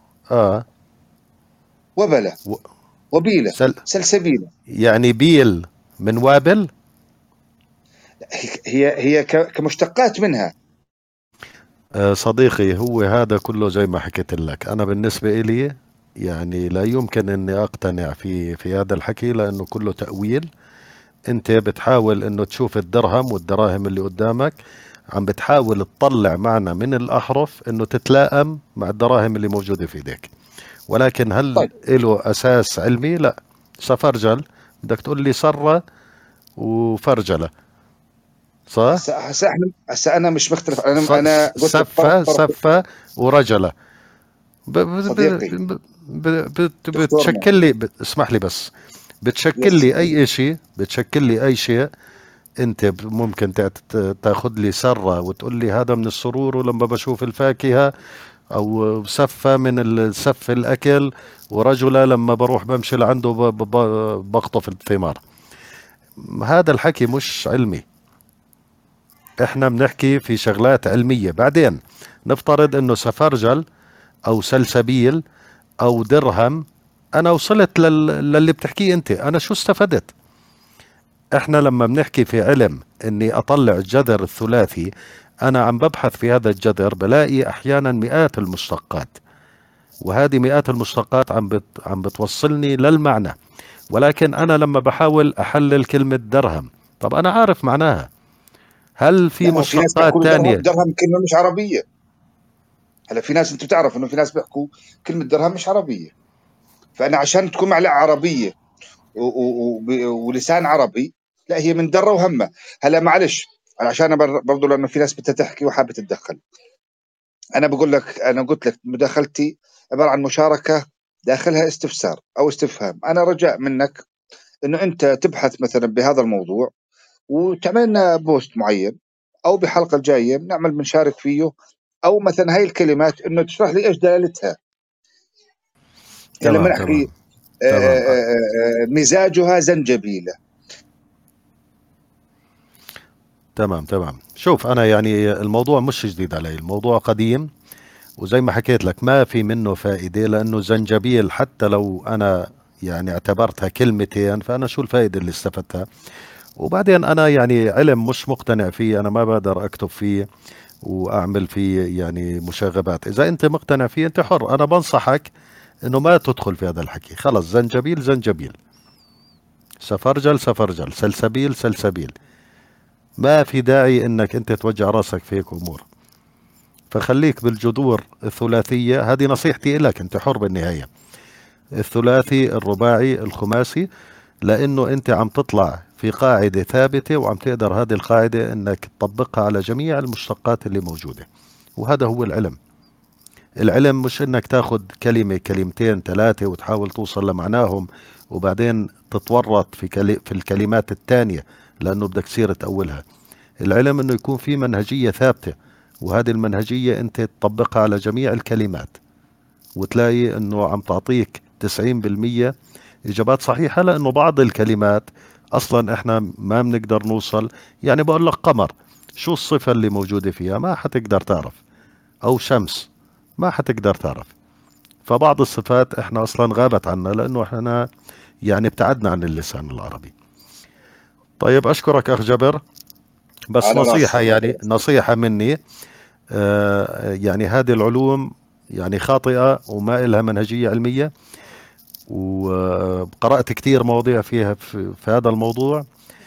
S13: وبلة وبيلة سلسبيلة،
S1: يعني بيل من وابل.
S13: هي كمشتقات منها.
S1: صديقي هو هذا كله زي ما حكيت لك، أنا بالنسبة إلي يعني لا يمكن أني أقتنع في هذا الحكي، لأنه كله تأويل. أنت بتحاول أنه تشوف الدرهم والدراهم اللي قدامك، عم بتحاول تطلع معنى من الأحرف أنه تتلائم مع الدراهم اللي موجودة في إيديك، ولكن هل له أساس علمي؟ لا. سفرجل بدك تقول لي سرة وفرجلة، صح؟
S13: هسا انا مش مختلف. انا قلت
S1: سفة ورجلة.
S13: صديقي
S1: بتشكل لي اسمح لي بس، بتشكل لي اي شيء. انت ممكن تاخذ لي سرة وتقول لي هذا من السرور، ولما بشوف الفاكهة، او سفة من السف الاكل، ورجلة لما بروح بمشي لعنده بقطف الثمار. هذا الحكي مش علمي. احنا بنحكي في شغلات علمية. بعدين نفترض انه سفرجل او سلسبيل او درهم، انا وصلت للي بتحكيه انت، انا شو استفدت؟ احنا لما بنحكي في علم اني اطلع الجذر الثلاثي، انا عم ببحث في هذا الجذر بلاقي احيانا مئات المشتقات، وهذه مئات المشتقات عم بتوصلني للمعنى. ولكن انا لما بحاول احلل كلمة درهم، طب انا عارف معناها، هل في مشتقات تانية؟
S13: درهم كلمة مش عربية. هلا في ناس، انت بتعرف انه في ناس بيحكوا كلمة درهم مش عربية، فانا عشان تكون معلقة عربية ولسان عربي، لا هي من درة وهمة. هلا معلش، عشان برضو لانه في ناس بدها تحكي وحابة تتدخل، انا بقول لك، انا قلت لك مداخلتي عبارة عن مشاركة داخلها استفسار او استفهام. انا رجاء منك انه انت تبحث مثلا بهذا الموضوع وتعمل لنا بوست معين، او بحلقة الجاية بنعمل بنشارك فيه، او مثلا هاي الكلمات انه تشرح لي ايش دلالتها. يعني لما نحكي مزاجها زنجبيلة.
S1: تمام. شوف أنا يعني الموضوع مش جديد علي، الموضوع قديم، وزي ما حكيت لك ما في منه فائدة، لأنه زنجبيل حتى لو أنا يعني اعتبرتها كلمتين، فأنا شو الفائدة اللي استفدتها؟ وبعدين أنا يعني علم مش مقتنع فيه، أنا ما بقدر أكتب فيه وأعمل فيه يعني مشاغبات. إذا أنت مقتنع فيه أنت حر، أنا بنصحك إنه ما تدخل في هذا الحكي. خلص، زنجبيل، سفرجل، سلسبيل، ما في داعي انك انت توجع راسك في هيك امور. فخليك بالجذور الثلاثية، هذه نصيحتي لك، انت حر بالنهاية. الثلاثي، الرباعي، الخماسي، لانه انت عم تطلع في قاعدة ثابتة، وعم تقدر هذه القاعدة انك تطبقها على جميع المشتقات اللي موجودة. وهذا هو العلم. العلم مش انك تاخد كلمة كلمتين ثلاثة وتحاول توصل لمعناهم، وبعدين تتورط في الكلمات الثانية لانه بدك تصير تأولها. العلم انه يكون في منهجية ثابتة، وهذه المنهجية انت تطبقها على جميع الكلمات، وتلاقي انه عم تعطيك 90% اجابات صحيحة، لانه بعض الكلمات اصلا احنا ما بنقدر نوصل. يعني بقول لك قمر، شو الصفة اللي موجودة فيها؟ ما حتقدر تعرف. او شمس، ما حتقدر تعرف. فبعض الصفات احنا اصلا غابت عنا لانه احنا يعني ابتعدنا عن اللسان العربي. طيب اشكرك اخ جبر. بس
S13: على
S1: نصيحة،
S13: راسي.
S1: يعني نصيحة مني، يعني هذه العلوم يعني خاطئة وما إلها منهجية علمية، وقرأت كثير مواضيع فيها في هذا الموضوع،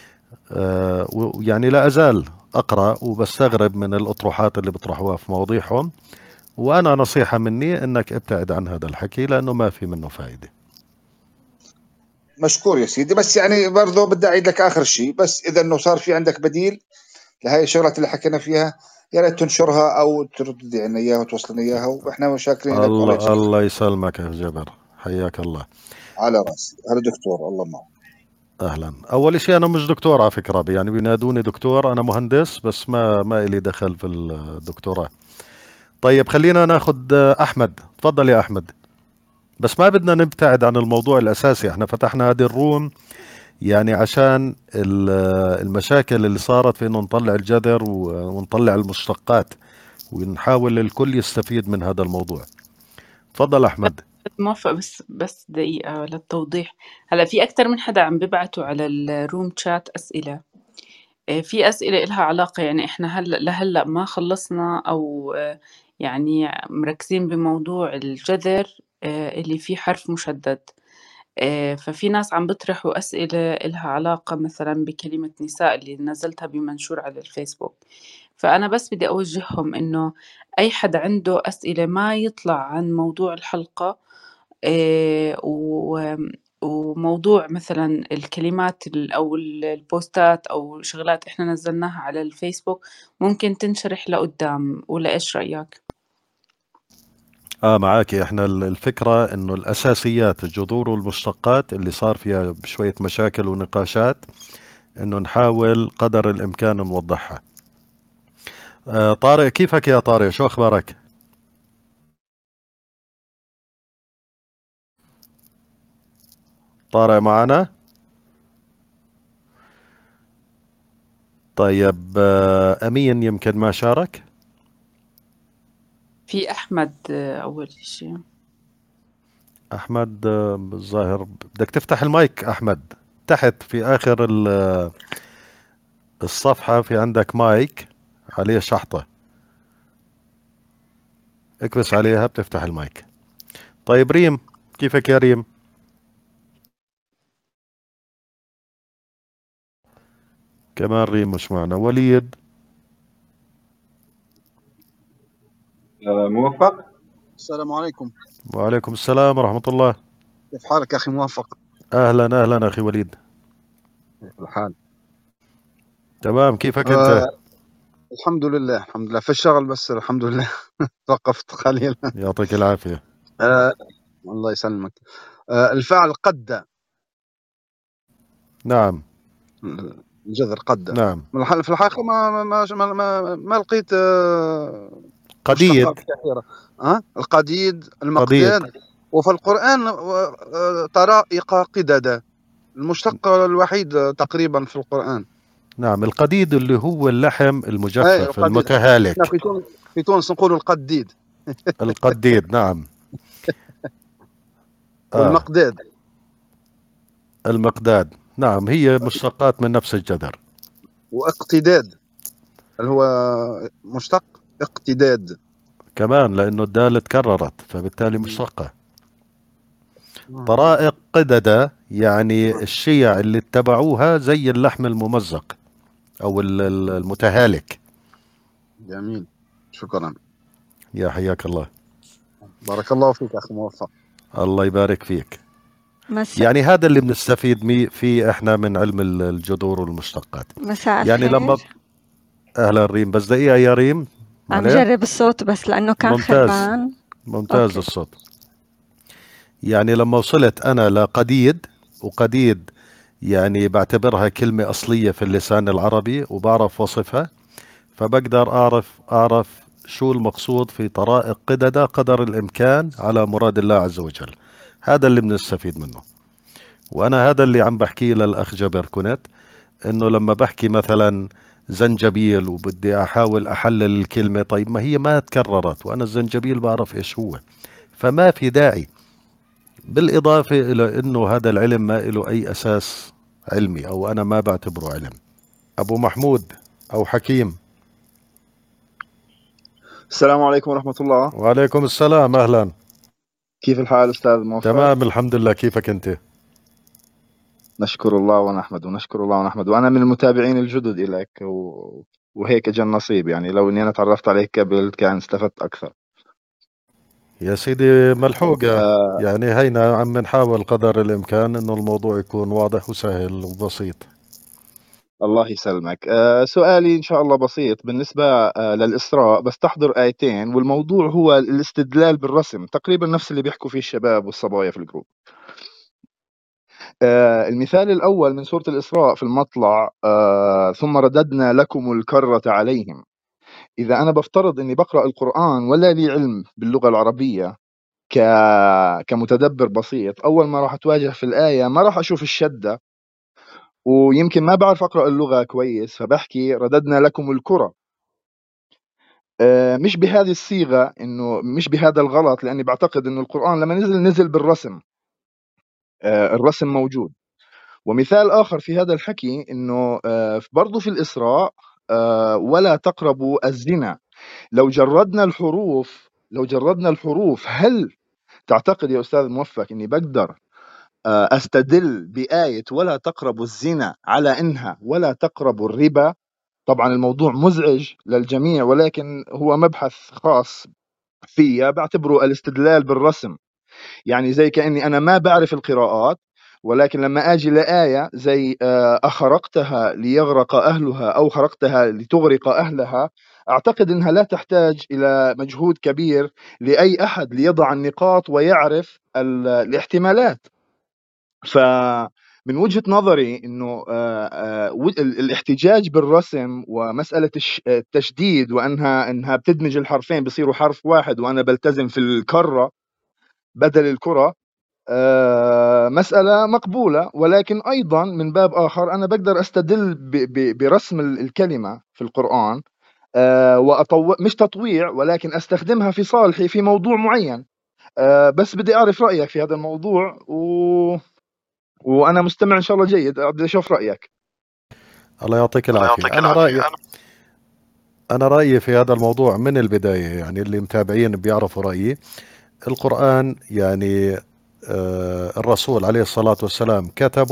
S1: ويعني لا أزال أقرأ وبستغرب من الأطروحات اللي بيطرحوها في مواضيعهم. وأنا نصيحة مني إنك ابتعد عن هذا الحكي لأنه ما في منه فائدة.
S13: مشكور يا سيدي. بس يعني برضه بدي أعيد لك آخر شيء، بس إذا إنه صار في عندك بديل لهي الشغلات اللي حكينا فيها، يا ريت تنشرها أو ترد لنا إياها وتوصلنا إياها، وإحنا شاكرين لك والله يجزاك.
S1: الله يسلمك يا جبر، حياك الله.
S13: على راسي. هذا دكتور، الله معه.
S1: اهلا. اول شيء انا مش دكتور على فكره، يعني بينادوني دكتور، انا مهندس بس ما الي دخل في الدكتوراه. طيب خلينا ناخذ احمد. تفضل يا احمد. بس ما بدنا نبتعد عن الموضوع الاساسي، احنا فتحنا هذه الروم يعني عشان المشاكل اللي صارت في انه نطلع الجذر ونطلع المشتقات، ونحاول الكل يستفيد من هذا الموضوع. تفضل احمد.
S3: موافقة، بس دقيقة للتوضيح. هلا في أكتر من حدا عم بيبعتوا على الروم شات أسئلة. في أسئلة إلها علاقة، يعني إحنا لهلأ ما خلصنا، أو يعني مركزين بموضوع الجذر اللي فيه حرف مشدد. ففي ناس عم بيطرحوا أسئلة إلها علاقة مثلا بكلمة نساء اللي نزلتها بمنشور على الفيسبوك. فأنا بس بدي أوجههم إنه أي حد عنده أسئلة ما يطلع عن موضوع الحلقة، وموضوع مثلا الكلمات أو البوستات أو شغلات إحنا نزلناها على الفيسبوك ممكن تنشرح لقدام. ولا إيش رأيك؟
S1: معاك. احنا الفكرة انه الاساسيات، الجذور والمشتقات اللي صار فيها بشوية مشاكل ونقاشات، انه نحاول قدر الامكان نوضحها. طارق، كيفك يا طارق؟ شو اخبارك؟ طارق معنا؟ طيب امين يمكن ما شارك.
S3: في أحمد أول شيء.
S1: احمد الظاهر بدك تفتح المايك. احمد تحت في اخر الصفحة في عندك مايك عليه شحطة، اكبس عليها بتفتح المايك. طيب ريم، كيفك يا ريم؟ كمان ريم مش معنا. وليد.
S14: موفق. السلام عليكم.
S1: وعليكم السلام ورحمة الله.
S14: كيف حالك يا أخي موفق؟
S1: أهلا أهلا أخي وليد.
S14: كيف الحال؟
S1: تمام. كيفك أنت؟
S14: الحمد لله الحمد لله، في الشغل بس الحمد لله. توقفت قليلا.
S1: يعطيك العافية.
S14: الله يسلمك. الفعل قد.
S1: نعم.
S14: الجذر قد.
S1: نعم.
S14: في الحقيقة ما لقيت
S1: قديد.
S14: كثيرة. القديد، المقداد. قديد. وفي القرآن طرائق قددا، المشتق الوحيد تقريبا في القرآن.
S1: نعم. القديد اللي هو اللحم المجفف المتهالك.
S14: في تونس نقول القديد.
S1: القديد نعم.
S14: والمقداد.
S1: المقداد نعم، هي مشتقات من نفس الجذر.
S14: واقتداد اللي هو مشتق اقتداد
S1: كمان، لأنه الدال تكررت فبالتالي مشتقة. طرائق قددة يعني الشيع اللي اتبعوها زي اللحم الممزق أو المتهالك.
S14: جميل، شكرا.
S1: يا حياك الله.
S14: بارك الله فيك أخي موفق.
S1: الله يبارك فيك. يعني هذا اللي بنستفيد فيه احنا من علم الجذور والمشتقات.
S4: مساء
S1: يعني
S4: الخير.
S1: لما أهلا ريم. بس دقيقة يا ريم،
S4: عم جرب الصوت بس لأنه كان
S1: ممتاز.
S4: خربان.
S1: ممتاز.
S4: أوكي.
S1: الصوت. يعني لما وصلت أنا لقديد، وقديد يعني بعتبرها كلمة أصلية في اللسان العربي وبعرف وصفها، فبقدر أعرف شو المقصود في طرائق قددة قدر الإمكان على مراد الله عز وجل. هذا اللي بنستفيد منه. وأنا هذا اللي عم بحكيه للأخ جابر كنت، إنه لما بحكي مثلا زنجبيل وبدي أحاول أحلل الكلمة، طيب ما هي ما تكررت وأنا الزنجبيل بعرف إيش هو، فما في داعي. بالإضافة إلى إنه هذا العلم ما له أي أساس علمي، أو أنا ما بعتبره علم. أبو محمود أو حكيم.
S15: السلام عليكم ورحمة الله.
S1: وعليكم السلام، أهلا.
S15: كيف الحال أستاذ موفق؟
S1: تمام الحمد لله، كيفك أنت؟
S15: نشكر الله ونحمده، نشكر الله ونحمده. وأنا من المتابعين الجدد إليك وهيك أجا النصيب، يعني لو إني أنا تعرفت عليك قبل كان استفدت أكثر.
S1: يا سيدي ملحوقة. يعني هينا عم نحاول قدر الإمكان إنه الموضوع يكون واضح وسهل وبسيط.
S15: الله يسلمك. سؤالي إن شاء الله بسيط بالنسبة للإسراء، بس تحضر آيتين والموضوع هو الاستدلال بالرسم، تقريبا نفس اللي بيحكوا فيه الشباب والصبايا في الجروب. المثال الأول من سورة الإسراء في المطلع، ثم رددنا لكم الكرة عليهم. إذا أنا بفترض إني بقرأ القرآن ولا لي علم باللغة العربية كمتدبر بسيط، أول ما راح أتواجه في الآية ما راح أشوف الشدة، ويمكن ما بعرف أقرأ اللغة كويس، فبحكي رددنا لكم الكرة. مش بهذه الصيغة، إنه مش بهذا الغلط، لأني بعتقد إنه القرآن لما نزل بالرسم، الرسم موجود. ومثال آخر في هذا الحكي إنه برضو في الإسراء ولا تقربوا الزنا. لو جردنا الحروف، هل تعتقد يا أستاذ موفق إني بقدر أستدل بآية ولا تقربوا الزنا على إنها ولا تقربوا الربا؟ طبعا الموضوع مزعج للجميع، ولكن هو مبحث خاص فيا، بعتبره الاستدلال بالرسم. يعني زي كأني أنا ما بعرف القراءات، ولكن لما أجي لآية زي أخرقتها ليغرق أهلها أو خرقتها لتغرق أهلها، أعتقد أنها لا تحتاج إلى مجهود كبير لأي أحد ليضع النقاط ويعرف الاحتمالات. فمن وجهة نظري أنه الاحتجاج بالرسم ومسألة التشديد وأنها بتدمج الحرفين بصيروا حرف واحد وأنا بلتزم في الكرة بدل الكرة، مسألة مقبولة. ولكن أيضا من باب آخر أنا بقدر أستدل برسم الكلمة في القرآن، مش تطويع، ولكن أستخدمها في صالحي في موضوع معين. بس بدي أعرف رأيك في هذا الموضوع وأنا مستمع إن شاء الله جيد، بدي أشوف رأيك.
S1: الله يعطيك العافية. أنا رأيي في هذا الموضوع من البداية، يعني اللي متابعين بيعرفوا رأيي. القرآن يعني الرسول عليه الصلاة والسلام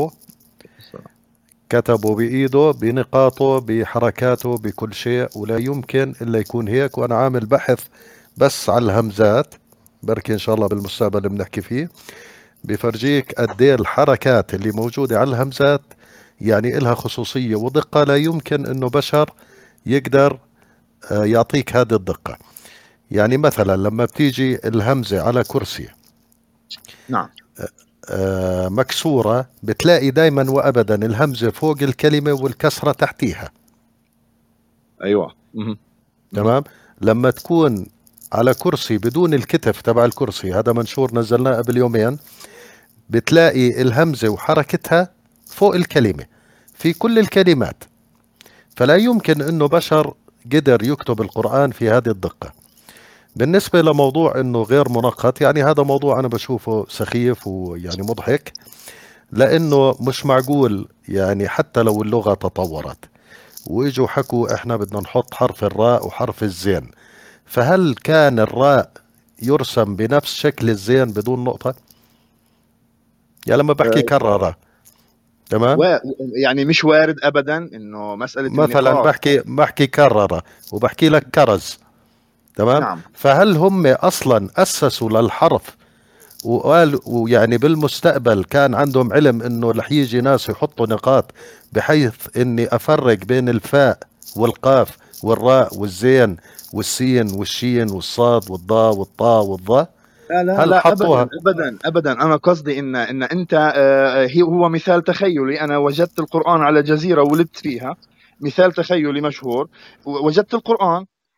S1: كتبه بإيده بنقاطه بحركاته بكل شيء، ولا يمكن إلا يكون هيك. وأنا عامل بحث بس على الهمزات، بركي إن شاء الله بالمستقبل بنحكي فيه، بفرجيك قد ايه الحركات اللي موجودة على الهمزات يعني إلها خصوصية ودقة لا يمكن إنه بشر يقدر يعطيك هذه الدقة. يعني مثلا لما بتيجي الهمزة على كرسي
S15: نعم
S1: مكسورة، بتلاقي دايما وأبدا الهمزة فوق الكلمة والكسرة تحتيها.
S15: أيوة.
S1: تمام. لما تكون على كرسي بدون الكتف تبع الكرسي، هذا منشور نزلناه قبل يومين، بتلاقي الهمزة وحركتها فوق الكلمة في كل الكلمات. فلا يمكن انه بشر قدر يكتب القرآن في هذه الدقة. بالنسبة لموضوع انه غير منقط، يعني هذا موضوع انا بشوفه سخيف ويعني مضحك، لانه مش معقول يعني حتى لو اللغة تطورت واجوا حكوا احنا بدنا نحط حرف الراء وحرف الزين، فهل كان الراء يرسم بنفس شكل الزين بدون نقطة؟ يعني لما بحكي كرر، تمام،
S15: يعني مش وارد ابدا انه مسألة
S1: مثلا بحكي كرر وبحكي لك كرز، تمام.
S15: نعم.
S1: فهل هم اصلا اسسوا للحرف وقال ويعني بالمستقبل كان عندهم علم انه رح يجي ناس يحطوا نقاط بحيث اني افرق بين الفاء والقاف والراء والزين والسين والشين والصاد والضاء والطاء والظاء؟
S15: لا ابدا انا قصدي ان انت هو مثال تخيلي. انا وجدت القرآن على جزيرة ولدت فيها، مثال تخيلي مشهور. وجدت القرآن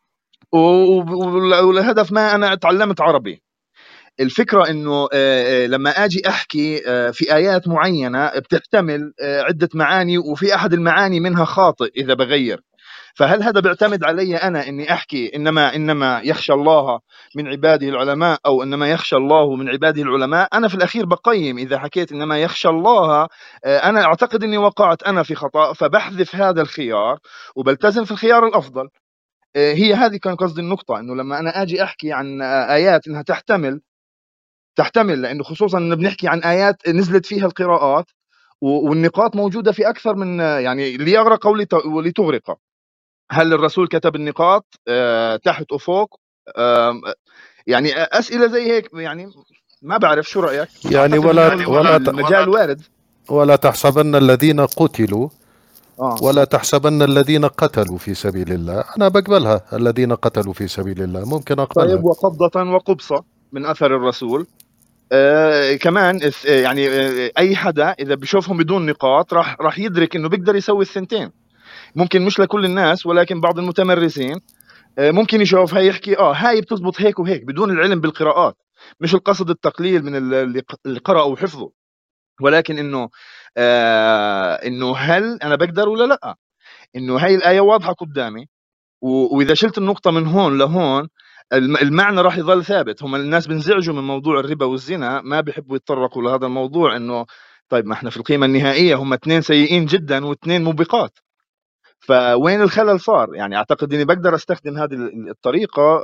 S15: والهدف ما أنا تعلمت عربي. الفكرة إنه لما أجي أحكي في آيات معينة بتحتمل عدة معاني، وفي أحد المعاني منها خاطئ إذا بغير، فهل هذا بيعتمد علي أنا إني أحكي إنما يخشى الله من عباده العلماء، أو إنما يخشى الله من عباده العلماء؟ أنا في الأخير بقيم إذا حكيت إنما يخشى الله، أنا أعتقد إني وقعت أنا في خطأ، فبحذف هذا الخيار وبلتزم في الخيار الأفضل. هي هذه كان قصدي النقطة، إنه لما أنا أجي أحكي عن آيات إنها تحتمل، لأنه خصوصا إنه بنحكي عن آيات نزلت فيها القراءات والنقاط موجودة في أكثر من يعني ليغرق ولتغرق. هل الرسول كتب النقاط تحت وفوق؟ يعني أسئلة زي هيك، يعني ما بعرف شو رأيك؟
S1: يعني
S15: المجال وارد.
S1: ولا تحسبن الذين قتلوا ولا تحسبن الذين قتلوا في سبيل الله. أنا بقبلها، الذين قتلوا في سبيل الله ممكن أقبلها.
S15: طيب، وقبضة وقبصة من أثر الرسول. كمان يعني أي حدا إذا بشوفهم بدون نقاط راح يدرك إنه بيقدر يسوي الثنتين. ممكن مش لكل الناس، ولكن بعض المتمرسين ممكن يشوف هاي يحكي هاي بتزبط هيك وهيك بدون العلم بالقراءات. مش القصد التقليل من اللي قرأوا وحفظوا، ولكن إنه هل أنا بقدر ولا لأ؟ إنه هاي الآية واضحة قدامي، وإذا شلت النقطة من هون لهون المعنى راح يظل ثابت. هم الناس بنزعجوا من موضوع الربا والزنا، ما بيحبوا يتطرقوا لهذا الموضوع، إنه طيب ما احنا في القيمة النهائية هم 2 سيئين جدا و2 موبقات، فوين الخلل صار؟ يعني أعتقد إني بقدر أستخدم هذه الطريقة.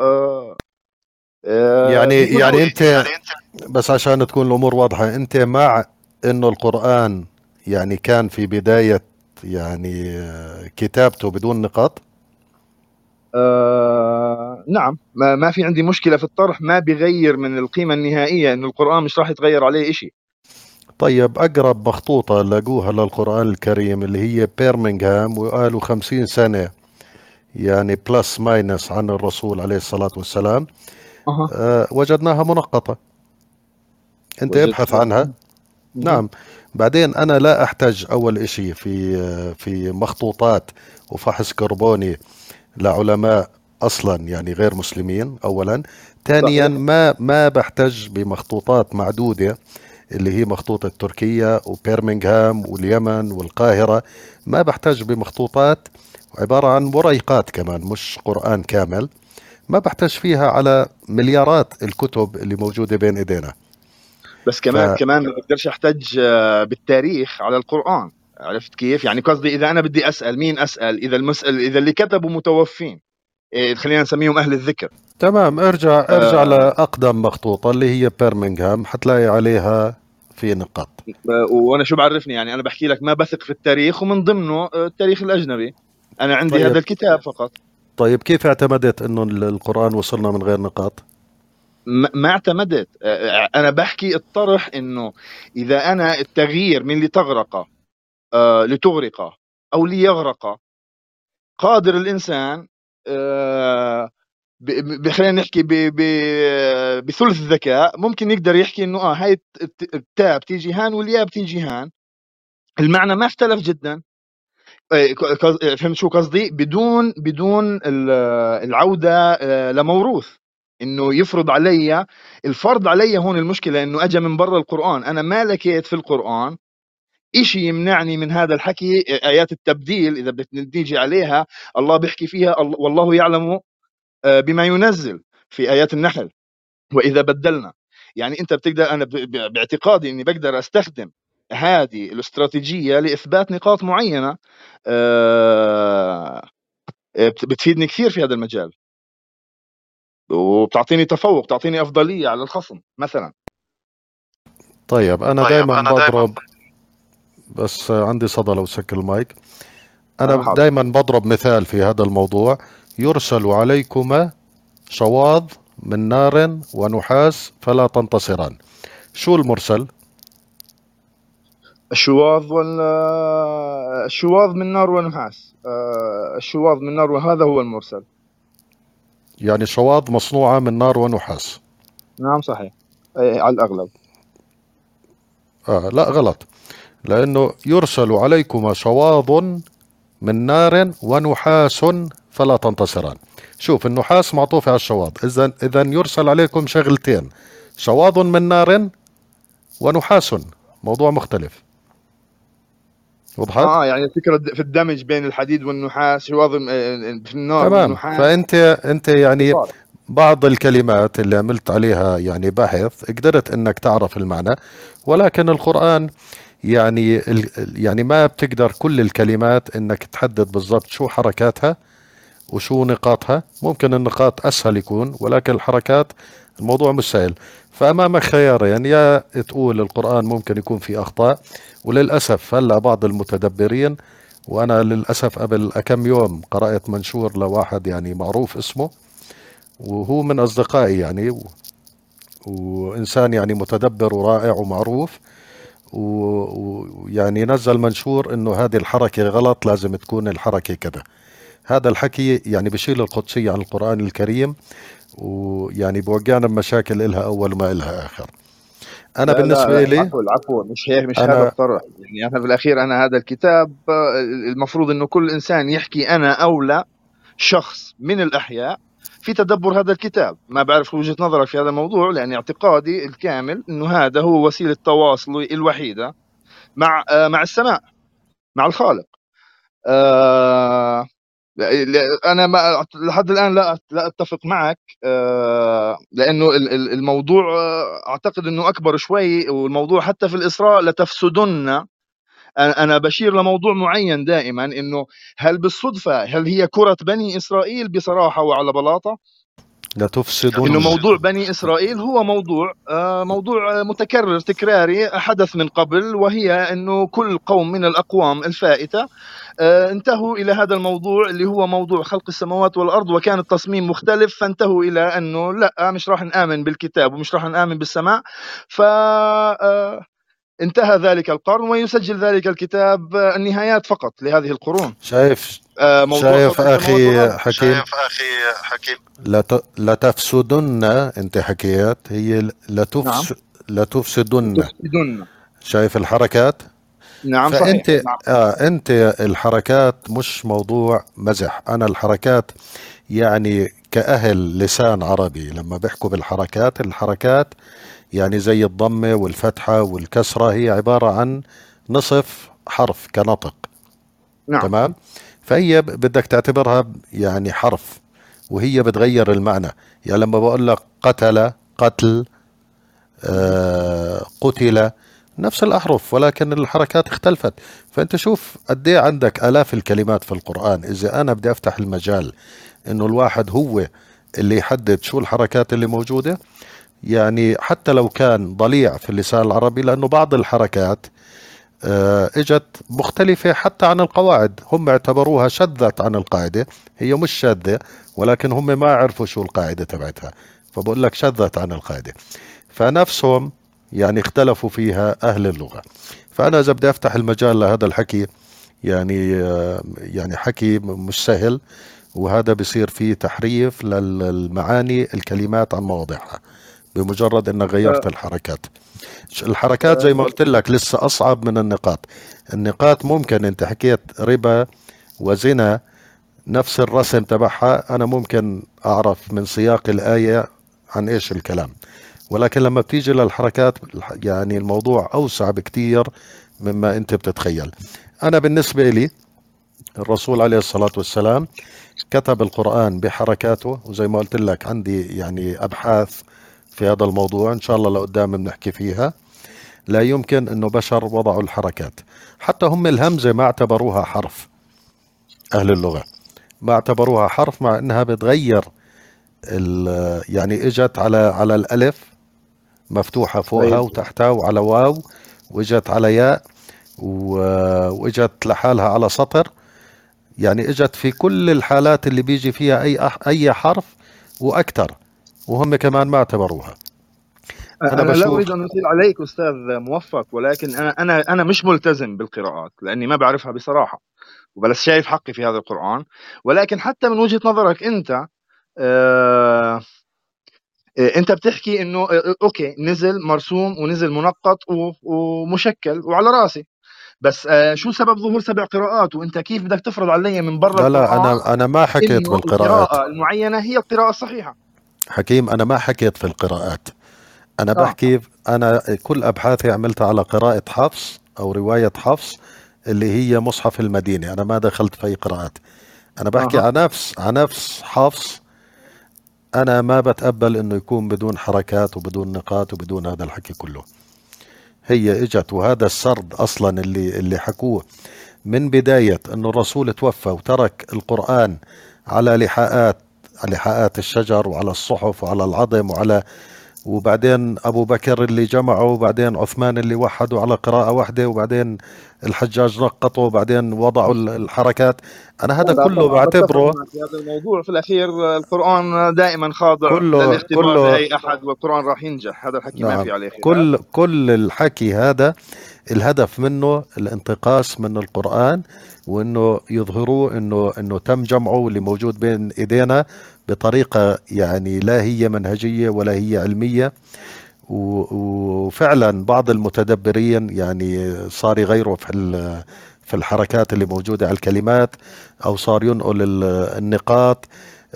S1: يعني أنت بس عشان تكون الأمور واضحة، أنت مع إنه القرآن يعني كان في بداية يعني كتابته بدون نقاط؟
S15: نعم، ما في عندي مشكلة في الطرح، ما بيغير من القيمة النهائية، إنه القرآن مش راح يتغير عليه إشي.
S1: طيب أقرب مخطوطة لقوها للقرآن الكريم اللي هي بيرمنغهام، وقالوا 50 سنة يعني بلس ماينس عن الرسول عليه الصلاة والسلام. وجدناها منقطة. أنت ابحث عنها. نعم. بعدين أنا لا أحتاج أول إشي في مخطوطات وفحص كربوني لعلماء أصلا يعني غير مسلمين أولا. ثانيا ما بحتاج بمخطوطات معدودة اللي هي مخطوطة تركيا وبيرمنغهام واليمن والقاهرة. ما بحتاج بمخطوطات عبارة عن وريقات كمان، مش قرآن كامل. ما بحتاج فيها على مليارات الكتب اللي موجودة بين إيدينا.
S15: بس كمان ما بقدرش أحتاج بالتاريخ على القرآن. عرفت كيف؟ يعني قصدي إذا أنا بدي أسأل مين أسأل؟ إذا اللي كتبوا متوفين، خلينا نسميهم أهل الذكر.
S1: تمام. ارجع لأقدم مخطوطة اللي هي بيرمنغهام، حتلاقي عليها في نقاط.
S15: وأنا شو بعرفني؟ يعني أنا بحكي لك ما بثق في التاريخ، ومن ضمنه التاريخ الأجنبي. أنا عندي هذا الكتاب فقط.
S1: طيب كيف اعتمدت إنه القرآن وصلنا من غير نقاط؟
S15: ما اعتمدت. أنا بحكي الطرح إنه إذا أنا التغيير من لتغرق لتغرق أو ليغرق، قادر الإنسان خلينا نحكي بثلث الذكاء ممكن يقدر يحكي إنه هاي التاء بتيجي هان والياء بتيجي هان. المعنى ما اختلف جدا. فهمت شو قصدي؟ بدون العودة لموروث، إنه يفرض علي. الفرض علي هون المشكلة، إنه أجا من برا القرآن. أنا ما لقيت في القرآن إشي يمنعني من هذا الحكي. آيات التبديل إذا بتيجي عليها، الله بيحكي فيها والله يعلم بما ينزل في آيات النحل، وإذا بدلنا. يعني أنت بتقدر، أنا باعتقادي إني بقدر أستخدم هذه الاستراتيجية لإثبات نقاط معينة بتفيدني كثير في هذا المجال، وبتعطيني تفوق، تعطيني أفضلية على الخصم مثلا.
S1: طيب أنا دايما بضرب، بس عندي صدى لو سكر المايك. أنا دايما بضرب مثال في هذا الموضوع: يرسل عليكما شواظ من نار ونحاس فلا تنتصران. شو المرسل؟
S15: الشواظ من نار ونحاس. الشواظ من نار، وهذا هو المرسل.
S1: يعني شواظ مصنوعة من نار ونحاس.
S15: نعم صحيح. على الأغلب.
S1: لا غلط، لأنه يرسل عليكما شواظ من نار ونحاس فلا تنتصران. شوف النحاس معطوف على الشواظ، إذا يرسل عليكم شغلتين، شواظ من نار ونحاس، موضوع مختلف. وضحت؟
S15: يعني الفكره في الدمج بين الحديد والنحاس، شواظ في النار
S1: تمام.
S15: والنحاس.
S1: فأنت يعني
S15: صار.
S1: بعض الكلمات اللي عملت عليها يعني بحث قدرت انك تعرف المعنى، ولكن القرآن يعني يعني ما بتقدر كل الكلمات انك تحدد بالضبط شو حركاتها وشو نقاطها. ممكن النقاط اسهل يكون، ولكن الحركات الموضوع مش سهل. فامامك خيارين، يا تقول القرآن ممكن يكون في اخطاء، وللاسف هلا بعض المتدبرين، وانا للاسف قبل كم يوم قرأت منشور لواحد يعني معروف اسمه، وهو من أصدقائي يعني، وإنسان يعني متدبر ورائع ومعروف، ويعني نزل منشور إنه هذه الحركة غلط، لازم تكون الحركة كذا. هذا الحكي يعني بشيل القدسية عن القرآن الكريم، ويعني بوقعنا بمشاكل إلها أول وما إلها آخر. أنا
S15: لا
S1: بالنسبة لي
S15: العفو مش هيك، مش هذا
S1: أنا
S15: الطرح. يعني انا بالاخير انا هذا الكتاب المفروض انه كل انسان يحكي انا اولى شخص من الاحياء في تدبر هذا الكتاب. ما بعرف وجهة نظرك في هذا الموضوع، لان اعتقادي الكامل انه هذا هو وسيلة تواصلي الوحيدة مع السماء، مع الخالق. آه، انا ما لحد الان لا اتفق معك، لانه الموضوع اعتقد انه اكبر شوي، والموضوع حتى في الاسراء لتفسدن. انا بشير لموضوع معين دائما، انه هل بالصدفه هل هي كرة بني اسرائيل بصراحه وعلى بلاطه؟
S1: لا تفسدن.
S15: انه موضوع بني اسرائيل هو موضوع متكرر تكراري حدث من قبل، وهي انه كل قوم من الاقوام الفائته انتهوا إلى هذا الموضوع اللي هو موضوع خلق السماوات والأرض، وكان التصميم مختلف، فانتهوا إلى أنه لا، مش راح نآمن بالكتاب ومش راح نآمن بالسماء. فانتهى ذلك القرن، ويسجل ذلك الكتاب النهايات فقط لهذه القرون.
S1: شايف
S15: موضوع
S1: شايف
S15: خلق السماوات
S1: أخي
S15: والأرض.
S1: حكيم، لا تفسدن، أنت حكيت هي
S15: نعم.
S1: لا تفسدن.
S15: تفسدن.
S1: شايف الحركات؟
S15: نعم
S1: فأنت
S15: صحيح. نعم.
S1: أنت الحركات مش موضوع مزح. أنا الحركات يعني كأهل لسان عربي لما بيحكوا بالحركات، الحركات يعني زي الضمة والفتحة والكسرة هي عبارة عن نصف حرف كنطق.
S15: نعم.
S1: تمام. فهي بدك تعتبرها يعني حرف، وهي بتغير المعنى. يعني لما بقول لك قتل، قتل، قتل، نفس الأحرف ولكن الحركات اختلفت. فأنت شوف قد ايه عندك آلاف الكلمات في القرآن. إذا أنا بدي أفتح المجال إنه الواحد هو اللي يحدد شو الحركات اللي موجودة، يعني حتى لو كان ضليع في اللسان العربي، لأنه بعض الحركات اجت مختلفة حتى عن القواعد، هم اعتبروها شذت عن القاعدة. هي مش شاذة، ولكن هم ما عرفوا شو القاعدة تبعتها، فبقول لك شذت عن القاعدة. فنفسهم يعني اختلفوا فيها أهل اللغة. فأنا إذا بدي أفتح المجال لهذا الحكي، يعني حكي مش سهل، وهذا بصير فيه تحريف للمعاني الكلمات عن مواضعها بمجرد أنك غيرت الحركات. الحركات زي ما قلت لك لسه أصعب من النقاط. النقاط ممكن أنت حكيت ربا وزنا، نفس الرسم تبعها أنا ممكن أعرف من سياق الآية عن إيش الكلام، ولكن لما بتيجي للحركات يعني الموضوع أوسع بكتير مما أنت بتتخيل. أنا بالنسبة لي الرسول عليه الصلاة والسلام كتب القرآن بحركاته، وزي ما قلت لك عندي يعني أبحاث في هذا الموضوع، إن شاء الله لقدام بنحكي فيها. لا يمكن أنه بشر وضعوا الحركات، حتى هم الهمزة ما اعتبروها حرف. أهل اللغة ما اعتبروها حرف، مع أنها بتغير يعني اجت على الألف مفتوحة فوقها وتحتها وعلى واو، واجت على ياء واجت لحالها على سطر. يعني اجت في كل الحالات اللي بيجي فيها أي حرف وأكثر، وهم كمان ما اعتبروها.
S15: أنا لا أريد أن أطيل عليك أستاذ موفق، ولكن أنا مش ملتزم بالقراءات لأني ما بعرفها بصراحة، وبس شايف حقي في هذا القرآن. ولكن حتى من وجهة نظرك أنت، أنت بتحكي إنه أوكي، نزل مرسوم ونزل منقط ومشكل وعلى راسي، بس شو سبب ظهور 7 قراءات، وانت كيف بدك تفرض علي من برا
S1: لا لا
S15: القرآن
S1: أنا ما حكيت
S15: انه
S1: بالقراءات
S15: القراءة المعينة هي القراءة الصحيحة؟
S1: حكيم، أنا ما حكيت في القراءات. أنا بحكي، أنا كل أبحاثي عملتها على قراءة حفص أو رواية حفص اللي هي مصحف المدينة. أنا ما دخلت في أي قراءات. أنا بحكي عن نفس حفص. أنا ما بتقبل إنه يكون بدون حركات وبدون نقاط وبدون هذا الحكي كله. هي إجت، وهذا السرد أصلا اللي حكوه من بداية إنه الرسول توفى وترك القرآن على لحاءات الشجر وعلى الصحف وعلى العظم وبعدين أبو بكر اللي جمعه، وبعدين عثمان اللي وحده على قراءة واحدة، وبعدين الحجاج نقطه، وبعدين وضعوا الحركات. أنا هذا كله بعتبره
S15: في هذا الموضوع في الأخير القرآن دائما خاضع للاختبار بأي أحد، والقرآن راح ينجح. هذا الحكي ما في عليه خلاف.
S1: كل الحكي هذا الهدف منه الانتقاص من القرآن، وانه يظهروه انه تم جمعه اللي موجود بين ايدينا بطريقة يعني لا هي منهجية ولا هي علمية. وفعلا بعض المتدبرين يعني صار يغيروا في الحركات اللي موجودة على الكلمات، او صار ينقل النقاط.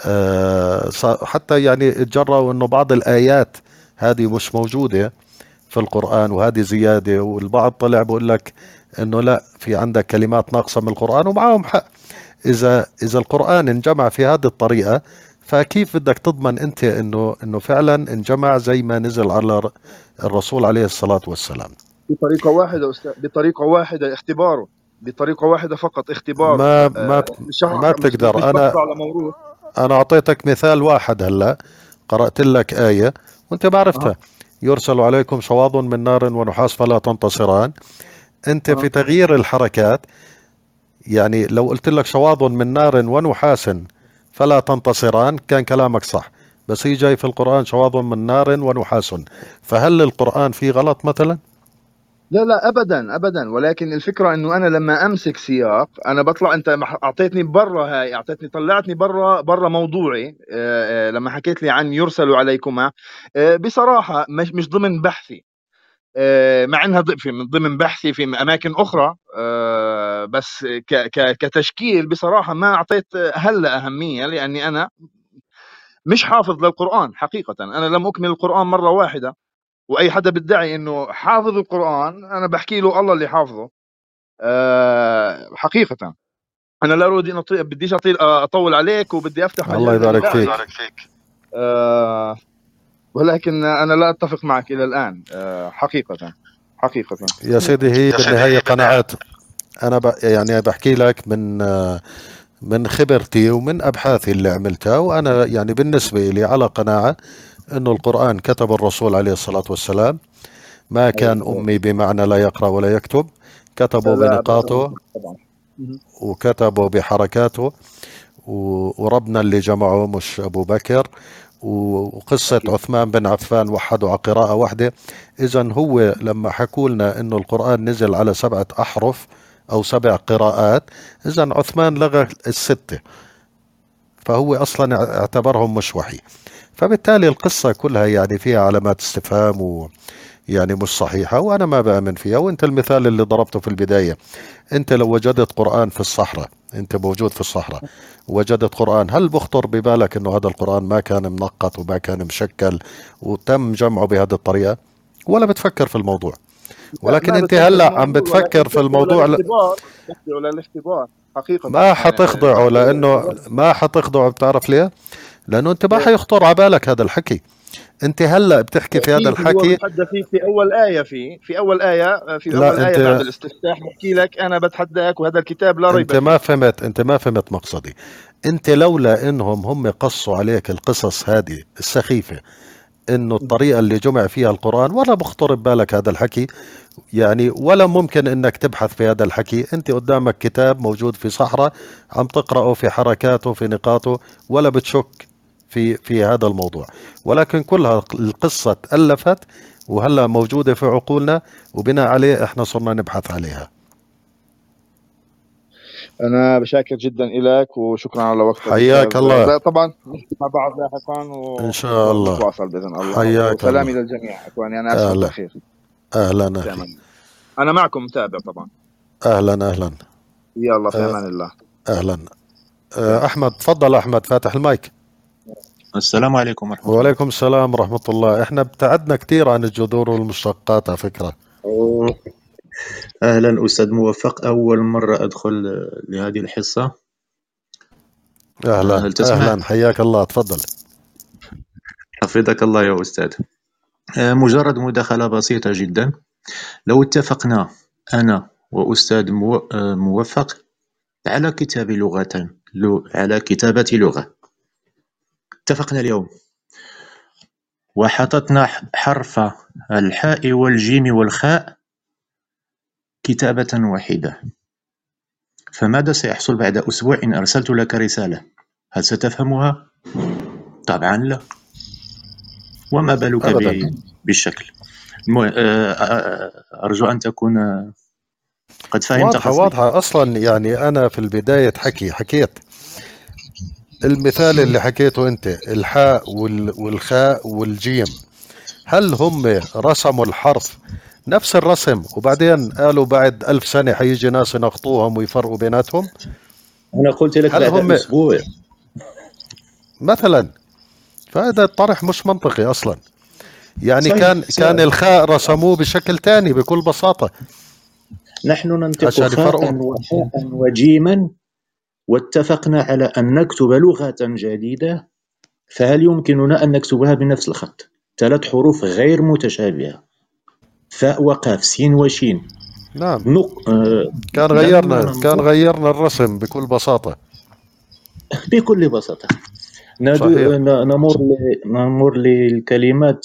S1: حتى يعني اتجرأوا انه بعض الايات هذه مش موجودة في القرآن، وهذه زيادة. والبعض طلع بقول لك انه لا، في عندك كلمات ناقصة من القرآن، ومعاهم حق. اذا القرآن انجمع في هذه الطريقة، فكيف بدك تضمن انت انه فعلا انجمع زي ما نزل على الرسول عليه الصلاة والسلام؟
S15: بطريقة واحدة أستاذ، بطريقة واحدة اختباره، بطريقة واحدة فقط اختباره.
S1: ما بتقدر. انا اعطيتك مثال واحد، هلا قرأت لك آية وانت ما عرفتها. يرسل عليكم شواظ من نار ونحاس فلا تنتصران. انت في تغيير الحركات، يعني لو قلت لك شواظ من نار ونحاس فلا تنتصران كان كلامك صح، بس هي جاي في القرآن شواظ من نار ونحاس. فهل القرآن فيه غلط مثلا؟
S15: لا ابدا ابدا، ولكن الفكره انه انا لما امسك سياق انا بطلع. انت اعطيتني برا طلعتني برا موضوعي. لما حكيت لي عن يرسل عليكما، بصراحه مش ضمن بحثي، مع انها من ضمن بحثي في اماكن اخرى، بس كتشكيل بصراحه ما اعطيت هلا اهميه، لاني انا مش حافظ للقران حقيقه. انا لم اكمل القران مره واحده، واي حدا بيدعي انه حافظ القرآن انا بحكي له الله اللي حافظه. حقيقة انا لا اريد ان بديش اطول عليك، وبدي افتح مجال.
S1: الله يبارك فيك.
S15: ولكن انا لا اتفق معك الى الان. حقيقة
S1: يا سيدي، هي بالنهاية قناعات. انا يعني بحكي لك من خبرتي ومن ابحاثي اللي عملتها. وانا يعني بالنسبة لي على قناعة انه القرآن كتب الرسول عليه الصلاة والسلام، ما كان أمي بمعنى لا يقرأ ولا يكتب، كتبوا بنقاطه وكتبوا بحركاته، وربنا اللي جمعه مش أبو بكر. وقصة عثمان بن عفان وحدوا على قراءة واحدة. إذن هو لما حكوا لنا إنه القرآن نزل على 7 أحرف أو 7 قراءات، إذن عثمان لغى 6، فهو أصلا اعتبرهم مش وحي. فبالتالي القصة كلها يعني فيها علامات استفهام، يعني مش صحيحة، وأنا ما بأمن فيها. وأنت المثال اللي ضربته في البداية، أنت لو وجدت قرآن في الصحراء، أنت موجود في الصحراء ووجدت قرآن، هل بخطر ببالك أنه هذا القرآن ما كان منقط وما كان مشكل وتم جمعه بهذه الطريقة؟ ولا بتفكر في الموضوع؟ ولكن أنت هلأ عم بتفكر في الموضوع
S15: للاختبار حقيقة.
S1: ما حتخضعه، لأنه ما حتخضعه. بتعرف ليه؟ لأنه أنت ما حيخطر على بالك هذا الحكي. انت هلا بتحكي في هذا الحكي.
S15: بتحدى فيك في اول آية في أول آية بعد الاستفتاح بحكي لك أنا بتحداك وهذا الكتاب لا ريب
S1: فيه. انت ما فهمت مقصدي. انت لولا انهم هم قصوا عليك القصص هذه السخيفة، انه الطريقة اللي جمع فيها القرآن، ولا بخطر ببالك هذا الحكي يعني، ولا ممكن انك تبحث في هذا الحكي. انت قدامك كتاب موجود في صحراء عم تقرأه في حركاته في نقاطه، ولا بتشك في هذا الموضوع. ولكن كلها القصة تألفت وهلا موجودة في عقولنا، وبناء عليه احنا صرنا نبحث عليها.
S15: أنا بشاكر جدا إليك وشكرا على وقتك.
S1: حياك الله.
S15: طبعا مع بعض لاحقا
S1: إن شاء الله
S15: نتواصل بإذن الله.
S1: حياك
S15: وسلامي للجميع إخواني. أنا أسعد بالخير.
S1: أهلا أخي.
S15: أنا معكم متابع طبعا.
S1: أهلا أهلا.
S15: يلا في
S1: آه،
S15: امان الله.
S1: أهلا. أحمد تفضل. أحمد فاتح المايك.
S16: السلام عليكم ورحمة الله.
S1: وعليكم السلام ورحمة الله. إحنا ابتعدنا كثير عن الجذور والمشتقات على فكرة.
S16: أوه. أهلا أستاذ موفق، أول مرة أدخل لهذه الحصة.
S1: أهلا
S16: هل تسمع؟
S1: أهلا، حياك الله، تفضل.
S16: حفظك الله يا أستاذ. مجرد مداخلة بسيطة جدا. لو اتفقنا أنا وأستاذ موفق على كتاب لغة، على كتابة لغة، اتفقنا اليوم وحطتنا حرف الحاء والجيم والخاء كتابة واحدة، فماذا سيحصل بعد أسبوع إن أرسلت لك رسالة؟ هل ستفهمها؟ طبعا لا. وما بالك
S1: أبدا.
S16: بالشكل. أرجو أن تكون قد فهمت
S1: واضحة
S16: قصدي.
S1: واضحة. أصلا يعني أنا في البداية حكيت المثال اللي حكيته أنت، الحاء والخاء والجيم، هل هم رسموا الحرف نفس الرسم وبعدين قالوا بعد 1000 سنة حيجي ناس ينقطوهم ويفرقوا بيناتهم؟
S16: أنا قلت لك
S1: هل
S16: بعد
S1: هم
S16: أسبوع
S1: مثلا؟ فهذا الطرح مش منطقي أصلا. يعني
S16: صحيح.
S1: كان الخاء رسموه بشكل تاني بكل بساطة
S16: نحن ننطق
S1: عشان
S16: خاء
S1: يفرقوا.
S16: وحاء وجيما، واتفقنا على أن نكتب لغة جديدة، فهل يمكننا أن نكتبها بنفس الخط؟ 3 حروف غير متشابهة، فاء وقاف سين وشين.
S1: نعم.
S16: كان
S1: كان غيرنا الرسم بكل بساطة.
S16: بكل بساطة.
S1: صحيح.
S16: نمر للكلمات،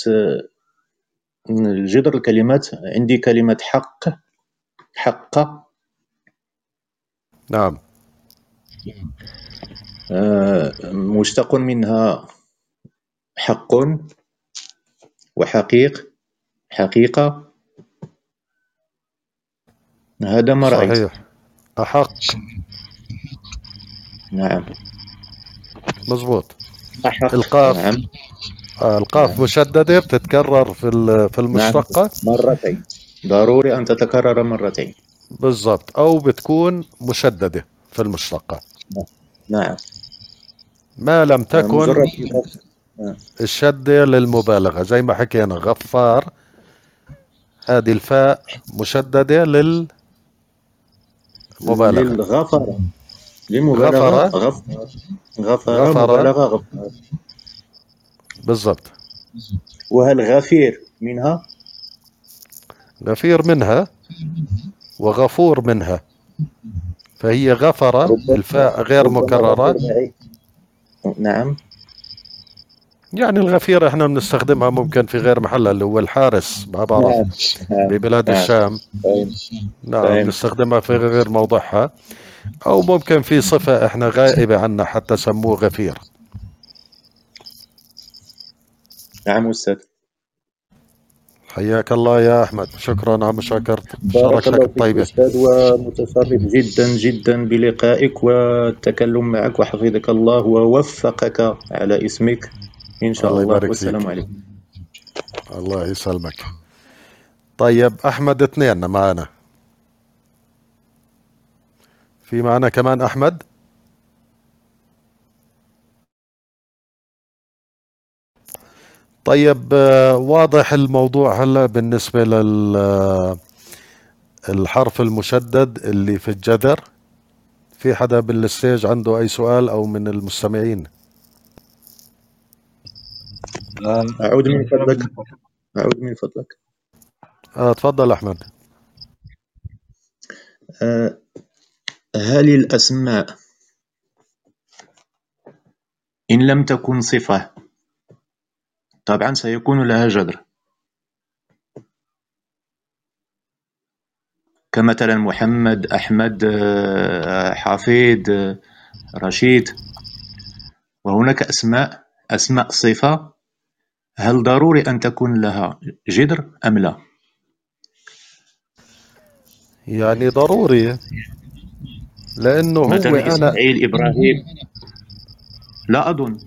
S16: جذر الكلمات. عندي كلمة حق.
S1: نعم.
S16: مشتق منها حق حقيقة. هذا ما رأيت.
S1: صحيح. أحق.
S16: نعم
S1: مزبوط.
S16: أحق.
S1: القاف.
S16: نعم.
S1: القاف
S16: نعم.
S1: مشددة بتتكرر في المشتقة.
S16: نعم. مرتين، ضروري أن تتكرر مرتين.
S1: بالضبط، أو بتكون مشددة في المشتقة.
S16: نعم.
S1: ما لم تكن
S16: مجرد
S1: الشدة للمبالغة، زي ما حكينا غفار، هذه الفاء مشددة للمبالغة.
S16: للغفرة، للمبالغة. غفر مبالغة غفار.
S1: بالضبط.
S16: وهل غفير منها؟
S1: غفير منها وغفور منها، فهي غفرة الفاء غير مكررة.
S16: نعم.
S1: يعني الغفير احنا بنستخدمها ممكن في غير محلها، اللي هو الحارس مع بعض ببلاد الشام. نعم بنستخدمها في غير موضعها، او ممكن في صفة احنا غائبة عنا حتى سموه غفير.
S16: نعم أستاذ.
S1: حياك الله يا أحمد، شكرا على مشاركتك
S16: بارك الله فيك
S1: الطيبة.
S16: أستاذ، ومتشرف جدا جدا بلقائك والتكلم معك، وحفظك الله ووفقك على اسمك إن شاء
S1: الله
S16: الله.
S1: يبارك
S16: والسلام
S1: فيك.
S16: عليكم.
S1: الله يسلمك. طيب أحمد 2 معنا. في معنا كمان أحمد. طيب واضح الموضوع هلا بالنسبة للحرف المشدد اللي في الجذر. في حدا بالستيج عنده أي سؤال أو من المستمعين؟
S16: أعود من فضلك.
S1: تفضل أحمد.
S16: هل الأسماء إن لم تكن صفة طبعا سيكون لها جذر، كمثلا محمد، أحمد، حفيظ، رشيد. وهناك أسماء صفة، هل ضروري أن تكون لها جذر أم لا؟
S1: يعني ضروري، لأنه هو
S16: مثلا
S1: أنا
S16: إسماعيل، إبراهيم، لا أظن.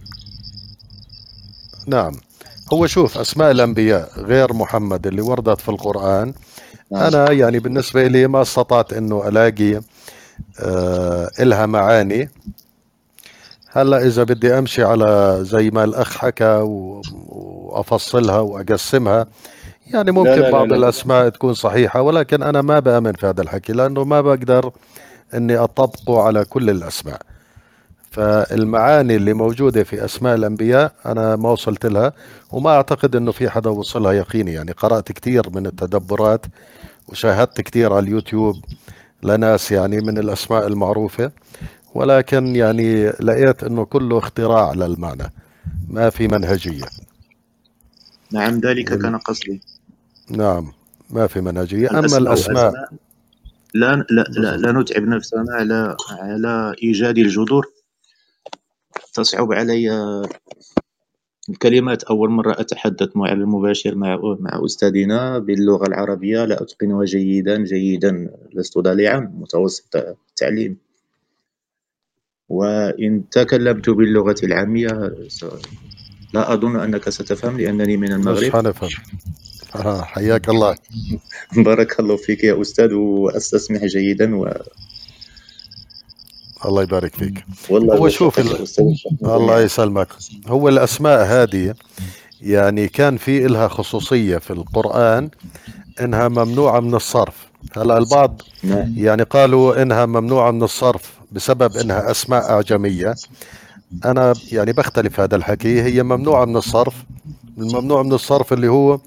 S1: نعم. هو شوف، أسماء الأنبياء غير محمد اللي وردت في القرآن
S16: نعم
S1: أنا يعني بالنسبة لي ما استطعت إنه ألاقي إلها معاني. هلا إذا بدي أمشي على زي ما الأخ حكى وأفصلها وأقسمها، يعني
S16: لا
S1: ممكن
S16: لا لا
S1: بعض
S16: لا
S1: الأسماء تكون صحيحة، ولكن أنا ما بآمن في هذا الحكي لأنه ما بقدر إني أطبقه على كل الأسماء. فالمعاني اللي موجودة في أسماء الأنبياء أنا ما وصلت لها، وما أعتقد إنه في حدا وصلها يقيني. يعني قرأت كتير من التدبرات وشاهدت كتير على اليوتيوب لناس يعني من الأسماء المعروفة، ولكن يعني لقيت إنه كله اختراع للمعنى، ما في منهجية.
S16: نعم ذلك كان قصدي.
S1: نعم، ما في منهجية. أما
S16: الأسماء
S1: الأسماء
S16: أسماء، لا نتعب نفسنا على إيجاد الجذور. تصعب علي الكلمات. أول مرة أتحدث على المباشر مع أستاذنا باللغة العربية، لا أتقنها جيدا، لست ضليعا، متوسط التعليم. وإن تكلمت باللغة العامية لا أظن أنك ستفهم لأنني من
S1: مش
S16: المغرب.
S1: حنفهم. حياك الله.
S16: بارك الله فيك يا أستاذ، وأستسمع جيدا
S1: الله يبارك فيك.
S16: والله
S1: هو شوف
S16: يوفقك يا أستاذ
S1: الله
S16: جميعا.
S1: يسلمك. هو الأسماء هذه يعني كان في إلها خصوصية في القرآن إنها ممنوعة من الصرف. هلا البعض
S16: نعم
S1: يعني قالوا إنها ممنوعة من الصرف بسبب إنها أسماء أعجمية. أنا يعني بختلف هذا الحكي. هي ممنوعة من الصرف. الممنوع من الصرف اللي هو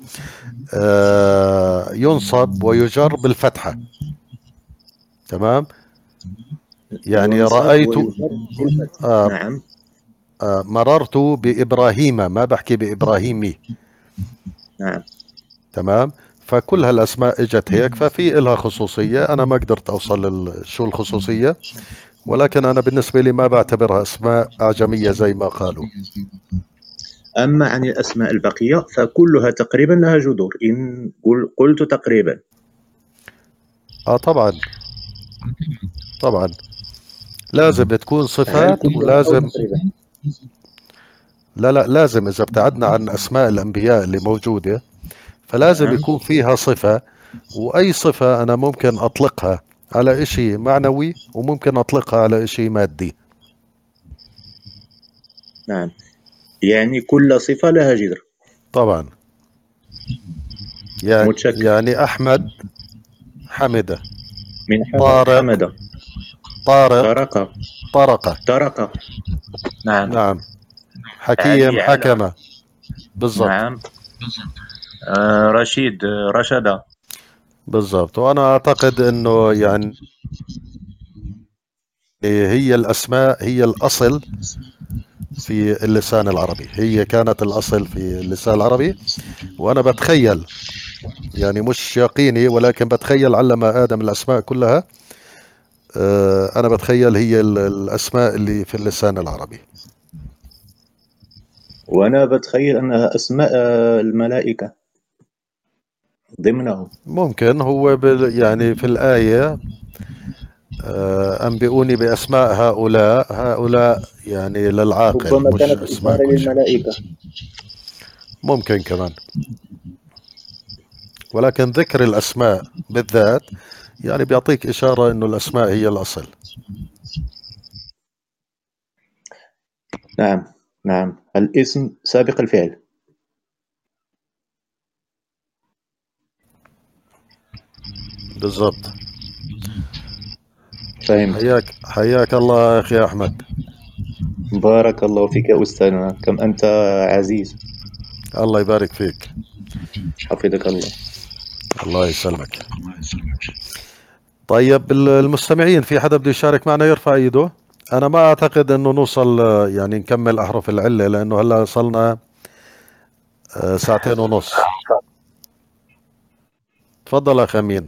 S1: ينصب ويجر بالفتحة. تمام. يعني
S16: ينصب
S1: رأيت
S16: ويجر بالفتح.
S1: آه
S16: نعم
S1: مررت بإبراهيم، ما بحكي بإبراهيمي.
S16: نعم
S1: تمام. فكل هالأسماء إجت هيك، ففي إلها خصوصية. أنا ما قدرت أوصل شو الخصوصية، ولكن أنا بالنسبة لي ما بعتبرها أسماء أعجمية زي ما قالوا.
S16: أما عن الأسماء البقية فكلها تقريبا لها جذور، إن قلت تقريبا.
S1: طبعا طبعا لازم تكون
S16: هل
S1: صفات،
S16: كلها أو
S1: ولازم
S16: تقريبا؟
S1: لا لازم إذا ابتعدنا عن أسماء الأنبياء اللي موجودة فلازم
S16: نعم
S1: يكون فيها صفة. وأي صفة أنا ممكن أطلقها على إشي معنوي، وممكن أطلقها على إشي مادي.
S16: نعم، يعني كل صفة لها جذر.
S1: طبعا.
S16: متشكر.
S1: يعني أحمد حمدة،
S16: من
S1: طارق
S16: حمد،
S1: طارق
S16: طرق،
S1: طرقة.
S16: طرق. نعم.
S1: نعم. حكيم
S16: علي، على.
S1: حكمة. بالضبط.
S16: نعم. رشيد، رشد.
S1: بالضبط. وأنا أعتقد أنه يعني هي الأسماء هي الأصل في اللسان العربي. هي كانت الأصل في اللسان العربي. وأنا بتخيل يعني مش يقيني، ولكن بتخيل علم آدم الأسماء كلها. أنا بتخيل هي الأسماء اللي في اللسان العربي.
S16: وأنا بتخيل أنها أسماء الملائكة ضمنه.
S1: ممكن هو يعني في الآية أنبئوني بأسماء هؤلاء يعني للعاقل،
S16: ربما
S1: مش
S16: كانت
S1: أسماء
S16: إشارة
S1: كل شيء.
S16: للملائكة.
S1: ممكن كمان. ولكن ذكر الأسماء بالذات يعني بيعطيك إشارة إنه الأسماء هي الأصل.
S16: نعم نعم، الاسم سابق الفعل.
S1: بالضبط.
S16: فهمت.
S1: حياك الله أخي أحمد.
S16: بارك الله فيك يا أستاذنا، كم أنت عزيز.
S1: الله يبارك فيك.
S16: حفظك الله.
S1: الله يسلمك. طيب المستمعين، في حدا بده يشارك معنا يرفع ايده. انا ما اعتقد انه نوصل يعني نكمل احرف العلة، لانه هلا صلنا 2.5 ساعة. تفضل اخ امين.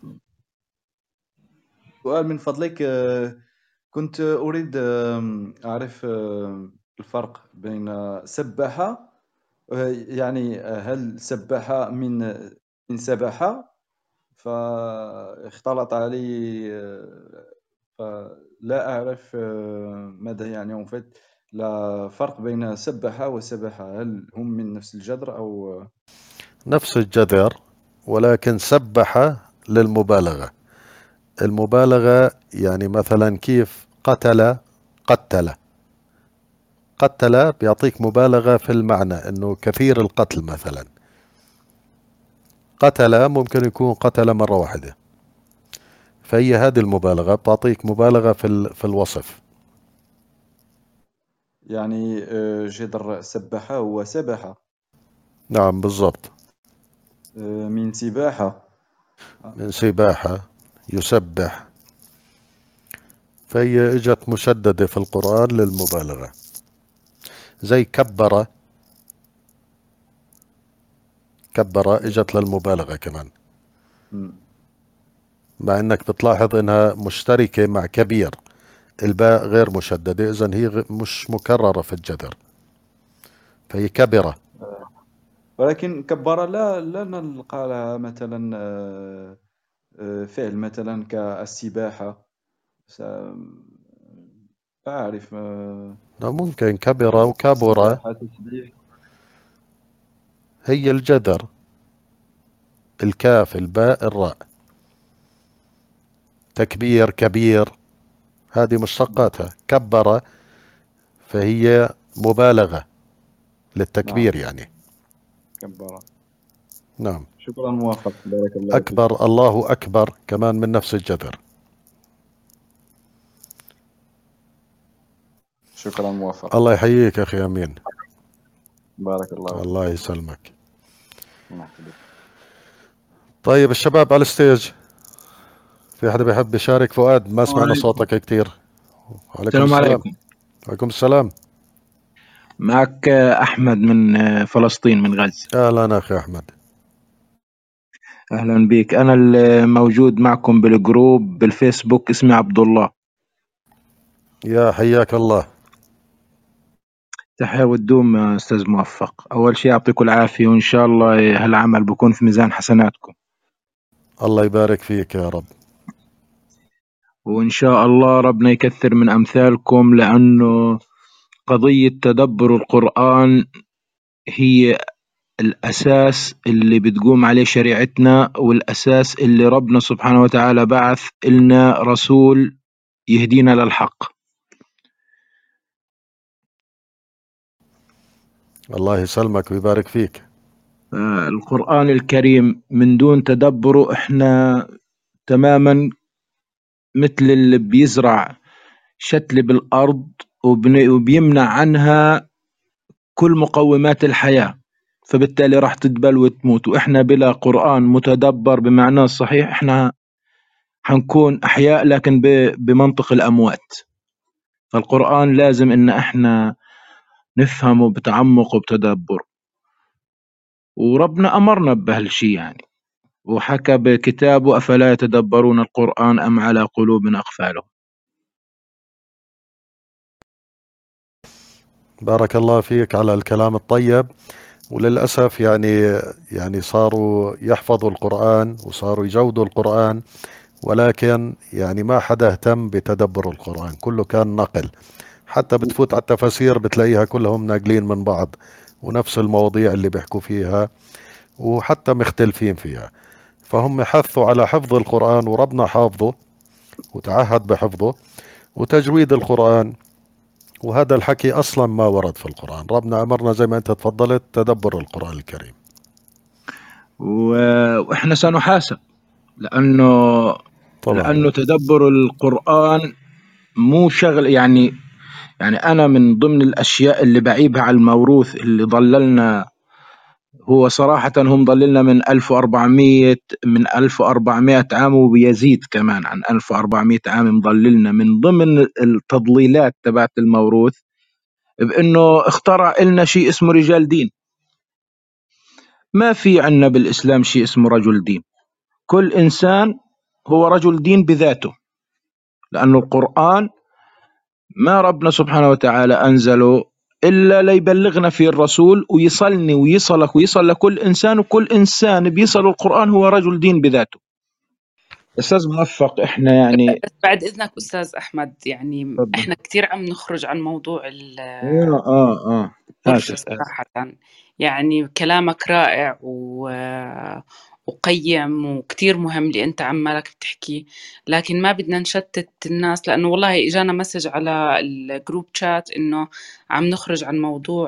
S17: سؤال من فضلك. كنت أريد أعرف الفرق بين سباحة، يعني هل سباحة من سباحة، فاختلط علي، فلا أعرف ماذا يعني فات. لا فرق بين سباحة وسباحة، هل هم من نفس الجذر أو
S1: نفس الجذر، ولكن سبح للمبالغة. المبالغة يعني مثلا كيف قتل بيعطيك مبالغة في المعنى انه كثير القتل. مثلا قتل ممكن يكون قتل مرة واحدة، فهي هذه المبالغة بتعطيك مبالغة في الوصف.
S17: يعني جذر سبح هو سبح
S1: نعم بالضبط،
S17: من سباحة.
S1: من سباحة يسبح، فهي اجت مشددة في القرآن للمبالغة. زي كبر اجت للمبالغة كمان، مع انك بتلاحظ انها مشتركة مع كبير، الباء غير مشددة، اذن هي مش مكررة في الجذر، فهي كبرة.
S17: ولكن كبر لا نلقى لها مثلا فعل مثلا كالسباحة. لا أعرف.
S1: ممكن كبر وكبر،
S17: سباحة تسبيح.
S1: هي الجذر، الكاف الباء الراء، تكبير كبير، هذه مشتقاتها. كبر فهي مبالغة للتكبير
S17: نعم
S1: يعني.
S17: كبر.
S1: نعم.
S17: شكرا موفق، بارك الله فيك.
S1: أكبر، الله أكبر كمان من نفس الجذر.
S17: شكرا موفق،
S1: الله يحييك أخي أمين،
S17: بارك الله فيك.
S1: الله يسلمك.
S17: مرحبا.
S1: طيب الشباب على الستيج، في حدا بيحب يشارك؟ فؤاد ما سمعنا
S16: عليكم.
S1: صوتك كتير. وعليكم
S16: السلام
S1: السلام.
S16: عليكم.
S1: وعليكم السلام.
S16: معك أحمد من فلسطين، من غزة.
S1: أهلا أخي أحمد.
S16: أهلا بك. أنا الموجود معكم بالجروب بالفيسبوك، اسمي عبد الله.
S1: يا حياك الله.
S16: تحيا والدوم يا أستاذ موفق. أول شيء يعطيكم العافية، وإن شاء الله هالعمل بكون في ميزان حسناتكم،
S1: الله يبارك فيك يا رب.
S16: وإن شاء الله ربنا يكثر من أمثالكم، لأنه قضية تدبر القرآن هي الأساس اللي بتقوم عليه شريعتنا، والأساس اللي ربنا سبحانه وتعالى بعث إلنا رسول يهدينا للحق.
S1: الله يسلمك ويبارك فيك.
S16: القرآن الكريم من دون تدبره احنا تماما مثل اللي بيزرع شتل بالأرض وبيمنع عنها كل مقومات الحياة، فبالتالي راح تدبل وتموت. وإحنا بلا قرآن متدبر بمعناه الصحيح إحنا حنكون أحياء لكن بمنطق الأموات. فالقرآن لازم إن إحنا نفهمه بتعمق وبتدبر، وربنا أمرنا بهالشي يعني، وحكى بكتابه: أفلا يتدبرون القرآن أم على قلوب أقفالهم.
S1: بارك الله فيك على الكلام الطيب. وللأسف يعني صاروا يحفظوا القرآن وصاروا يجودوا القرآن، ولكن يعني ما حدا اهتم بتدبر القرآن، كله كان نقل. حتى بتفوت على التفاسير بتلاقيها كلهم ناقلين من بعض، ونفس المواضيع اللي بيحكوا فيها وحتى مختلفين فيها. فهم حثوا على حفظ القرآن، وربنا حافظه وتعهد بحفظه وتجويد القرآن، وهذا الحكي أصلا ما ورد في القرآن. ربنا أمرنا زي ما أنت تفضلت تدبر القرآن الكريم.
S16: وإحنا سنحاسب، لأنه تدبر القرآن مو شغل يعني أنا من ضمن الأشياء اللي بعيبها على الموروث اللي ضللنا، هو صراحة هم ضللنا من 1400 عام، وبيزيد كمان عن 1400 عام مضللنا من ضمن التضليلات تبعت الموروث، بأنه اخترع لنا شيء اسمه رجال دين. ما في عنا بالإسلام شيء اسمه رجل دين. كل إنسان هو رجل دين بذاته، لأنه القرآن ما ربنا سبحانه وتعالى أنزله إلا ليبلغنا فيه الرسول، ويصلني ويصلك ويصل لكل إنسان، وكل إنسان بيصل القرآن هو رجل دين بذاته. أستاذ موفق، إحنا يعني
S3: بس بعد إذنك أستاذ أحمد، يعني إحنا كتير عم نخرج عن موضوع
S16: آسف.
S3: صراحة. يعني كلامك رائع وقيم وكتير مهم اللي أنت عمالك بتحكي، لكن ما بدنا نشتت الناس، لأنه والله إجانا مسج على الجروب شات إنه عم نخرج عن موضوع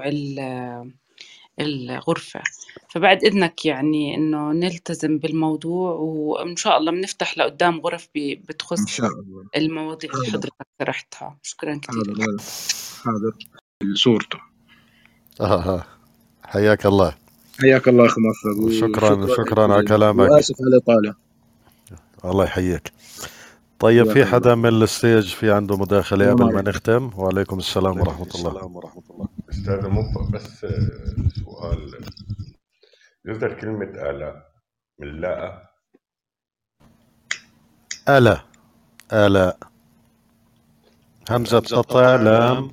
S3: الغرفة. فبعد إذنك يعني إنه نلتزم بالموضوع، وإن شاء الله بنفتح لقدام غرف
S14: ان
S3: بتخص
S14: شاء الله.
S3: المواضيع اللي
S14: حاضر
S3: حضرتك طرحتها. شكرا كتير لك.
S14: حاضر حاضر صورته.
S1: حياك الله،
S14: حياك الله اخ موفق،
S1: وشكرا على
S14: لك
S1: كلامك.
S14: واسف على الاطاله.
S1: الله يحييك. طيب، في
S14: حياك
S1: حدا
S14: الله.
S1: من الستيج في عنده مداخلة
S14: يا
S1: قبل ما
S14: مرحبا.
S1: نختم؟ وعليكم السلام ورحمة الله.
S12: أستاذ موفق، بس سؤال. يصدر كلمة آلاء من لاء؟
S1: آلاء همزة قطع لام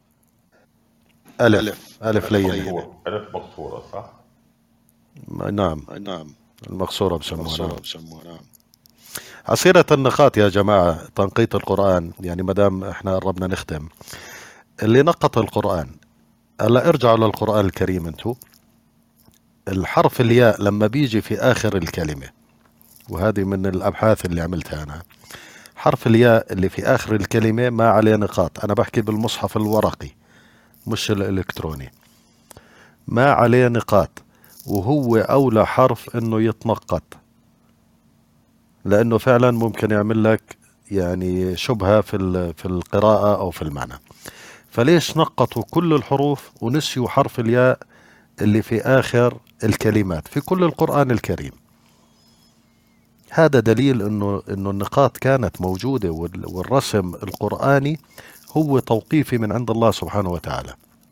S1: ألف لينة.
S12: ألف مقصورة صح؟
S1: نعم، المقصورة بسموها. نعم. عصيرة النقاط يا جماعة، تنقيط القرآن، يعني مدام احنا قربنا نختم، اللي نقط القرآن هلا ارجعوا للقرآن الكريم. انتو الحرف الياء لما بيجي في آخر الكلمة، وهذه من الأبحاث اللي عملتها أنا، حرف الياء اللي في آخر الكلمة ما عليه نقاط. أنا بحكي بالمصحف الورقي مش الإلكتروني، ما عليه نقاط، وهو أولى حرف إنه يتنقط، لأنه فعلا ممكن يعمل لك يعني شبهة في القراءة أو في المعنى. فليش نقطوا كل الحروف ونسيوا حرف الياء اللي في آخر الكلمات في كل القرآن الكريم؟ هذا دليل إنه النقاط كانت موجودة، والرسم القرآني هو توقيفي من عند الله سبحانه وتعالى.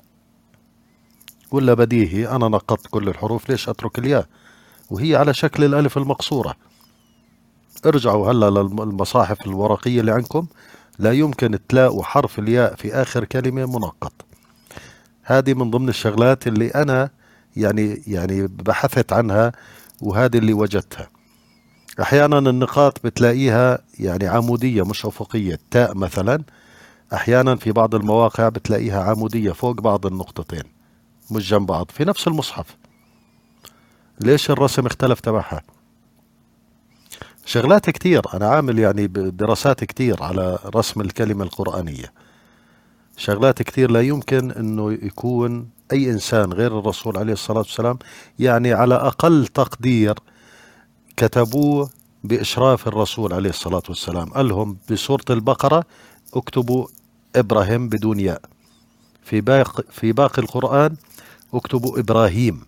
S1: ولا بديهي أنا نقطت كل الحروف، ليش أترك الياء وهي على شكل الألف المقصورة؟ ارجعوا هلا للمصاحف الورقية اللي عندكم، لا يمكن تلاقوا حرف الياء في آخر كلمة منقط. هذه من ضمن الشغلات اللي أنا يعني بحثت عنها، وهذه اللي وجدتها. أحيانا النقاط بتلاقيها يعني عمودية مش أفقية، تاء مثلا أحيانا في بعض المواقع بتلاقيها عمودية فوق بعض النقطتين مش جنب بعض في نفس المصحف. ليش الرسم اختلف تبعها؟ شغلات كتير، أنا عامل يعني دراسات كتير على رسم الكلمة القرآنية، شغلات كتير لا يمكن أنه يكون أي إنسان غير الرسول عليه الصلاة والسلام يعني على أقل تقدير كتبوه بإشراف الرسول عليه الصلاة والسلام. قال لهم بسورة البقرة اكتبوا إبراهيم بدون ياء، في باقي القرآن اكتبوا إبراهيم.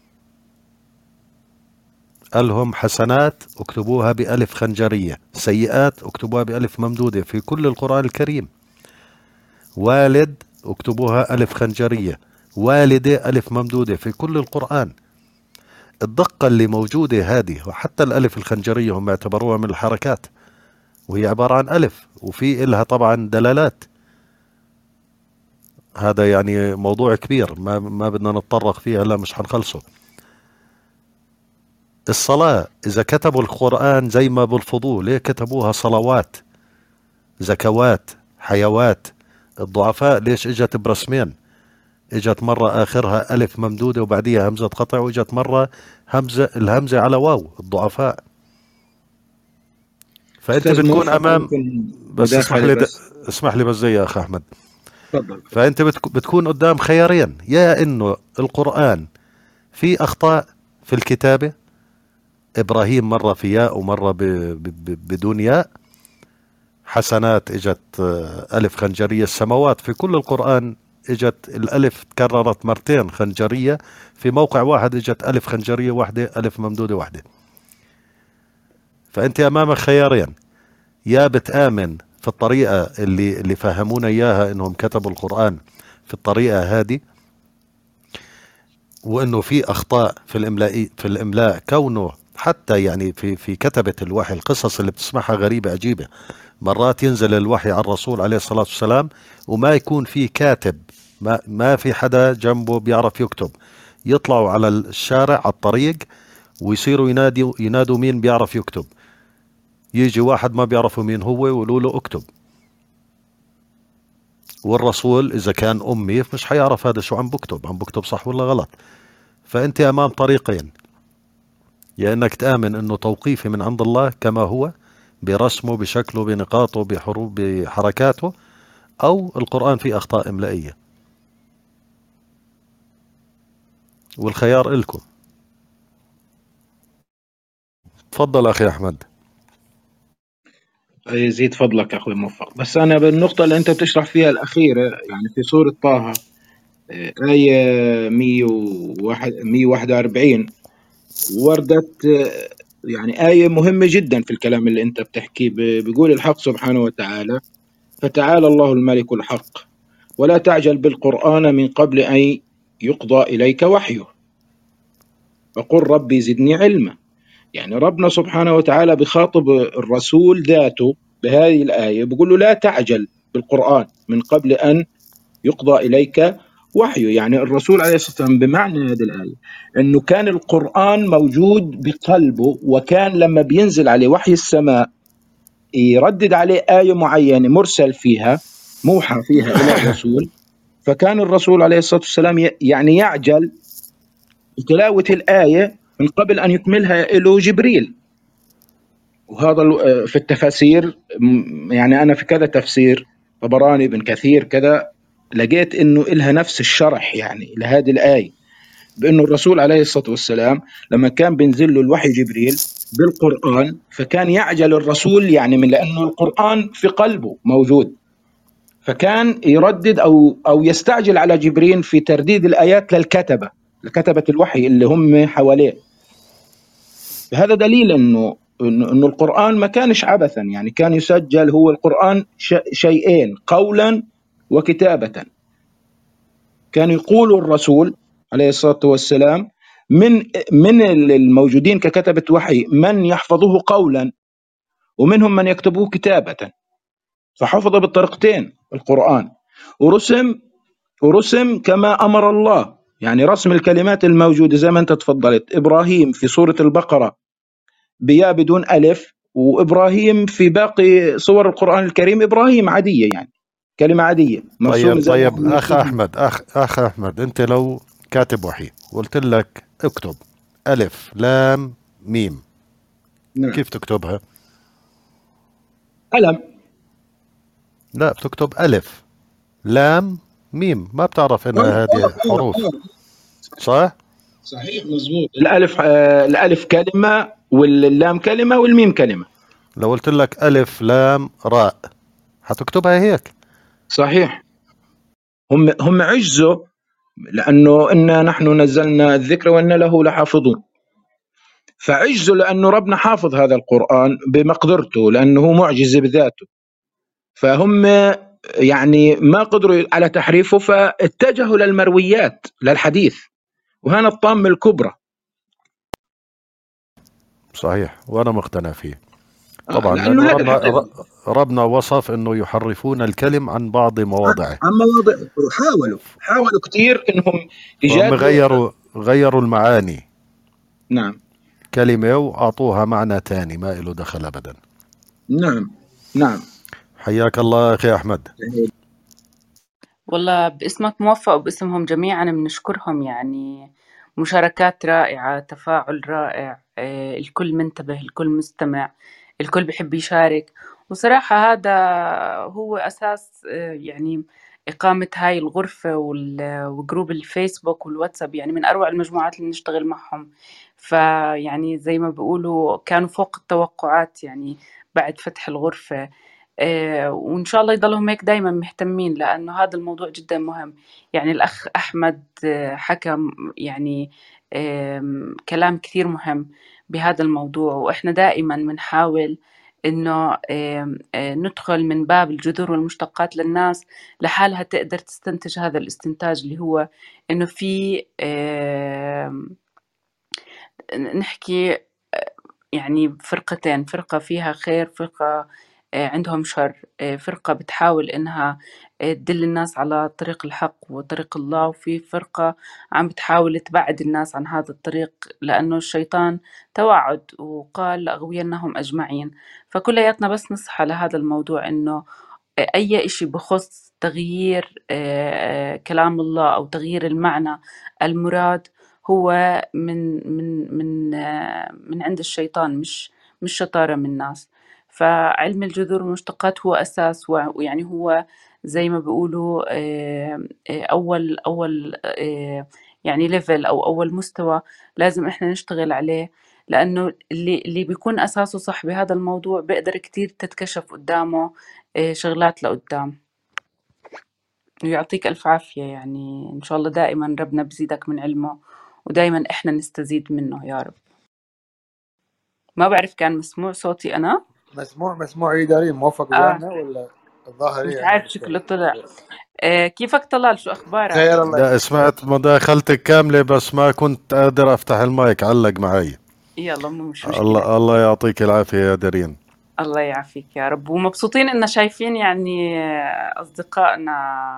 S1: قال لهم حسنات اكتبوها بألف خنجرية، سيئات اكتبوها بألف ممدودة في كل القرآن الكريم. والد اكتبوها ألف خنجرية، والدة ألف ممدودة في كل القرآن. الدقة اللي موجودة هذه، وحتى الألف الخنجرية هم اعتبروها من الحركات، وهي عبارة عن ألف وفي إلها طبعا دلالات. هذا يعني موضوع كبير ما بدنا نتطرق فيه هلا، مش حنخلصه. الصلاة إذا كتبوا القرآن زي ما بلفظوه، ليه كتبوها صلوات، زكوات، حيوات؟ الضعفاء ليش اجت برسمين؟ اجت مرة آخرها ألف ممدودة وبعديها همزة قطع، واجت مرة الهمزة على واو، الضعفاء. فأنت بتكون أمام، بس اسمح لي بس زي يا أخ أحمد.
S14: تفضل.
S1: فأنت بتكون قدام خيارين، يا إنه القرآن في أخطاء في الكتابة، إبراهيم مرة في ياء ومرة بدون ياء، حسنات اجت ألف خنجرية، السماوات في كل القرآن اجت الألف تكررت مرتين خنجرية، في موقع واحد اجت ألف خنجرية واحدة، ألف ممدودة واحدة. فأنت أمامك خيارين، يا بتآمن في الطريقة اللي فهمونا إياها إنهم كتبوا القرآن في الطريقة هذه، وإنه في أخطاء في الإملاء كونه حتى يعني في كتبة الوحي، القصص اللي بتسمعها غريبة عجيبة. مرات ينزل الوحي على الرسول عليه الصلاة والسلام وما يكون في كاتب، ما في حدا جنبه بيعرف يكتب، يطلعوا على الشارع على الطريق ويصيروا ينادوا مين بيعرف يكتب، يجي واحد ما بيعرفوا مين هو ويقولوا له اكتب. والرسول إذا كان أمي مش حيعرف هذا شو عم بكتب صح ولا غلط. فأنت أمام طريقين، يا انك تآمن انه توقيفي من عند الله كما هو برسمه بشكله بنقاطه بحروف بحركاته، او القرآن فيه اخطاء املائية، والخيار إلكم. تفضل اخي احمد.
S16: يزيد فضلك يا اخوي موفق. بس انا بالنقطه اللي انت بتشرح فيها الاخيره، يعني في سوره طه ايه 141 وردت يعني آية مهمة جدا في الكلام اللي أنت بتحكيه. بيقول الحق سبحانه وتعالى: فتعالى الله الملك الحق ولا تعجل بالقرآن من قبل أن يقضى إليك وحيه وقل ربي زدني علما. يعني ربنا سبحانه وتعالى بخاطب الرسول ذاته بهذه الآية، بيقول له لا تعجل بالقرآن من قبل أن يقضى إليك وحيه. يعني الرسول عليه الصلاة والسلام بمعنى هذه الآية أنه كان القرآن موجود بقلبه، وكان لما بينزل عليه وحي السماء يردد عليه آية معينة مرسل فيها موحى فيها إلى الرسول، فكان الرسول عليه الصلاة والسلام يعني يعجل بتلاوة الآية من قبل أن يكملها له جبريل. وهذا في التفاسير، يعني أنا في كذا تفسير طبراني بن كثير كذا لقيت إنه إلها نفس الشرح يعني لهذه الآية، بأنه الرسول عليه الصلاة والسلام لما كان بينزل له الوحي جبريل بالقرآن فكان يعجل الرسول، يعني من لأنه القرآن في قلبه موجود، فكان يردد أو يستعجل على جبريل في ترديد الآيات لكتبة الوحي اللي هم حواليه. فهذا دليل إنه القرآن ما كانش عبثا، يعني كان يسجل هو القرآن شيئين: قولا وكتابة. كان يقول الرسول عليه الصلاة والسلام من الموجودين ككتبة وحي من يحفظه قولا ومنهم من يكتبه كتابة، فحفظ بالطريقتين القرآن، ورسم كما أمر الله، يعني رسم الكلمات الموجودة زي ما أنت تفضلت. إبراهيم في سورة البقرة بياء بدون ألف، وإبراهيم في باقي صور القرآن الكريم إبراهيم عادية، يعني كلمة عادية مرسومة زي
S1: طيب أخ أحمد أنت لو كاتب وحي قلت لك اكتب ألف لام ميم،
S16: نعم.
S1: كيف تكتبها؟
S16: قلم.
S1: لا، بتكتب ألف لام ميم، ما بتعرف إنها هذه حروف. صح؟
S16: صحيح مظبوط. الألف كلمة واللام كلمة والميم كلمة.
S1: لو قلت لك ألف لام راء هتكتبها هيك.
S16: صحيح. هم عجزوا، لأنه إنا نحن نزلنا الذكر وإنا له لحافظون، فعجزوا لأنه ربنا حافظ هذا القرآن بمقدرته لأنه معجز بذاته، فهم يعني ما قدروا على تحريفه، فاتجهوا للمرويات للحديث، وهنا الطامة الكبرى.
S1: صحيح، وأنا مقتنع فيه طبعا،
S16: لأنه
S1: لأنه ربنا وصف أنه يحرفون الكلم عن بعض مواضعه.
S16: عن مواضع حاولوا كتير إنهم
S1: يجادلوا، غيروا المعاني.
S16: نعم.
S1: كلمة وأعطوها معنى تاني ما له دخل أبدا.
S16: نعم.
S1: حياك الله أخي أحمد.
S3: والله باسمك موفق وباسمهم جميعا بنشكرهم، يعني مشاركات رائعة، تفاعل رائع، الكل منتبه، الكل مستمع، الكل بيحب يشارك. وصراحة هذا هو أساس يعني إقامة هاي الغرفة وجروب الفيسبوك والواتساب، يعني من أروع المجموعات اللي نشتغل معهم. فيعني زي ما بيقولوا كانوا فوق التوقعات يعني بعد فتح الغرفة. وإن شاء الله يضلهم هيك دايما مهتمين، لأنه هذا الموضوع جدا مهم. يعني الأخ أحمد حكى يعني كلام كثير مهم بهذا الموضوع، وإحنا دائما بنحاول إنه ندخل من باب الجذور والمشتقات للناس لحالها تقدر تستنتج هذا الاستنتاج اللي هو إنه في نحكي يعني فرقتين: فرقة فيها خير، فرقة عندهم شر، فرقة بتحاول إنها تدل الناس على طريق الحق وطريق الله، وفي فرقة عم بتحاول تبعد الناس عن هذا الطريق، لأنه الشيطان توعد وقال لأغوينهم أجمعين. فكلياتنا بس نصحى لهذا الموضوع، إنه أي إشي بخص تغيير كلام الله أو تغيير المعنى المراد هو من عند الشيطان، مش شطارة من الناس. فعلم الجذور والمشتقات هو أساس، ويعني هو زي ما بيقولوا أول يعني ليفل أو أول مستوى لازم إحنا نشتغل عليه، لأنه اللي بيكون أساسه صح بهذا الموضوع بيقدر كتير تتكشف قدامه شغلات لقدام. ويعطيك ألف عافية، يعني إن شاء الله دائما ربنا بزيدك من علمه، ودائما إحنا نستزيد منه يا رب. ما بعرف كان مسموع صوتي أنا؟
S18: مسموع ايه دارين موفق ويانا
S3: آه
S18: ولا الظاهر
S3: مش
S18: ايه
S3: عارف
S18: عندك؟
S3: شكله طلع. كيفك طلال، شو أخبارك؟
S18: خير الله
S1: لا،
S18: يسلمك.
S1: سمعت مداخلتك كاملة بس ما كنت قادر أفتح المايك، علق معي.
S3: يلا مش مشكلة.
S1: الله يعطيك العافية يا دارين.
S3: الله يعافيك يا رب، ومبسوطين إن شايفين يعني أصدقائنا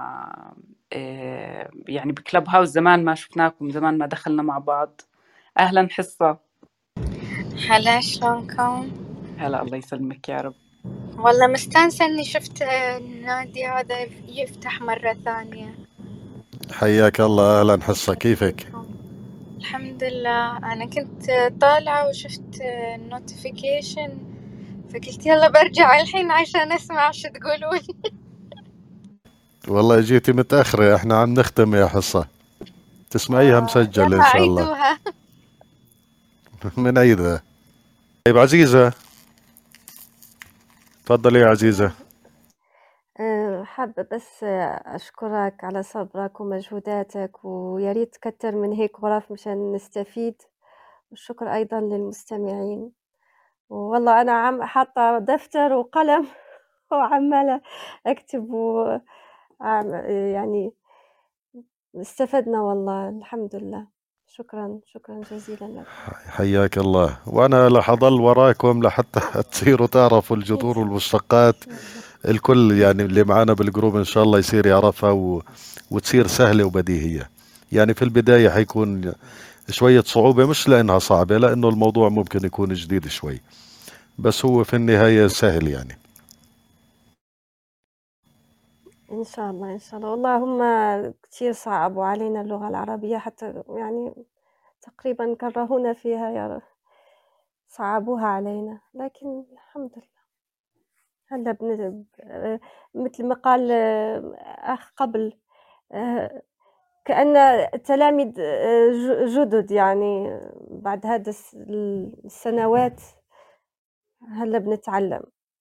S3: يعني بكلب هاوس، زمان ما شفناكم، زمان ما دخلنا مع بعض. أهلا حصة.
S19: هلا شلونكم؟
S3: هلا، الله يسلمك يا رب.
S19: والله مستانسة اني شفت النادي هذا يفتح مرة ثانية.
S1: حياك الله، أهلا حصة، كيفك؟
S19: الحمد لله. انا كنت طالعة وشفت النوتيفيكيشن فقلت يلا برجع الحين عشان اسمع شو تقولون.
S1: والله جيتي متأخرة، احنا عم نختم يا حصة، تسمعيها مسجل
S19: يلا
S1: إن شاء الله.
S19: عيدوها.
S1: من عيدها. طيب عزيزة، تفضلي يا عزيزة.
S4: حابة بس أشكرك على صبرك ومجهوداتك، ويا ريت تكتر من هيك غرف مشان نستفيد. والشكر أيضا للمستمعين. والله أنا عم حاطة دفتر وقلم وعمالة أكتب يعني استفدنا والله، الحمد لله. شكرا جزيلا لك.
S1: حياك الله، وأنا رح أضل وراكم لحتى تصيروا تعرفوا الجذور والمشتقات. الكل يعني اللي معانا بالجروب إن شاء الله يصير يعرفها وتصير سهلة وبديهية. يعني في البداية حيكون شوية صعوبة، مش لأنها صعبة، لأنه الموضوع ممكن يكون جديد شوي، بس هو في النهاية سهل يعني.
S4: إن شاء الله إن شاء الله. والله هم كتير صعبوا علينا اللغة العربية، حتى يعني تقريبا كرهونا فيها، يا صعبوها علينا، لكن الحمد لله. هلا مثل ما قال أخ قبل، كأن التلاميذ جدد يعني، بعد هذا السنوات هلا بنتعلم.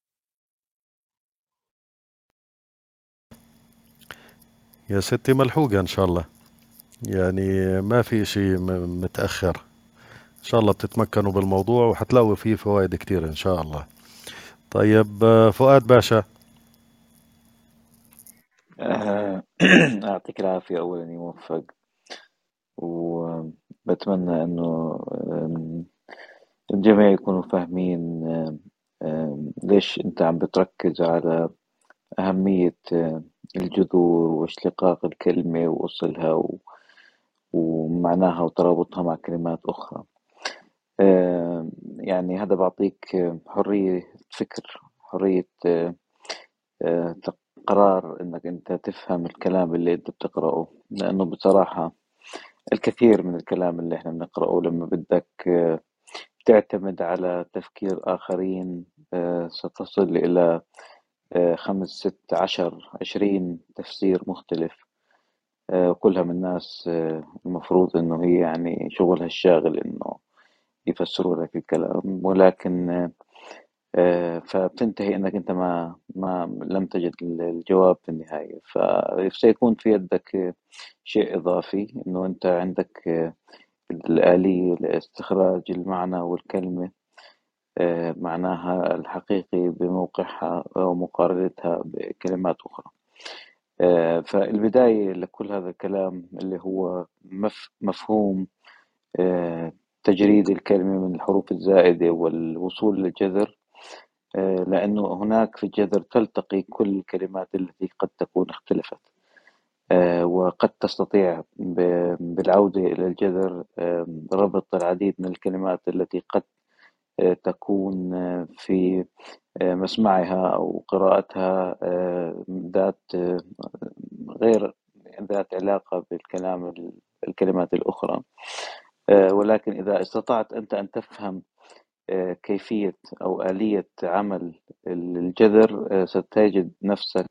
S1: يا ستي ملحوقة إن شاء الله، يعني ما في شيء متأخر. إن شاء الله بتتمكنوا بالموضوع وحتلاقوا فيه فوائد كتير إن شاء الله. طيب فؤاد باشا.
S7: يعطيك العافية أولا يوفق، وبتمنى إنه الجميع يكونوا فاهمين ليش أنت عم بتركز على أهمية الجذور واشتقاق الكلمة ووصلها ومعناها وترابطها مع كلمات أخرى. يعني هذا بعطيك حرية فكر، حرية قرار إنك أنت تفهم الكلام اللي أنت بتقرأه، لأنه بصراحة الكثير من الكلام اللي إحنا بنقرأه لما بدك تعتمد على تفكير آخرين ستصل إلى 5 6 10 20 تفسير مختلف، كلها من ناس المفروض إنه هي يعني شغلها الشاغل إنه يفسروا لك الكلام، ولكن فبتنتهي إنك أنت ما لم تجد الجواب في النهاية. فسيكون في يدك شيء إضافي، إنه أنت عندك الآلية لاستخراج المعنى والكلمة معناها الحقيقي بموقعها ومقارنتها بكلمات أخرى. فالبداية لكل هذا الكلام اللي هو مفهوم تجريد الكلمة من الحروف الزائدة والوصول للجذر، لأنه هناك في الجذر تلتقي كل الكلمات التي قد تكون اختلفت، وقد تستطيع بالعودة إلى الجذر ربط العديد من الكلمات التي قد تكون في مسمعها أو قراءتها ذات غير ذات علاقة بالكلام الكلمات الأخرى. ولكن إذا استطعت أنت أن تفهم كيفية أو آلية عمل الجذر ستجد نفسك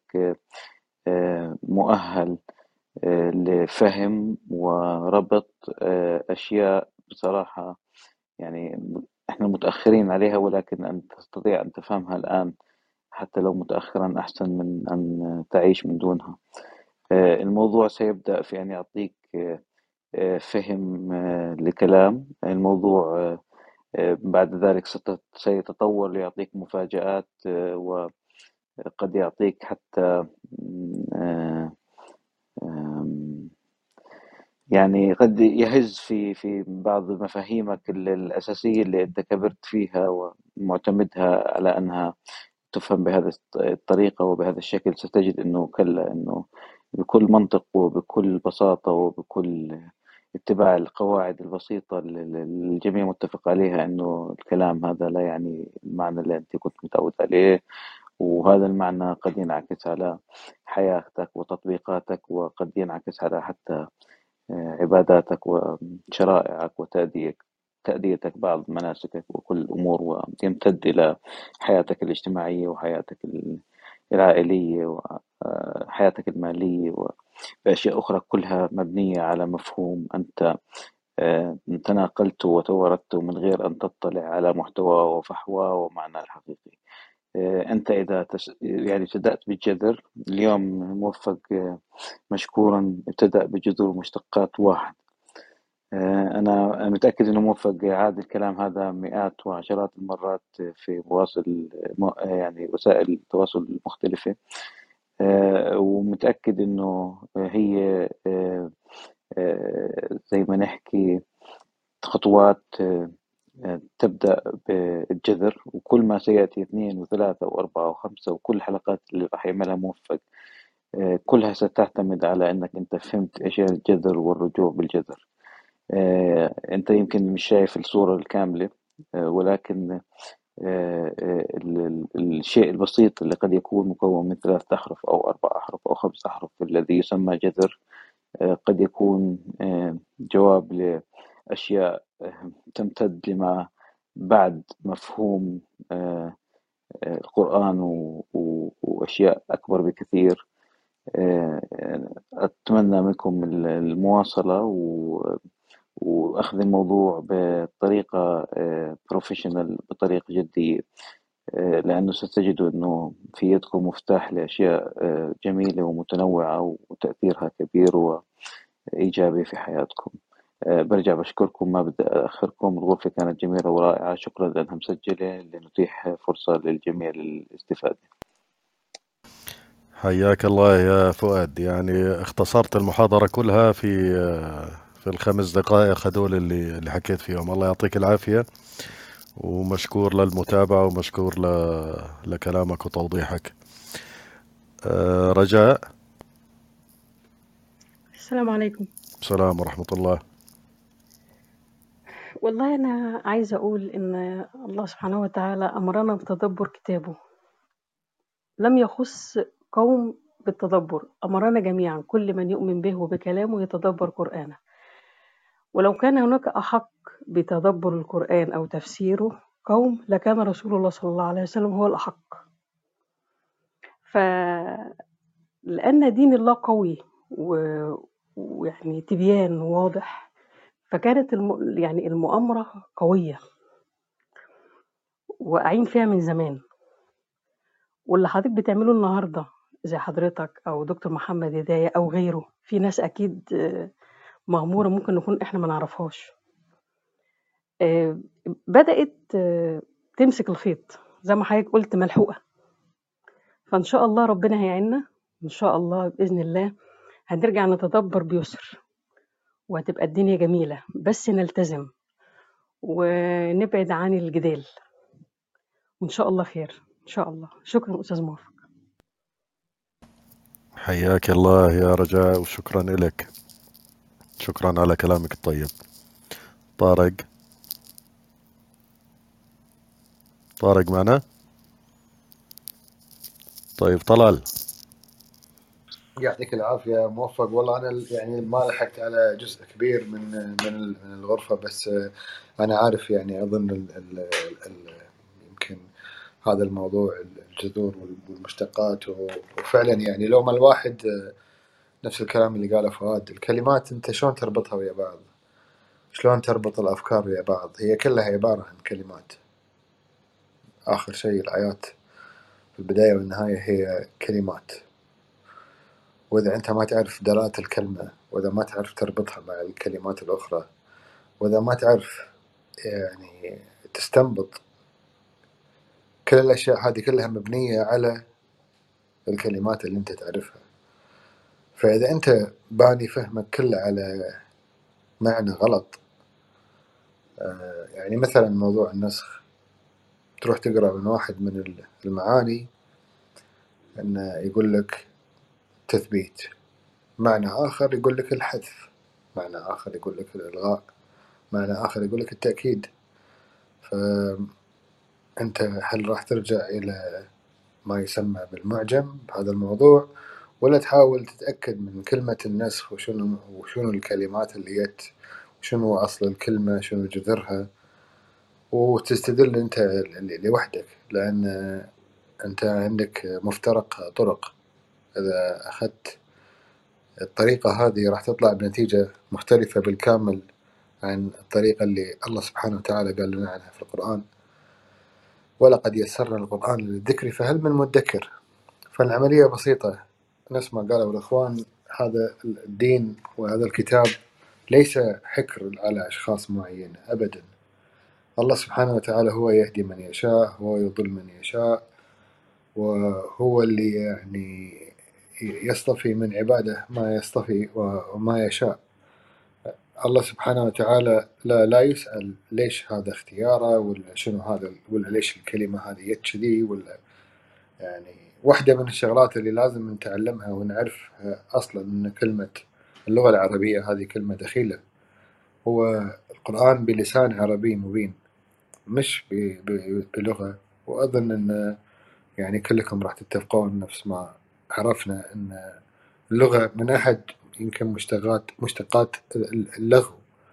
S7: مؤهل لفهم وربط أشياء بصراحة يعني إحنا متأخرين عليها، ولكن أن تستطيع أن تفهمها الآن حتى لو متأخرا أحسن من أن تعيش من دونها. الموضوع سيبدأ في أن يعطيك فهم لكلام الموضوع، بعد ذلك سيتطور ليعطيك مفاجآت، وقد يعطيك حتى يعني قد يهز في بعض مفاهيمك الأساسية اللي أنت كبرت فيها ومعتمدها على أنها تفهم بهذه الطريقة وبهذا الشكل. ستجد أنه كلا، أنه بكل منطق وبكل بساطة وبكل اتباع القواعد البسيطة اللي الجميع متفق عليها، أنه الكلام هذا لا يعني المعنى اللي أنت كنت متعود عليه، وهذا المعنى قد ينعكس على حياتك وتطبيقاتك، وقد ينعكس على حتى عباداتك وشرائعك وتأديتك بعض مناسكك وكل الأمور، ويمتد إلى حياتك الاجتماعية وحياتك العائلية وحياتك المالية وأشياء أخرى، كلها مبنية على مفهوم أنت تناقلته وتوردته من غير أن تطلع على محتواه وفحواه ومعناه الحقيقي. أنت إذا يعني ابتدأت بالجذر اليوم، موفق مشكورا ابتدأ بجذور مشتقات واحد. أنا متأكد أنه موفق عاد الكلام هذا مئات وعشرات المرات في يعني وسائل التواصل المختلفة، ومتأكد أنه هي زي ما نحكي خطوات تبدأ بالجذر، وكل ما سيأتي 2 و3 و4 و5 وكل الحلقات اللي راح يعملها موفق كلها ستعتمد على أنك أنت فهمت إيش الجذر والرجوع بالجذر. أنت يمكن مش شايف الصورة الكاملة، ولكن الشيء البسيط اللي قد يكون مكون من 3 أحرف أو 4 أحرف أو 5 أحرف الذي يسمى جذر قد يكون جواب لأشياء تمتد لما بعد مفهوم القرآن وأشياء أكبر بكثير. أتمنى منكم المواصلة وأخذ الموضوع بطريقة بروفيشنال، بطريقة جدية، لأنه ستجدوا أنه في يدكم مفتاح لأشياء جميلة ومتنوعة وتأثيرها كبير وإيجابي في حياتكم. برجع بشكركم، ما بدي أخركم، الغرفة كانت جميلة ورائعة، شكرا لأنها مسجلة لنتيح فرصة للجميع للاستفادة.
S1: حياك الله يا فؤاد، يعني اختصرت المحاضرة كلها في ال5 دقائق هذول اللي حكيت فيهم. الله يعطيك العافية، ومشكور للمتابعة ومشكور لكلامك وتوضيحك. رجاء.
S10: السلام عليكم.
S1: السلام ورحمة الله.
S10: والله أنا عايزة أقول إن الله سبحانه وتعالى أمرنا بتدبر كتابه، لم يخص قوم بالتدبر، أمرنا جميعا كل من يؤمن به وبكلامه يتدبر قرآنه. ولو كان هناك أحق بتدبر القرآن أو تفسيره قوم لكان رسول الله صلى الله عليه وسلم هو الأحق. لأن دين الله قوي ويعني تبيان واضح، فكانت يعني المؤامرة قوية واقعين فيها من زمان. واللي حضرتك بتعمله النهاردة زي حضرتك أو دكتور محمد هداية أو غيره، في ناس أكيد مغمورة ممكن نكون إحنا ما نعرفهاش، بدأت تمسك الخيط زي ما حضرتك قلت ملحوقة. فإن شاء الله ربنا هيعيننا إن شاء الله بإذن الله، هنرجع نتدبر بيسر وهتبقى الدنيا جميلة، بس نلتزم ونبعد عن الجدال، وإن شاء الله خير إن شاء الله. شكرا أستاذ موفق.
S1: حياك الله يا رجاء، وشكرا لك، شكرا على كلامك الطيب. طارق معنا؟ طيب طلال.
S18: يعطيك العافية موفق. والله أنا يعني ما لحقت على جزء كبير من الغرفة، بس أنا عارف يعني أظن يمكن هذا الموضوع الجذور والمشتقات، وفعلا يعني لو ما الواحد نفس الكلام اللي قاله فؤاد، الكلمات أنت شلون تربطها ويا بعض، شلون تربط الأفكار ويا بعض، هي كلها عبارة عن كلمات. آخر شيء الآيات في البداية والنهاية هي كلمات، وإذا أنت ما تعرف دلالة الكلمة، وإذا ما تعرف تربطها مع الكلمات الأخرى، وإذا ما تعرف يعني تستنبط، كل الأشياء هذه كلها مبنية على الكلمات اللي أنت تعرفها. فإذا أنت باني فهمك كله على معنى غلط، يعني مثلا موضوع النسخ، تروح تقرأ من واحد من المعاني أنه يقول لك تثبيت، معنى آخر يقول لك الحذف، معنى آخر يقول لك الإلغاء، معنى آخر يقول لك التأكيد. فأنت هل راح ترجع إلى ما يسمى بالمعجم بهذا الموضوع، ولا تحاول تتأكد من كلمة النسخ وشنو الكلمات اللي جت، وشنو أصل الكلمة، شنو جذرها، وتستدل أنت لوحدك، لأن أنت عندك مفترق طرق. إذا أخذت الطريقة هذه راح تطلع بنتيجة مختلفة بالكامل عن الطريقة اللي الله سبحانه وتعالى قال لنا عنها في القرآن. ولقد يسرنا القرآن للذكر فهل من مدكر. فالعملية بسيطة، نفس ما قالوا الإخوان، هذا الدين وهذا الكتاب ليس حكر على أشخاص معينة أبدا. الله سبحانه وتعالى هو يهدي من يشاء، هو يضل من يشاء، وهو اللي يعني يصطفي من عباده ما يصطفي وما يشاء. الله سبحانه وتعالى لا يسأل ليش هذا اختياره، ولا شنو هذا، ولا ليش الكلمة هذه جت كذي، ولا يعني واحدة من الشغلات اللي لازم نتعلمها ونعرفها أصلا أن كلمة اللغة العربية هذه كلمة دخيلة. هو القرآن بلسان عربي مبين، مش بلغة. وأظن أن يعني كلكم راح تتفقون نفس ما عرفنا أن اللغة من أحد يمكن مشتقات اللغو.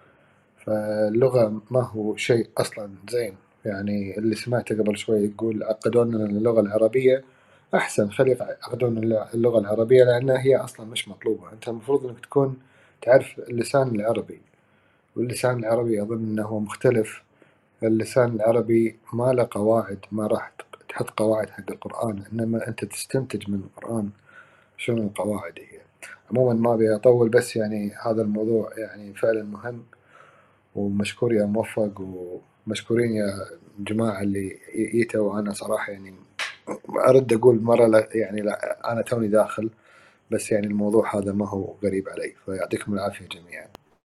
S18: فاللغة ما هو شيء أصلا زين. يعني اللي سمعته قبل شوي يقول عقدون لنا اللغة العربية، أحسن خلي يعقدون اللغة العربية، لأنها هي أصلا مش مطلوبة. أنت المفروض أنك تكون تعرف اللسان العربي، واللسان العربي أظن أنه مختلف. اللسان العربي ما له قواعد، ما راح تحط قواعد حق القرآن، إنما أنت تستنتج من القرآن شنو القواعد هي. عموما ما أبي أطول، بس يعني هذا الموضوع يعني فعلا مهم. ومشكور يا موفق، ومشكورين يا جماعة اللي يتوا. وأنا صراحة يعني أرد أقول مرة لا، يعني لا أنا توني داخل، بس يعني الموضوع هذا ما هو غريب علي. فيعطيكم العافية جميعا.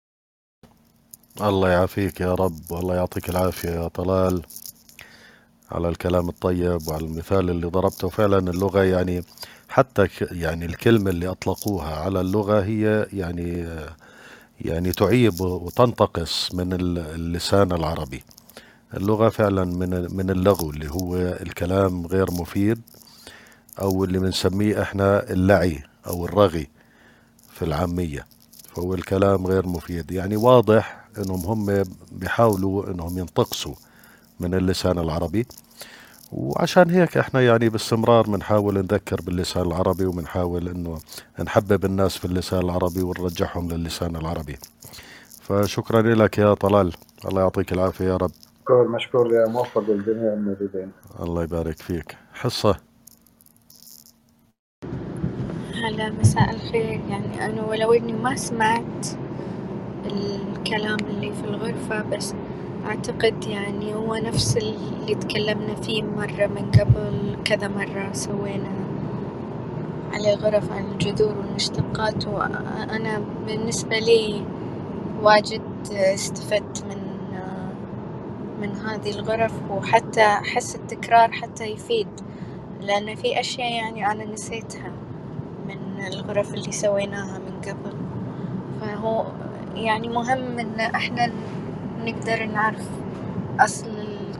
S1: الله يعافيك يا رب، والله يعطيك العافية يا طلال على الكلام الطيب وعلى المثال اللي ضربته. فعلا اللغة يعني حتى يعني الكلمة اللي أطلقوها على اللغة هي يعني تعيب وتنتقص من اللسان العربي. اللغة فعلا من اللغو اللي هو الكلام غير مفيد، أو اللي بنسميه إحنا اللعي أو الرغي في العامية. فهو الكلام غير مفيد. يعني واضح إنهم هم بيحاولوا إنهم ينتقصوا من اللسان العربي، وعشان هيك إحنا يعني باستمرار بنحاول نذكر باللسان العربي، وبنحاول إنه نحبب الناس في اللسان العربي ونرجعهم للسان العربي. فشكرا لك يا طلال، الله يعطيك العافية يا رب.
S18: مشكور يا موفق والجميع الموجودين.
S1: الله يبارك فيك. حصة.
S19: هلا مساء الخير. يعني أنا ولو إني ما سمعت الكلام اللي في الغرفة، بس أعتقد يعني هو نفس اللي تكلمنا فيه مرة من قبل، كذا مرة سوينا على غرف عن الجذور والمشتقات. وأنا بالنسبة لي واجد استفدت من هذه الغرف، وحتى أحس التكرار حتى يفيد، لأن في أشياء يعني أنا نسيتها من الغرف اللي سويناها من قبل. فهو يعني مهم إن إحنا نقدر نعرف أصل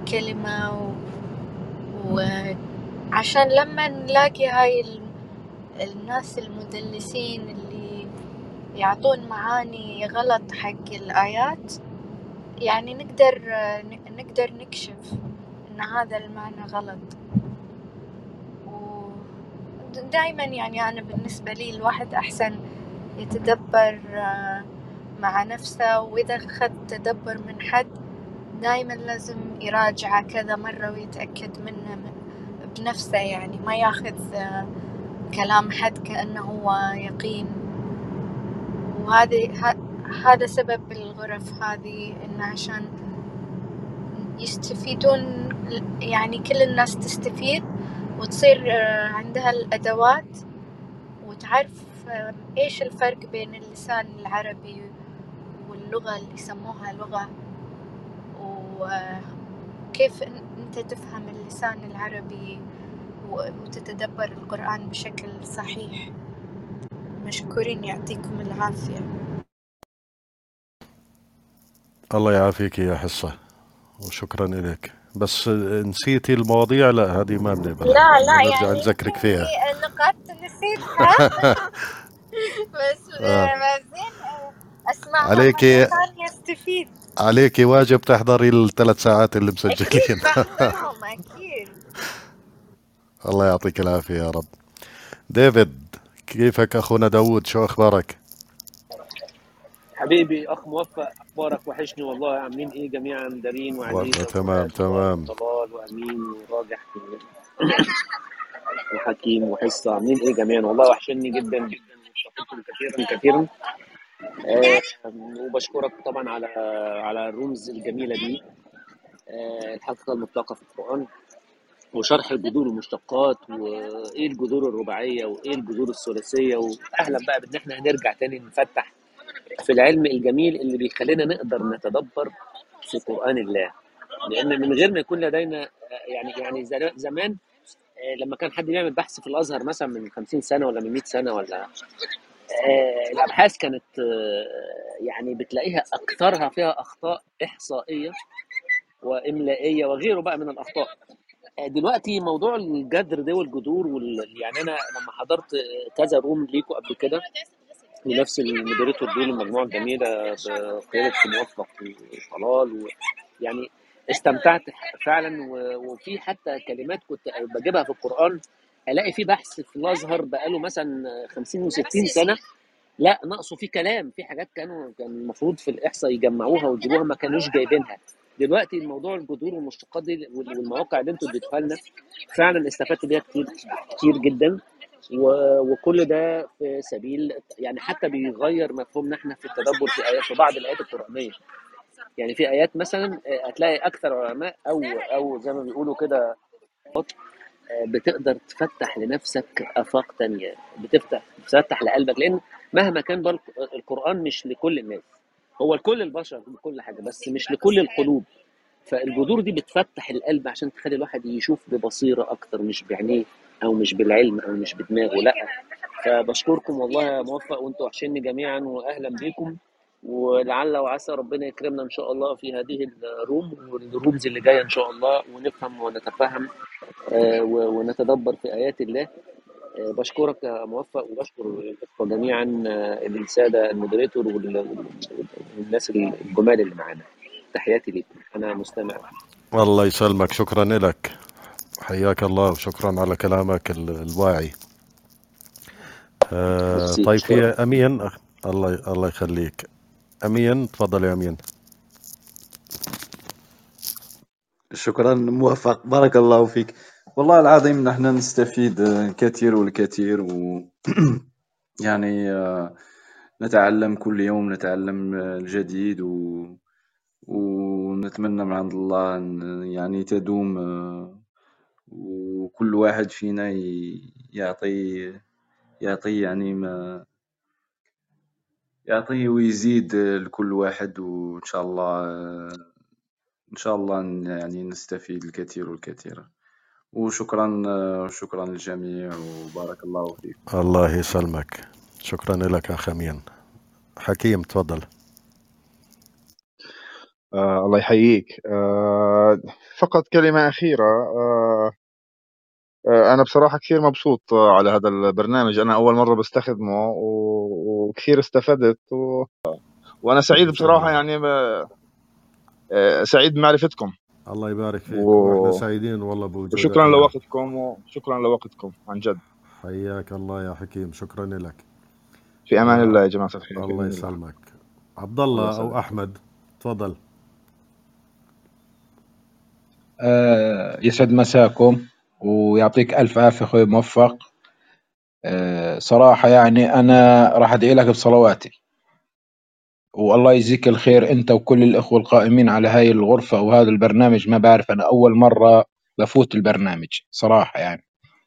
S19: الكلمة، وعشان لما نلاقي هاي الناس المدلسين اللي يعطون معاني غلط حق الآيات، يعني نقدر نكشف إن هذا المعنى غلط. ودائما يعني أنا بالنسبة لي الواحد أحسن يتدبر مع نفسه، وإذا أخذ تدبر من حد دائما لازم يراجعه كذا مرة ويتأكد منه بنفسه، يعني ما ياخذ كلام حد كأنه هو يقين. هذا سبب الغرف هذه، إنه عشان يستفيدون، يعني كل الناس تستفيد وتصير عندها الأدوات وتعرف إيش الفرق بين اللسان العربي واللغة اللي يسموها لغة، وكيف أنت تفهم اللسان العربي وتتدبر القرآن بشكل صحيح. مشكورين، يعطيكم العافية.
S1: الله يعافيك يا حصة، وشكرا لك. بس نسيتي المواضيع؟ لا هذه ما بنقبلها،
S19: لا
S1: نرجع
S19: يعني
S1: نذكرك فيها.
S19: في نقاط نسيتها بس زين أسمعها
S1: عليكي
S19: مرة ثانية استفيد.
S1: عليكي واجب تحضري ال3 ساعات اللي
S19: أكيد
S1: مسجلين.
S19: بحضرهم أكيد.
S1: الله يعطيك العافية يا رب. ديفيد، كيفك أخونا داود؟ شو أخبارك؟
S20: حبيبي أخ موفق، أخبارك؟ وحشني والله. عاملين إيه جميعا؟ دارين
S1: والله
S20: وعزيزة
S1: تمام
S20: وطلال وأمين وراجح وحكيم وحصة، عاملين إيه جميعا؟ والله وحشني جدا جدا وشكركم كثيرا كثيرا. وبشكرك طبعا على الرمز الجميلة دي، الحقيقة المطلقة في القرآن، وشرح الجذور والمشتقات، وايه الجذور الرباعيه وايه الجذور الثلاثيه. واهلا بقى بان احنا هنرجع تاني نفتح في العلم الجميل اللي بيخلينا نقدر نتدبر في قرآن الله، لان من غير ما يكون لدينا يعني زمان لما كان حد بيعمل بحث في الازهر مثلا من 50 سنه ولا من 100 سنه ولا الابحاث كانت يعني بتلاقيها اكثرها فيها اخطاء احصائيه واملائيه وغيره بقى من الاخطاء. دلوقتي موضوع الجذر ده والجذور يعني انا لما حضرت كذا روم ليكوا قبل كده لنفس المودريتور دول، المجموعه الجميله بقياده موفق وطلال، يعني استمتعت فعلا. وفي حتى كلمات كنت بجيبها في القران الاقي في بحث في الازهر بقاله مثلا 50 و60 سنه لا ناقصه في كلام، في حاجات كان المفروض في الاحصاء يجمعوها ويجيبوها ما كانوش جايبينها. دلوقتي الموضوع الجذور والمشتقات دي والمواقع اللي انتوا اديتوها لنا فعلا استفدت بيها كتير كتير جدا، وكل ده في سبيل يعني حتى بيغير مفهومنا احنا في التدبر في ايات، في بعض الايات القرانيه. يعني في ايات مثلا هتلاقي اكثر علماء او زي ما بيقولوا كده بتقدر تفتح لنفسك آفاق تانية، بتفتح لقلبك، لأن مهما كان القرآن مش لكل الناس، هو لكل البشر بكل حاجة بس مش لكل القلوب. فالجذور دي بتفتح القلب عشان تخلي الواحد يشوف ببصيرة أكتر، مش بعينيه أو مش بالعلم أو مش بدماغه، لأ. فبشكركم والله يا موفق، وانتوا وحشني جميعا وأهلا بيكم، ولعل وعسى ربنا يكرمنا إن شاء الله في هذه الروم والرومز اللي جاية إن شاء الله، ونفهم ونتفهم ونتدبر في آيات الله. بشكرك يا موفق، وبشكر الإخوة جميعا، السادة المودريتور والناس الجمال اللي معانا. تحياتي لكم، أنا مستمع.
S1: الله يسلمك، شكرا لك، حياك الله، وشكرا على كلامك الواعي. طيب في أمين، الله يخليك. أمين تفضل يا أمين.
S17: شكرا موفق، بارك الله فيك. والله العظيم نحن نستفيد كثير والكثير يعني نتعلم كل يوم، نتعلم الجديد ونتمنى من عند الله أن يعني تدوم، وكل واحد فينا يعطي يعني ما يعطي ويزيد لكل واحد، وإن شاء الله يعني نستفيد الكثير والكثير. وشكرا للجميع، وبارك الله فيك.
S1: الله يسلمك، شكرا لك أخ أمين. حكيم تفضل.
S21: الله يحييك. فقط كلمة أخيرة.
S15: أنا بصراحة كثير مبسوط على هذا البرنامج. أنا أول مرة بستخدمه وكثير استفدت وأنا سعيد بصراحة، يعني سعيد بمعرفتكم
S1: الله يبارك فيك، واحنا سعيدين والله بوجودك
S15: وشكرا
S1: معنا.
S15: لوقتكم وشكرا لوقتكم عن جد.
S1: حياك الله يا حكيم، شكرا لك.
S15: في أمان الله يا جماعة الخير.
S1: الله يسلمك. عبد الله أو أحمد، تفضل.
S21: يسعد مساكم ويعطيك ألف عافية أخوي موفق. صراحة يعني أنا راح أدعي لك بصلواتي، والله يجزيك الخير أنت وكل الأخوة القائمين على هاي الغرفة وهذا البرنامج. ما بعرف، أنا أول مرة بفوت البرنامج صراحة، يعني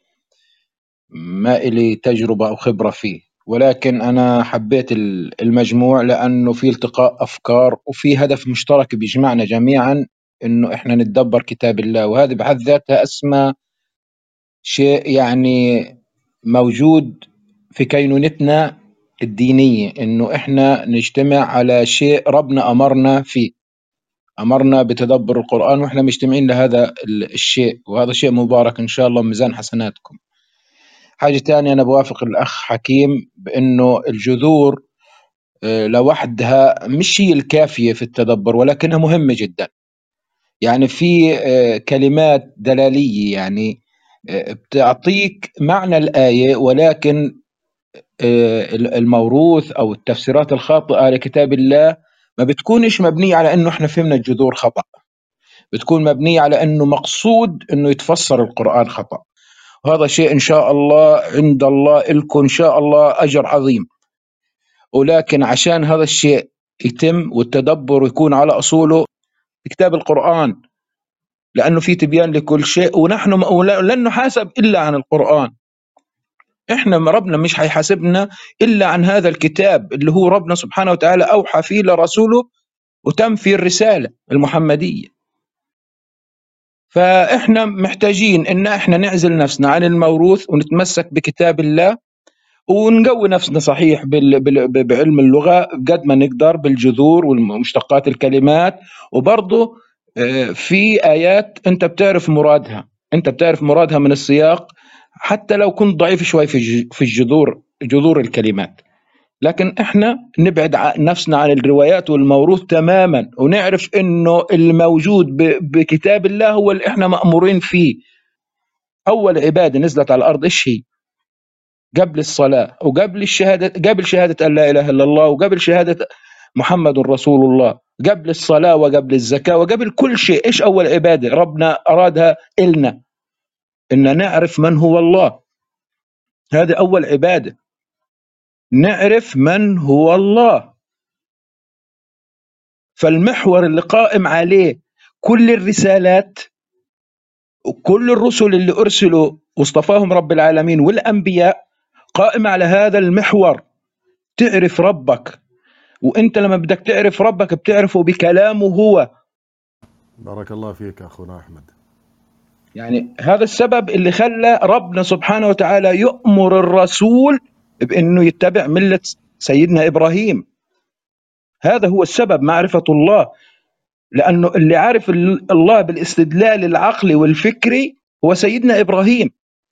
S21: ما إلي تجربة أو خبرة فيه، ولكن أنا حبيت المجموع لأنه في التقاء أفكار وفي هدف مشترك بيجمعنا جميعا، إنه إحنا نتدبر كتاب الله، وهذه بحد ذاتها أسمى شيء يعني موجود في كينونتنا الدينية، إنه إحنا نجتمع على شيء ربنا أمرنا فيه، أمرنا بتدبر القرآن وإحنا مجتمعين لهذا الشيء، وهذا شيء مبارك إن شاء الله ميزان حسناتكم. حاجة تانية، أنا بوافق الأخ حكيم بأنه الجذور لوحدها مش هي الكافية في التدبر، ولكنها مهمة جدا. يعني في كلمات دلالية يعني بتعطيك معنى الآية، ولكن الموروث أو التفسيرات الخاطئة لكتاب الله ما بتكونش مبنية على أنه إحنا فهمنا الجذور خطأ، بتكون مبنية على أنه مقصود أنه يتفسر القرآن خطأ. وهذا شيء إن شاء الله عند الله إلكم إن شاء الله أجر عظيم، ولكن عشان هذا الشيء يتم والتدبر يكون على أصوله كتاب القرآن، لأنه في تبيان لكل شيء، ونحن لن نحاسب إلا عن القرآن. إحنا ربنا مش هيحاسبنا إلا عن هذا الكتاب اللي هو ربنا سبحانه وتعالى أوحى فيه لرسوله وتم فيه الرسالة المحمدية. فإحنا محتاجين إن إحنا نعزل نفسنا عن الموروث ونتمسك بكتاب الله، ونقوي نفسنا صحيح بعلم اللغة قد ما نقدر بالجذور والمشتقات الكلمات. وبرضه في آيات أنت بتعرف مرادها من السياق، حتى لو كنت ضعيف شوي في جذور الكلمات، لكن إحنا نبعد نفسنا عن الروايات والموروث تماما، ونعرف إنه الموجود بكتاب الله هو اللي إحنا مأمورين فيه. أول عبادة نزلت على الأرض إيش هي؟ قبل الصلاة وقبل الشهادة، قبل شهادة أن لا إله إلا الله وقبل شهادة محمد رسول الله، قبل الصلاة وقبل الزكاة وقبل كل شيء. إيش أول عبادة ربنا أرادها إلنا؟ إن نعرف من هو الله. هذه أول عبادة، نعرف من هو الله. فالمحور اللي قائم عليه كل الرسالات وكل الرسل اللي أرسلوا واصطفاهم رب العالمين والأنبياء قائم على هذا المحور. تعرف ربك، وانت لما بدك تعرف ربك بتعرفه بكلامه هو.
S1: بارك الله فيك أخونا أحمد.
S21: يعني هذا السبب اللي خلى ربنا سبحانه وتعالى يؤمر الرسول بأنه يتبع ملة سيدنا إبراهيم. هذا هو السبب، معرفة الله، لأنه اللي عارف الله بالاستدلال العقلي والفكري هو سيدنا إبراهيم.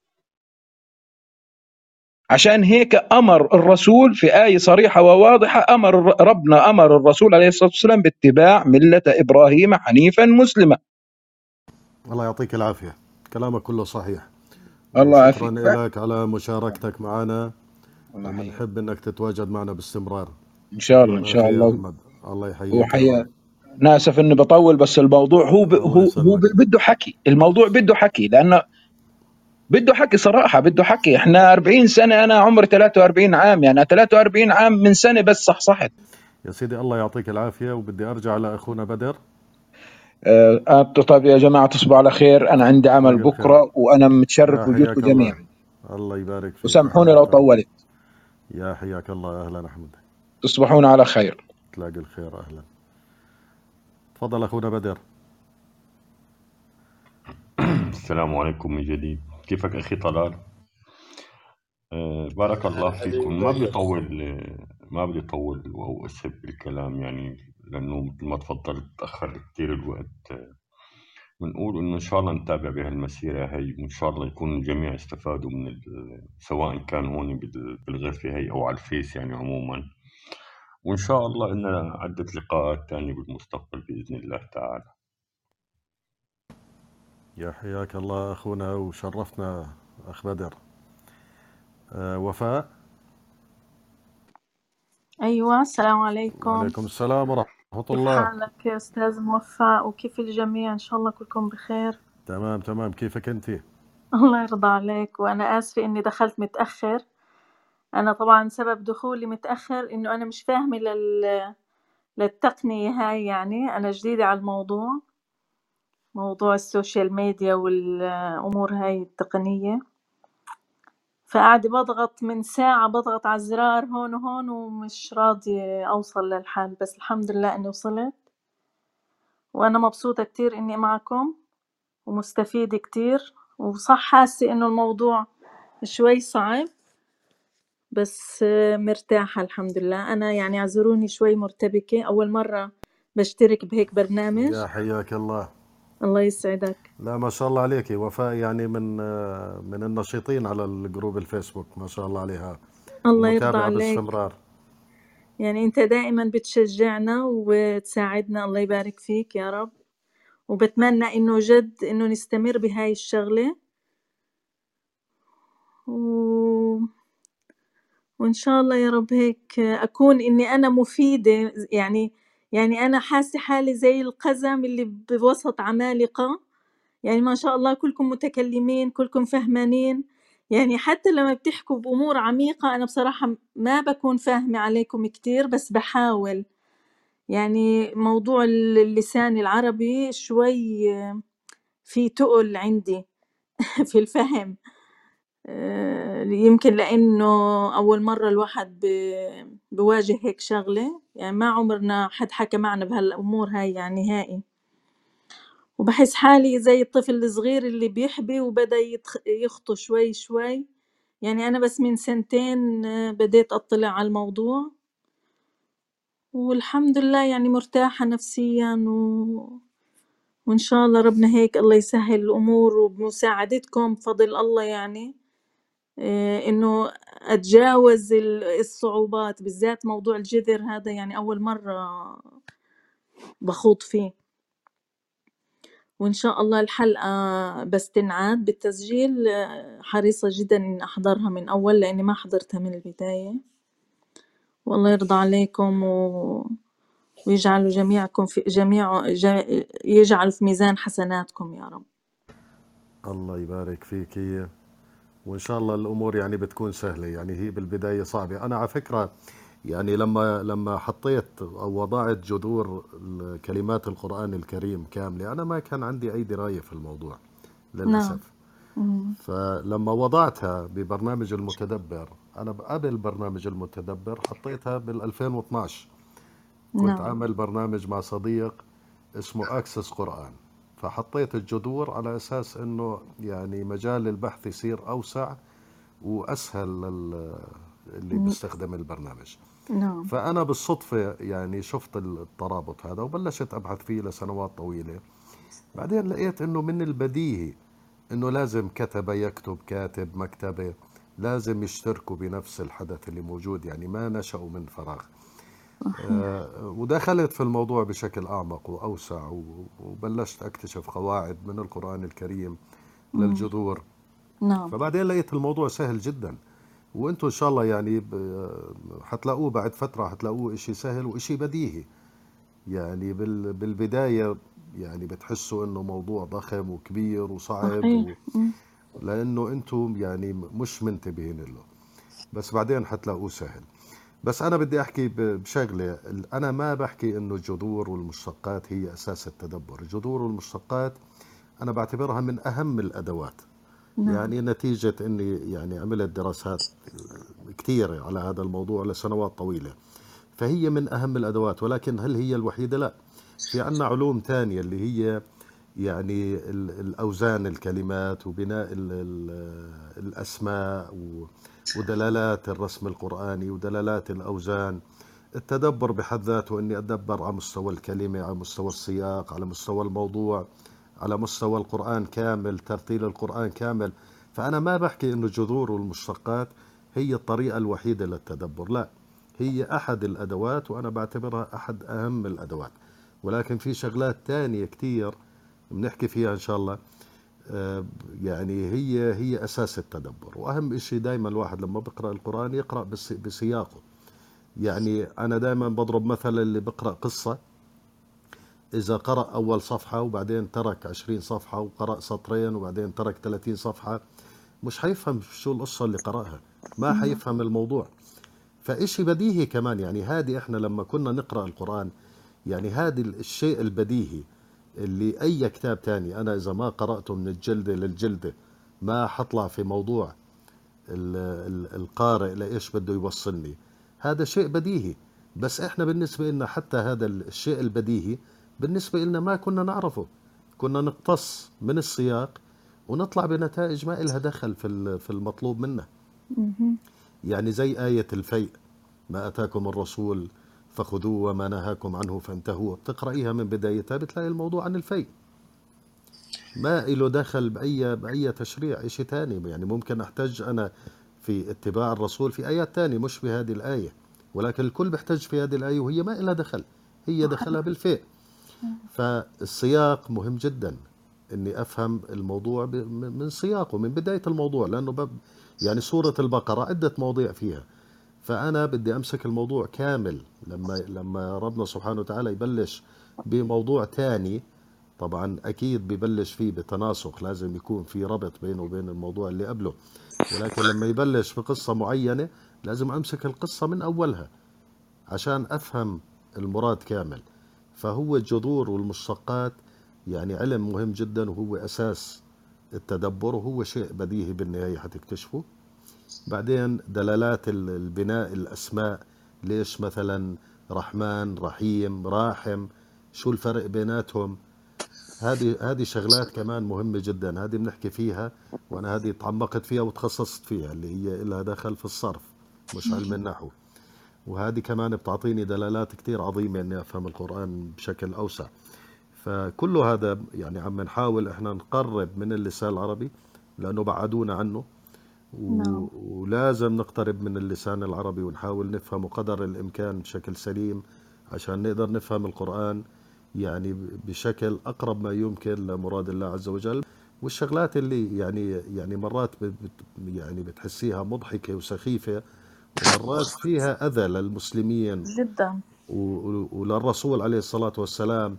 S21: عشان هيك أمر الرسول في آية صريحة وواضحة، ربنا أمر الرسول عليه الصلاة والسلام باتباع ملة إبراهيم حنيفا مسلما.
S1: الله يعطيك العافية، كلامك كله صحيح.
S21: الله يعافيك.
S1: شكرا لك على مشاركتك معنا، ونحب أنك تتواجد معنا باستمرار
S21: إن شاء الله. إن شاء الله.
S1: أحمد. الله يحييك.
S21: وحيا ناسف إني بطول، بس الموضوع هو بده حكي. الموضوع بده حكي، لأنه بده حكي صراحة، بده حكي. احنا 40 سنة، أنا عمري 43 عام، يعني 43 عام من سنة بس صحصحت.
S1: يا سيدي الله يعطيك العافية. وبدي أرجع لأخونا بدر.
S21: طيب يا جماعة تصبحوا على خير، أنا عندي عمل بكرة وأنا متشرف بوجودكم جميعا.
S1: الله يبارك فيك،
S21: وسامحوني لو طولت.
S1: يا حياك الله. أهلا أحمد،
S21: تصبحون على خير.
S1: تلاقي الخير. أهلا. تفضل أخونا بدر.
S12: السلام عليكم من جديد. كيفك أخي طلال؟ بارك الله فيكم. ما بدي طول أو أسهب بالكلام، يعني لأنه مثل ما تفضلت تأخر كتير الوقت. ونقول إنه إن شاء الله نتابع بهالمسيرة هي، وإن شاء الله يكون الجميع استفادوا من سواء كان هون بالغرفة هي أو على الفيس يعني عموما. وإن شاء الله إن عدة لقاءات تانية بالمستقبل بإذن الله تعالى.
S1: يا حياك الله أخونا وشرفتنا أخ بدر. وفاء.
S2: أيوة، السلام عليكم.
S1: وعليكم السلام ورحمة
S2: كيف
S1: الله.
S2: حالك يا أستاذ موفق، وكيف الجميع؟ إن شاء الله كلكم بخير.
S1: تمام. كيفك أنت؟
S2: الله يرضى عليك. وأنا آسفة إني دخلت متأخر. أنا طبعا سبب دخولي متأخر إنه أنا مش فاهمة للتقنية هاي. يعني أنا جديدة على موضوع السوشيال ميديا والأمور هاي التقنية، فقاعدة بضغط من ساعة، بضغط على الزرار هون وهون ومش راضية أوصل للحل. بس الحمد لله إني وصلت، وأنا مبسوطة كتير إني معكم ومستفيدة كتير. وصح حاسة إنه الموضوع شوي صعب، بس مرتاحة الحمد لله. أنا يعني اعذروني شوي مرتبكة، أول مرة بشترك بهيك برنامج.
S1: يا حياك الله.
S2: الله يسعدك.
S1: لا ما شاء الله عليك وفاء، يعني من النشيطين على الجروب الفيسبوك، ما شاء الله عليها.
S2: الله يرضى
S1: ومتابعة
S2: عليك.
S1: باستمرار.
S2: يعني أنت دائما بتشجعنا وتساعدنا، الله يبارك فيك يا رب. وبتمنى إنه جد إنه نستمر بهاي الشغلة، وإن شاء الله يا رب هيك أكون إني أنا مفيدة. يعني أنا حاسة حالي زي القزم اللي بوسط عمالقة. يعني ما شاء الله كلكم متكلمين، كلكم فهمانين. يعني حتى لما بتحكوا بأمور عميقة أنا بصراحة ما بكون فاهمة عليكم كتير، بس بحاول. يعني موضوع اللسان العربي شوي في تقل عندي في الفهم. يمكن لأنه أول مرة الواحد بواجه هيك شغلة. يعني ما عمرنا حد حكى معنا بهالأمور هاي يعني نهائي. وبحس حالي زي الطفل الصغير اللي بيحبي وبدأ يخطو شوي شوي. يعني أنا بس من 2 بديت أطلع على الموضوع، والحمد لله يعني مرتاحة نفسيا وإن شاء الله ربنا هيك الله يسهل الأمور، وبمساعدتكم بفضل الله يعني إنه أتجاوز الصعوبات، بالذات موضوع الجذر هذا يعني أول مرة بخوض فيه. وإن شاء الله الحلقة بس تنعاد بالتسجيل حريصة جدا إن أحضرها من أول، لأني ما حضرتها من البداية. والله يرضى عليكم ويجعلوا جميعكم في يجعل في ميزان حسناتكم يا رب.
S1: الله يبارك فيك. وإن شاء الله الأمور يعني بتكون سهلة. يعني هي بالبداية صعبة. أنا على فكرة يعني لما حطيت أو وضعت جذور كلمات القرآن الكريم كاملة، أنا ما كان عندي أي دراية في الموضوع للأسف. فلما وضعتها ببرنامج المتدبر، أنا قبل برنامج المتدبر حطيتها بال2012. كنت عامل برنامج مع صديق اسمه أكسس قرآن، فحطيت الجذور على أساس أنه يعني مجال البحث يصير أوسع وأسهل اللي بيستخدم البرنامج. فأنا بالصدفة يعني شفت الترابط هذا وبلشت أبحث فيه لسنوات طويلة. بعدين لقيت أنه من البديهي أنه لازم يكتب كاتب، مكتبة لازم يشتركوا بنفس الحدث اللي موجود، يعني ما نشأوا من فراغ. ودخلت في الموضوع بشكل أعمق وأوسع، وبلشت أكتشف قواعد من القرآن الكريم للجذور. فبعدين لقيت الموضوع سهل جدا، وانتم إن شاء الله يعني حتلاقوه بعد فترة، حتلاقوه إشي سهل وإشي بديهي. يعني بالبداية يعني بتحسوا إنه موضوع ضخم وكبير وصعب لأنه انتم يعني مش منتبهين له، بس بعدين حتلاقوه سهل. بس أنا بدي أحكي بشغلة. أنا ما بحكي إنه الجذور والمشتقات هي أساس التدبر. الجذور والمشتقات أنا بعتبرها من أهم الأدوات. يعني نتيجة إني يعني عملت دراسات كثيرة على هذا الموضوع لسنوات طويلة، فهي من أهم الأدوات. ولكن هل هي الوحيدة؟ لا، في عنا علوم تانية اللي هي يعني الأوزان الكلمات وبناء الأسماء ودلالات الرسم القرآني ودلالات الأوزان. التدبر بحد ذاته إني أدبر على مستوى الكلمة، على مستوى السياق، على مستوى الموضوع، على مستوى القرآن كامل، ترتيل القرآن كامل. فأنا ما بحكي إنه الجذور والمشتقات هي الطريقة الوحيدة للتدبر، لا، هي أحد الأدوات، وأنا بعتبرها أحد أهم الأدوات. ولكن في شغلات تانية كتير بنحكي فيها إن شاء الله. يعني هي أساس التدبر. وأهم إشي دايما الواحد لما بقرأ القرآن يقرأ بسياقه. يعني أنا دايما بضرب مثل اللي بقرأ قصة، إذا قرأ أول صفحة وبعدين ترك 20 صفحة وقرأ سطرين وبعدين ترك 30 صفحة، مش حيفهم شو القصة اللي قرأها، ما حيفهم الموضوع. فإشي بديهي كمان. يعني هذه إحنا لما كنا نقرأ القرآن، يعني هذا الشيء البديهي اللي أي كتاب تاني أنا إذا ما قرأته من الجلدة للجلدة ما حطلع في موضوع القارئ لإيش بده يوصلني. هذا شيء بديهي. بس إحنا بالنسبة لنا حتى هذا الشيء البديهي بالنسبة لنا ما كنا نعرفه، كنا نقتص من السياق ونطلع بنتائج ما إلها دخل في المطلوب منا. يعني زي آية الفيء، ما أتاكم الرسول فخذوه وما نهاكم عنه فانتهوا، بتقرأيها من بدايتها بتلاقي الموضوع عن الفيء، ما إله دخل بأي تشريع إشي تاني. يعني ممكن أحتج أنا في اتباع الرسول في آيات تانية مش بهذه الآية، ولكن الكل بيحتج في هذه الآية وهي ما إلها دخل، هي دخلها بالفيء. فالسياق مهم جدا، إني أفهم الموضوع من سياقه من بداية الموضوع، لأنه يعني سورة البقرة عدة مواضيع فيها، فأنا بدي أمسك الموضوع كامل. لما ربنا سبحانه وتعالى يبلش بموضوع تاني، طبعا أكيد ببلش فيه بتناسق، لازم يكون في ربط بينه وبين الموضوع اللي قبله. ولكن لما يبلش بقصة معينة لازم أمسك القصة من أولها عشان أفهم المراد كامل. فهو الجذور والمشتقات يعني علم مهم جدا، وهو أساس التدبر، وهو شيء بديهي بالنهاية حتكتشفه. بعدين دلالات البناء، الأسماء، ليش مثلا رحمن، رحيم، راحم، شو الفرق بيناتهم. هذه شغلات كمان مهمة جدا، هذه بنحكي فيها، وأنا هذه تعمقت فيها وتخصصت فيها، اللي هي لها دخل في الصرف مش علم النحو. وهذه كمان بتعطيني دلالات كتير عظيمة إني أفهم القرآن بشكل أوسع. فكل هذا يعني عم نحاول إحنا نقرب من اللسان العربي، لأنه بعدونا عنه، ولازم نقترب من اللسان العربي ونحاول نفهمه قدر الإمكان بشكل سليم عشان نقدر نفهم القرآن يعني بشكل أقرب ما يمكن لمراد الله عز وجل. والشغلات اللي يعني مرات يعني بتحسيها مضحكة وسخيفة، ومرات فيها أذى للمسلمين
S2: جدا
S1: وللرسول عليه الصلاة والسلام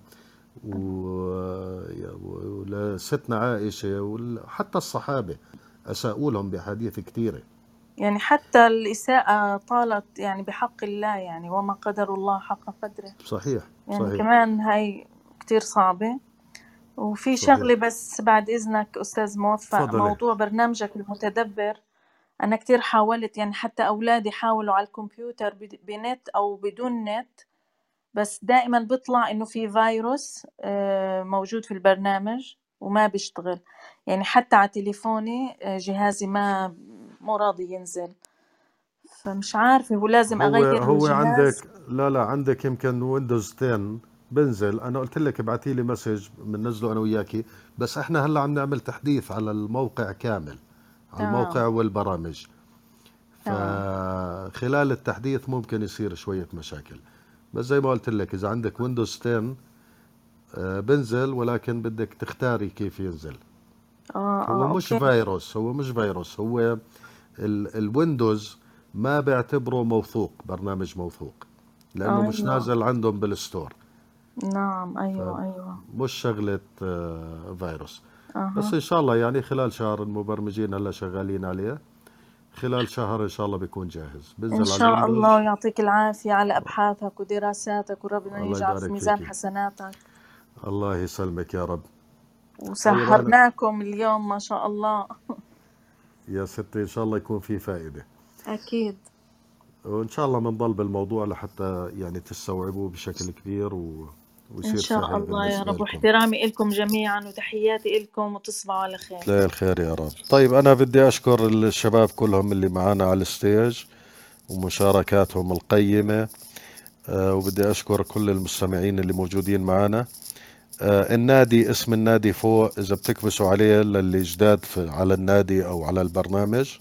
S1: ولستنا عائشة وحتى الصحابة أساءوا لهم بأحاديث كثيرة.
S2: يعني حتى الإساءة طالت يعني بحق الله، يعني وما قدر الله حق قدره.
S1: صحيح
S2: يعني
S1: صحيح.
S2: كمان هاي كتير صعبة. وفي
S1: صحيح.
S2: شغلة بس بعد إذنك أستاذ موفق،
S1: فضلي.
S2: موضوع برنامجك المتدبر، أنا كتير حاولت، يعني حتى أولادي حاولوا على الكمبيوتر بنت أو بدون نت، بس دائما بيطلع إنه في فيروس موجود في البرنامج وما بيشتغل. يعني حتى على تليفوني جهازي مو راضي ينزل، فمش عارفة هو لازم أغير
S1: هو
S2: الجهاز.
S1: عندك لا عندك يمكن ويندوز 10 بنزل. انا قلت لك ابعتي لي مسج بننزله انا وياكي، بس احنا هلا عم نعمل تحديث على الموقع كامل، على الموقع والبرامج. فخلال التحديث ممكن يصير شوية مشاكل، بس زي ما قلت لك إذا عندك ويندوز 10 بنزل، ولكن بدك تختاري كيف ينزل. هو مش فيروس، هو الويندوز ما بيعتبره موثوق، برنامج موثوق، لأنه مش نازل عندهم بالستور.
S2: نعم أيوة
S1: مش شغلة فيروس. بس إن شاء الله يعني خلال شهر المبرمجين هلا شغالين عليه، خلال شهر إن شاء الله بيكون جاهز، بنزل
S2: إن شاء الله. يعطيك العافية على أبحاثك ودراساتك، وربنا يجعل في ميزان حسناتك.
S1: الله يسلمك يا رب.
S2: وسهرناكم اليوم ما شاء الله.
S1: يا ستي إن شاء الله يكون في فائدة
S2: أكيد،
S1: وإن شاء الله بنضل بالموضوع لحتى يعني تستوعبوه بشكل كبير ويصير
S2: إن شاء
S1: سهل
S2: الله يا
S1: بالنسبة
S2: رب.
S1: لكم.
S2: واحترامي لكم جميعا وتحياتي لكم، وتصبحوا على خير.
S1: لا الخير يا رب. طيب أنا بدي أشكر الشباب كلهم اللي معانا على الستيج ومشاركاتهم القيمة، وبدي أشكر كل المستمعين اللي موجودين معانا. النادي، اسم النادي فوق إذا بتكبسوا عليه للي جداد على النادي أو على البرنامج.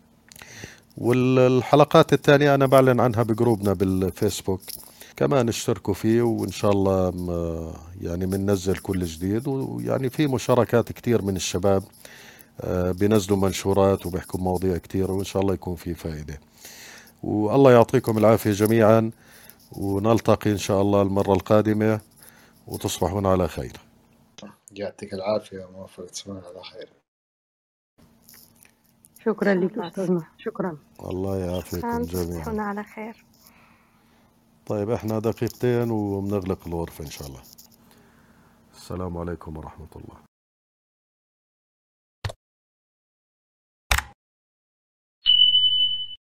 S1: والحلقات الثانية أنا بعلن عنها بجروبنا بالفيسبوك، كمان اشتركوا فيه، وإن شاء الله يعني بننزل كل جديد. ويعني في مشاركات كتير من الشباب بينزلوا منشورات وبيحكوا مواضيع كتير، وإن شاء الله يكون في فائدة. والله يعطيكم العافية جميعا، ونلتقي إن شاء الله المرة القادمة، وتصبحون على خير.
S18: يعطيك العافية وموفق، تصبحون على خير.
S10: شكرا لك أستاذنا، شكرا.
S1: الله يعافيكم جميعا.
S4: تصبحون على خير.
S1: طيب احنا دقيقتين وبنغلق الغرفة إن شاء الله. السلام عليكم ورحمة الله.